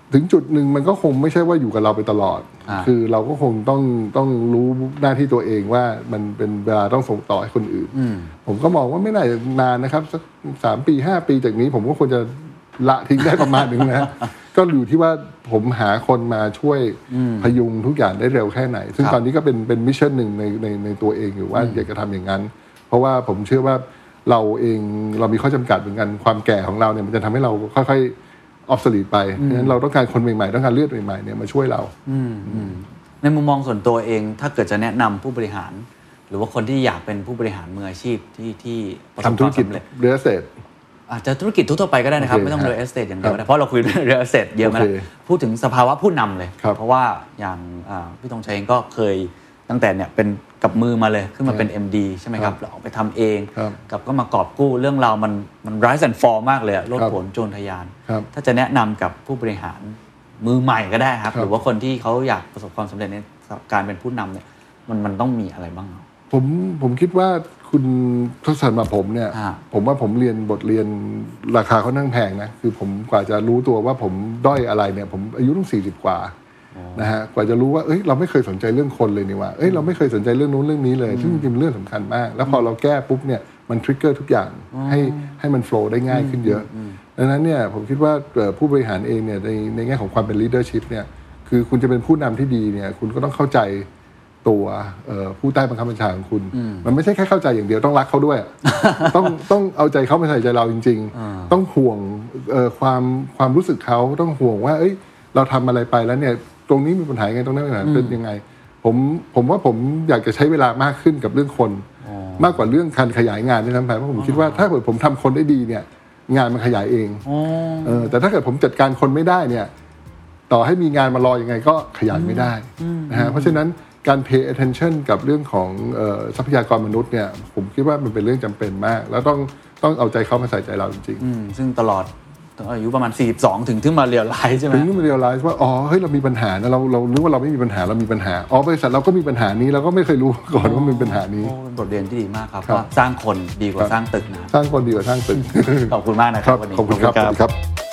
ถึงจุดหนึ่งมันก็คงไม่ใช่ว่าอยู่กับเราไปตลอดคือเราก็คงต้องต้องรู้หน้าที่ตัวเองว่ามันเป็นเวลาต้องส่งต่อให้คนอื่นผมก็มองว่าไม่น่าจะนานนะครับสักสามปีห้าปีจากนี้ผมก็ควรจะละทิ้งได้ประมาณนึงนะ ก็อยู่ที่ว่าผมหาคนมาช่วยพยุงทุกอย่างได้เร็วแค่ไหนซึ่งตอนนี้ก็เป็นเป็นมิชชั่นหนึ่งในในในตัวเองอยู่ว่าอยากจะทำอย่างนั้นเพราะว่าผมเชื่อว่าเราเองเรามีข้อจำกัดเหมือนกันความแก่ของเราเนี่ยมันจะทำให้เราค่อยๆออฟสลีทไปเพราะฉะนั้นเราต้องการคนใหม่ๆต้องการเลือดใหม่ๆเนี่ยมาช่วยเราในมุมมองส่วนตัวเองถ้าเกิดจะแนะนำผู้บริหารหรือว่าคนที่อยากเป็นผู้บริหารมืออาชีพที่ที่ประสบความสำเร็จเรียลเอสเตทอาจจะธุรกิจทั่วไปก็ได้นะครับไม่ต้องเรียลเอสเตทอย่างเดียวนะเพราะเราคุยเรื่องเรียลเอสเตทเยอะมากพูดถึงสภาวะผู้นำเลยเพราะว่าอย่างพี่ธงชัยเองก็เคยตั้งแต่เนี่ยเป็นกับมือมาเลยขึ้นมาเป็น เอ็ม ดี ใช่ไหมครับเราออกไปทำเองกับก็มากอบกู้เรื่องราวมันมัน rise and fall มากเลยโลดโผนโจรทะยานถ้าจะแนะนำกับผู้บริหารมือใหม่ก็ได้ครับหรือว่าคนที่เขาอยากประสบความสำเร็จในการเป็นผู้นำเนี่ยมันมันต้องมีอะไรบ้างผมผมคิดว่าคุณทศน์มาผมเนี่ยผมว่าผมเรียนบทเรียนราคาค่อนข้างแพงนะคือผมกว่าจะรู้ตัวว่าผมด้อยอะไรเนี่ยผมอายุต้องสี่สิบกว่านะฮะกว่าจะรู้ว่าเอ้ยเราไม่เคยสนใจเรื่องคนเลยนี่ว่าเอ้ยเราไม่เคยสนใจเรื่องนู้นเรื่องนี้เลยซึ่งจริงๆเป็นเรื่องสำคัญมากแล้วพอเราแก้ปุ๊บเนี่ยมันทริกเกอร์ทุกอย่างให้ให้มันโฟลว์ได้ง่ายขึ้นเยอะดังนั้นเนี่ยผมคิดว่าผู้บริหารเองเนี่ยในในแง่ของความเป็น leadership เนี่ยคือคุณจะเป็นผู้นำที่ดีเนี่ยคุณก็ต้องเข้าใจตัวผู้ใต้บังคับบัญชาของคุณมันไม่ใช่แค่เข้าใจอย่างเดียวต้องรักเขาด้วย ต้องต้องเอาใจเขามาใส่ใจเราจริงๆต้องห่วงความความรู้สึกเขาต้องห่วงว่าเอ้ยเราทำอะไรไปแล้วเนี่ยตรงนี้มีปัญหาไงตรงนั้นมีปัญหาเป็นยังไงผมผมว่าผมอยากจะใช้เวลามากขึ้นกับเรื่องคนมากกว่าเรื่องการขยายงานด้วยซ้ำไปเพราะผมคิดว่าถ้าเกิดผมทำคนได้ดีเนี่ยงานมันขยายเองเออแต่ถ้าเกิดผมจัดการคนไม่ได้เนี่ยต่อให้มีงานมารอยังไงก็ขยายไม่ได้นะฮะเพราะฉะนั้นการ pay attention กับเรื่องของเอ่อทรัพยากรมนุษย์เนี่ยผมคิดว่ามันเป็นเรื่องจำเป็นมากแล้วต้องต้องเอาใจเขามาใส่ใจเราจริงๆซึ่งตลอดอายุประมาณสี่สิบสองถึงถึงมาเรียลไลซ์ใช่ไหมถึงมาเรียลไลซ์ว่าอ๋อเฮ้ยเรามีปัญหานะเราเรานึกว่าเราไม่มีปัญหาเรามีปัญหาอ๋อบริษัทเราก็มีปัญหานี้เราก็ไม่เคยรู้ก่อนว่ามีปัญหานี้เป็นบทเรียนที่ดีมากครับว่าสร้างคนดีกว่าสร้างตึกนะสร้างคนดีกว่าสร้างตึกขอบคุณมากนะครับวันนี้ขอบคุณครับ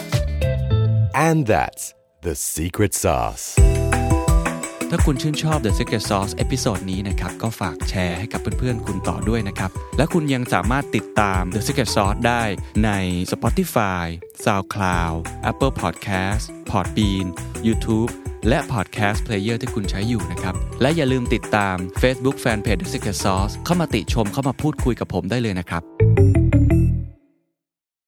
and that's the secret sauce ถ้าคุณชื่นชอบ The Secret Sauce เอพิโซดนี้นะครับก็ฝากแชร์ให้กับเพื่อนๆคุณต่อด้วยนะครับและคุณยังสามารถติดตาม The Secret Sauce ได้ใน Spotify, SoundCloud, Apple Podcast, Podbean, YouTube และ Podcast Player ที่คุณใช้อยู่นะครับและอย่าลืมติดตาม Facebook Fanpage The Secret Sauce เข้ามาติชมเข้ามาพูดคุยกับผมได้เลยนะครับ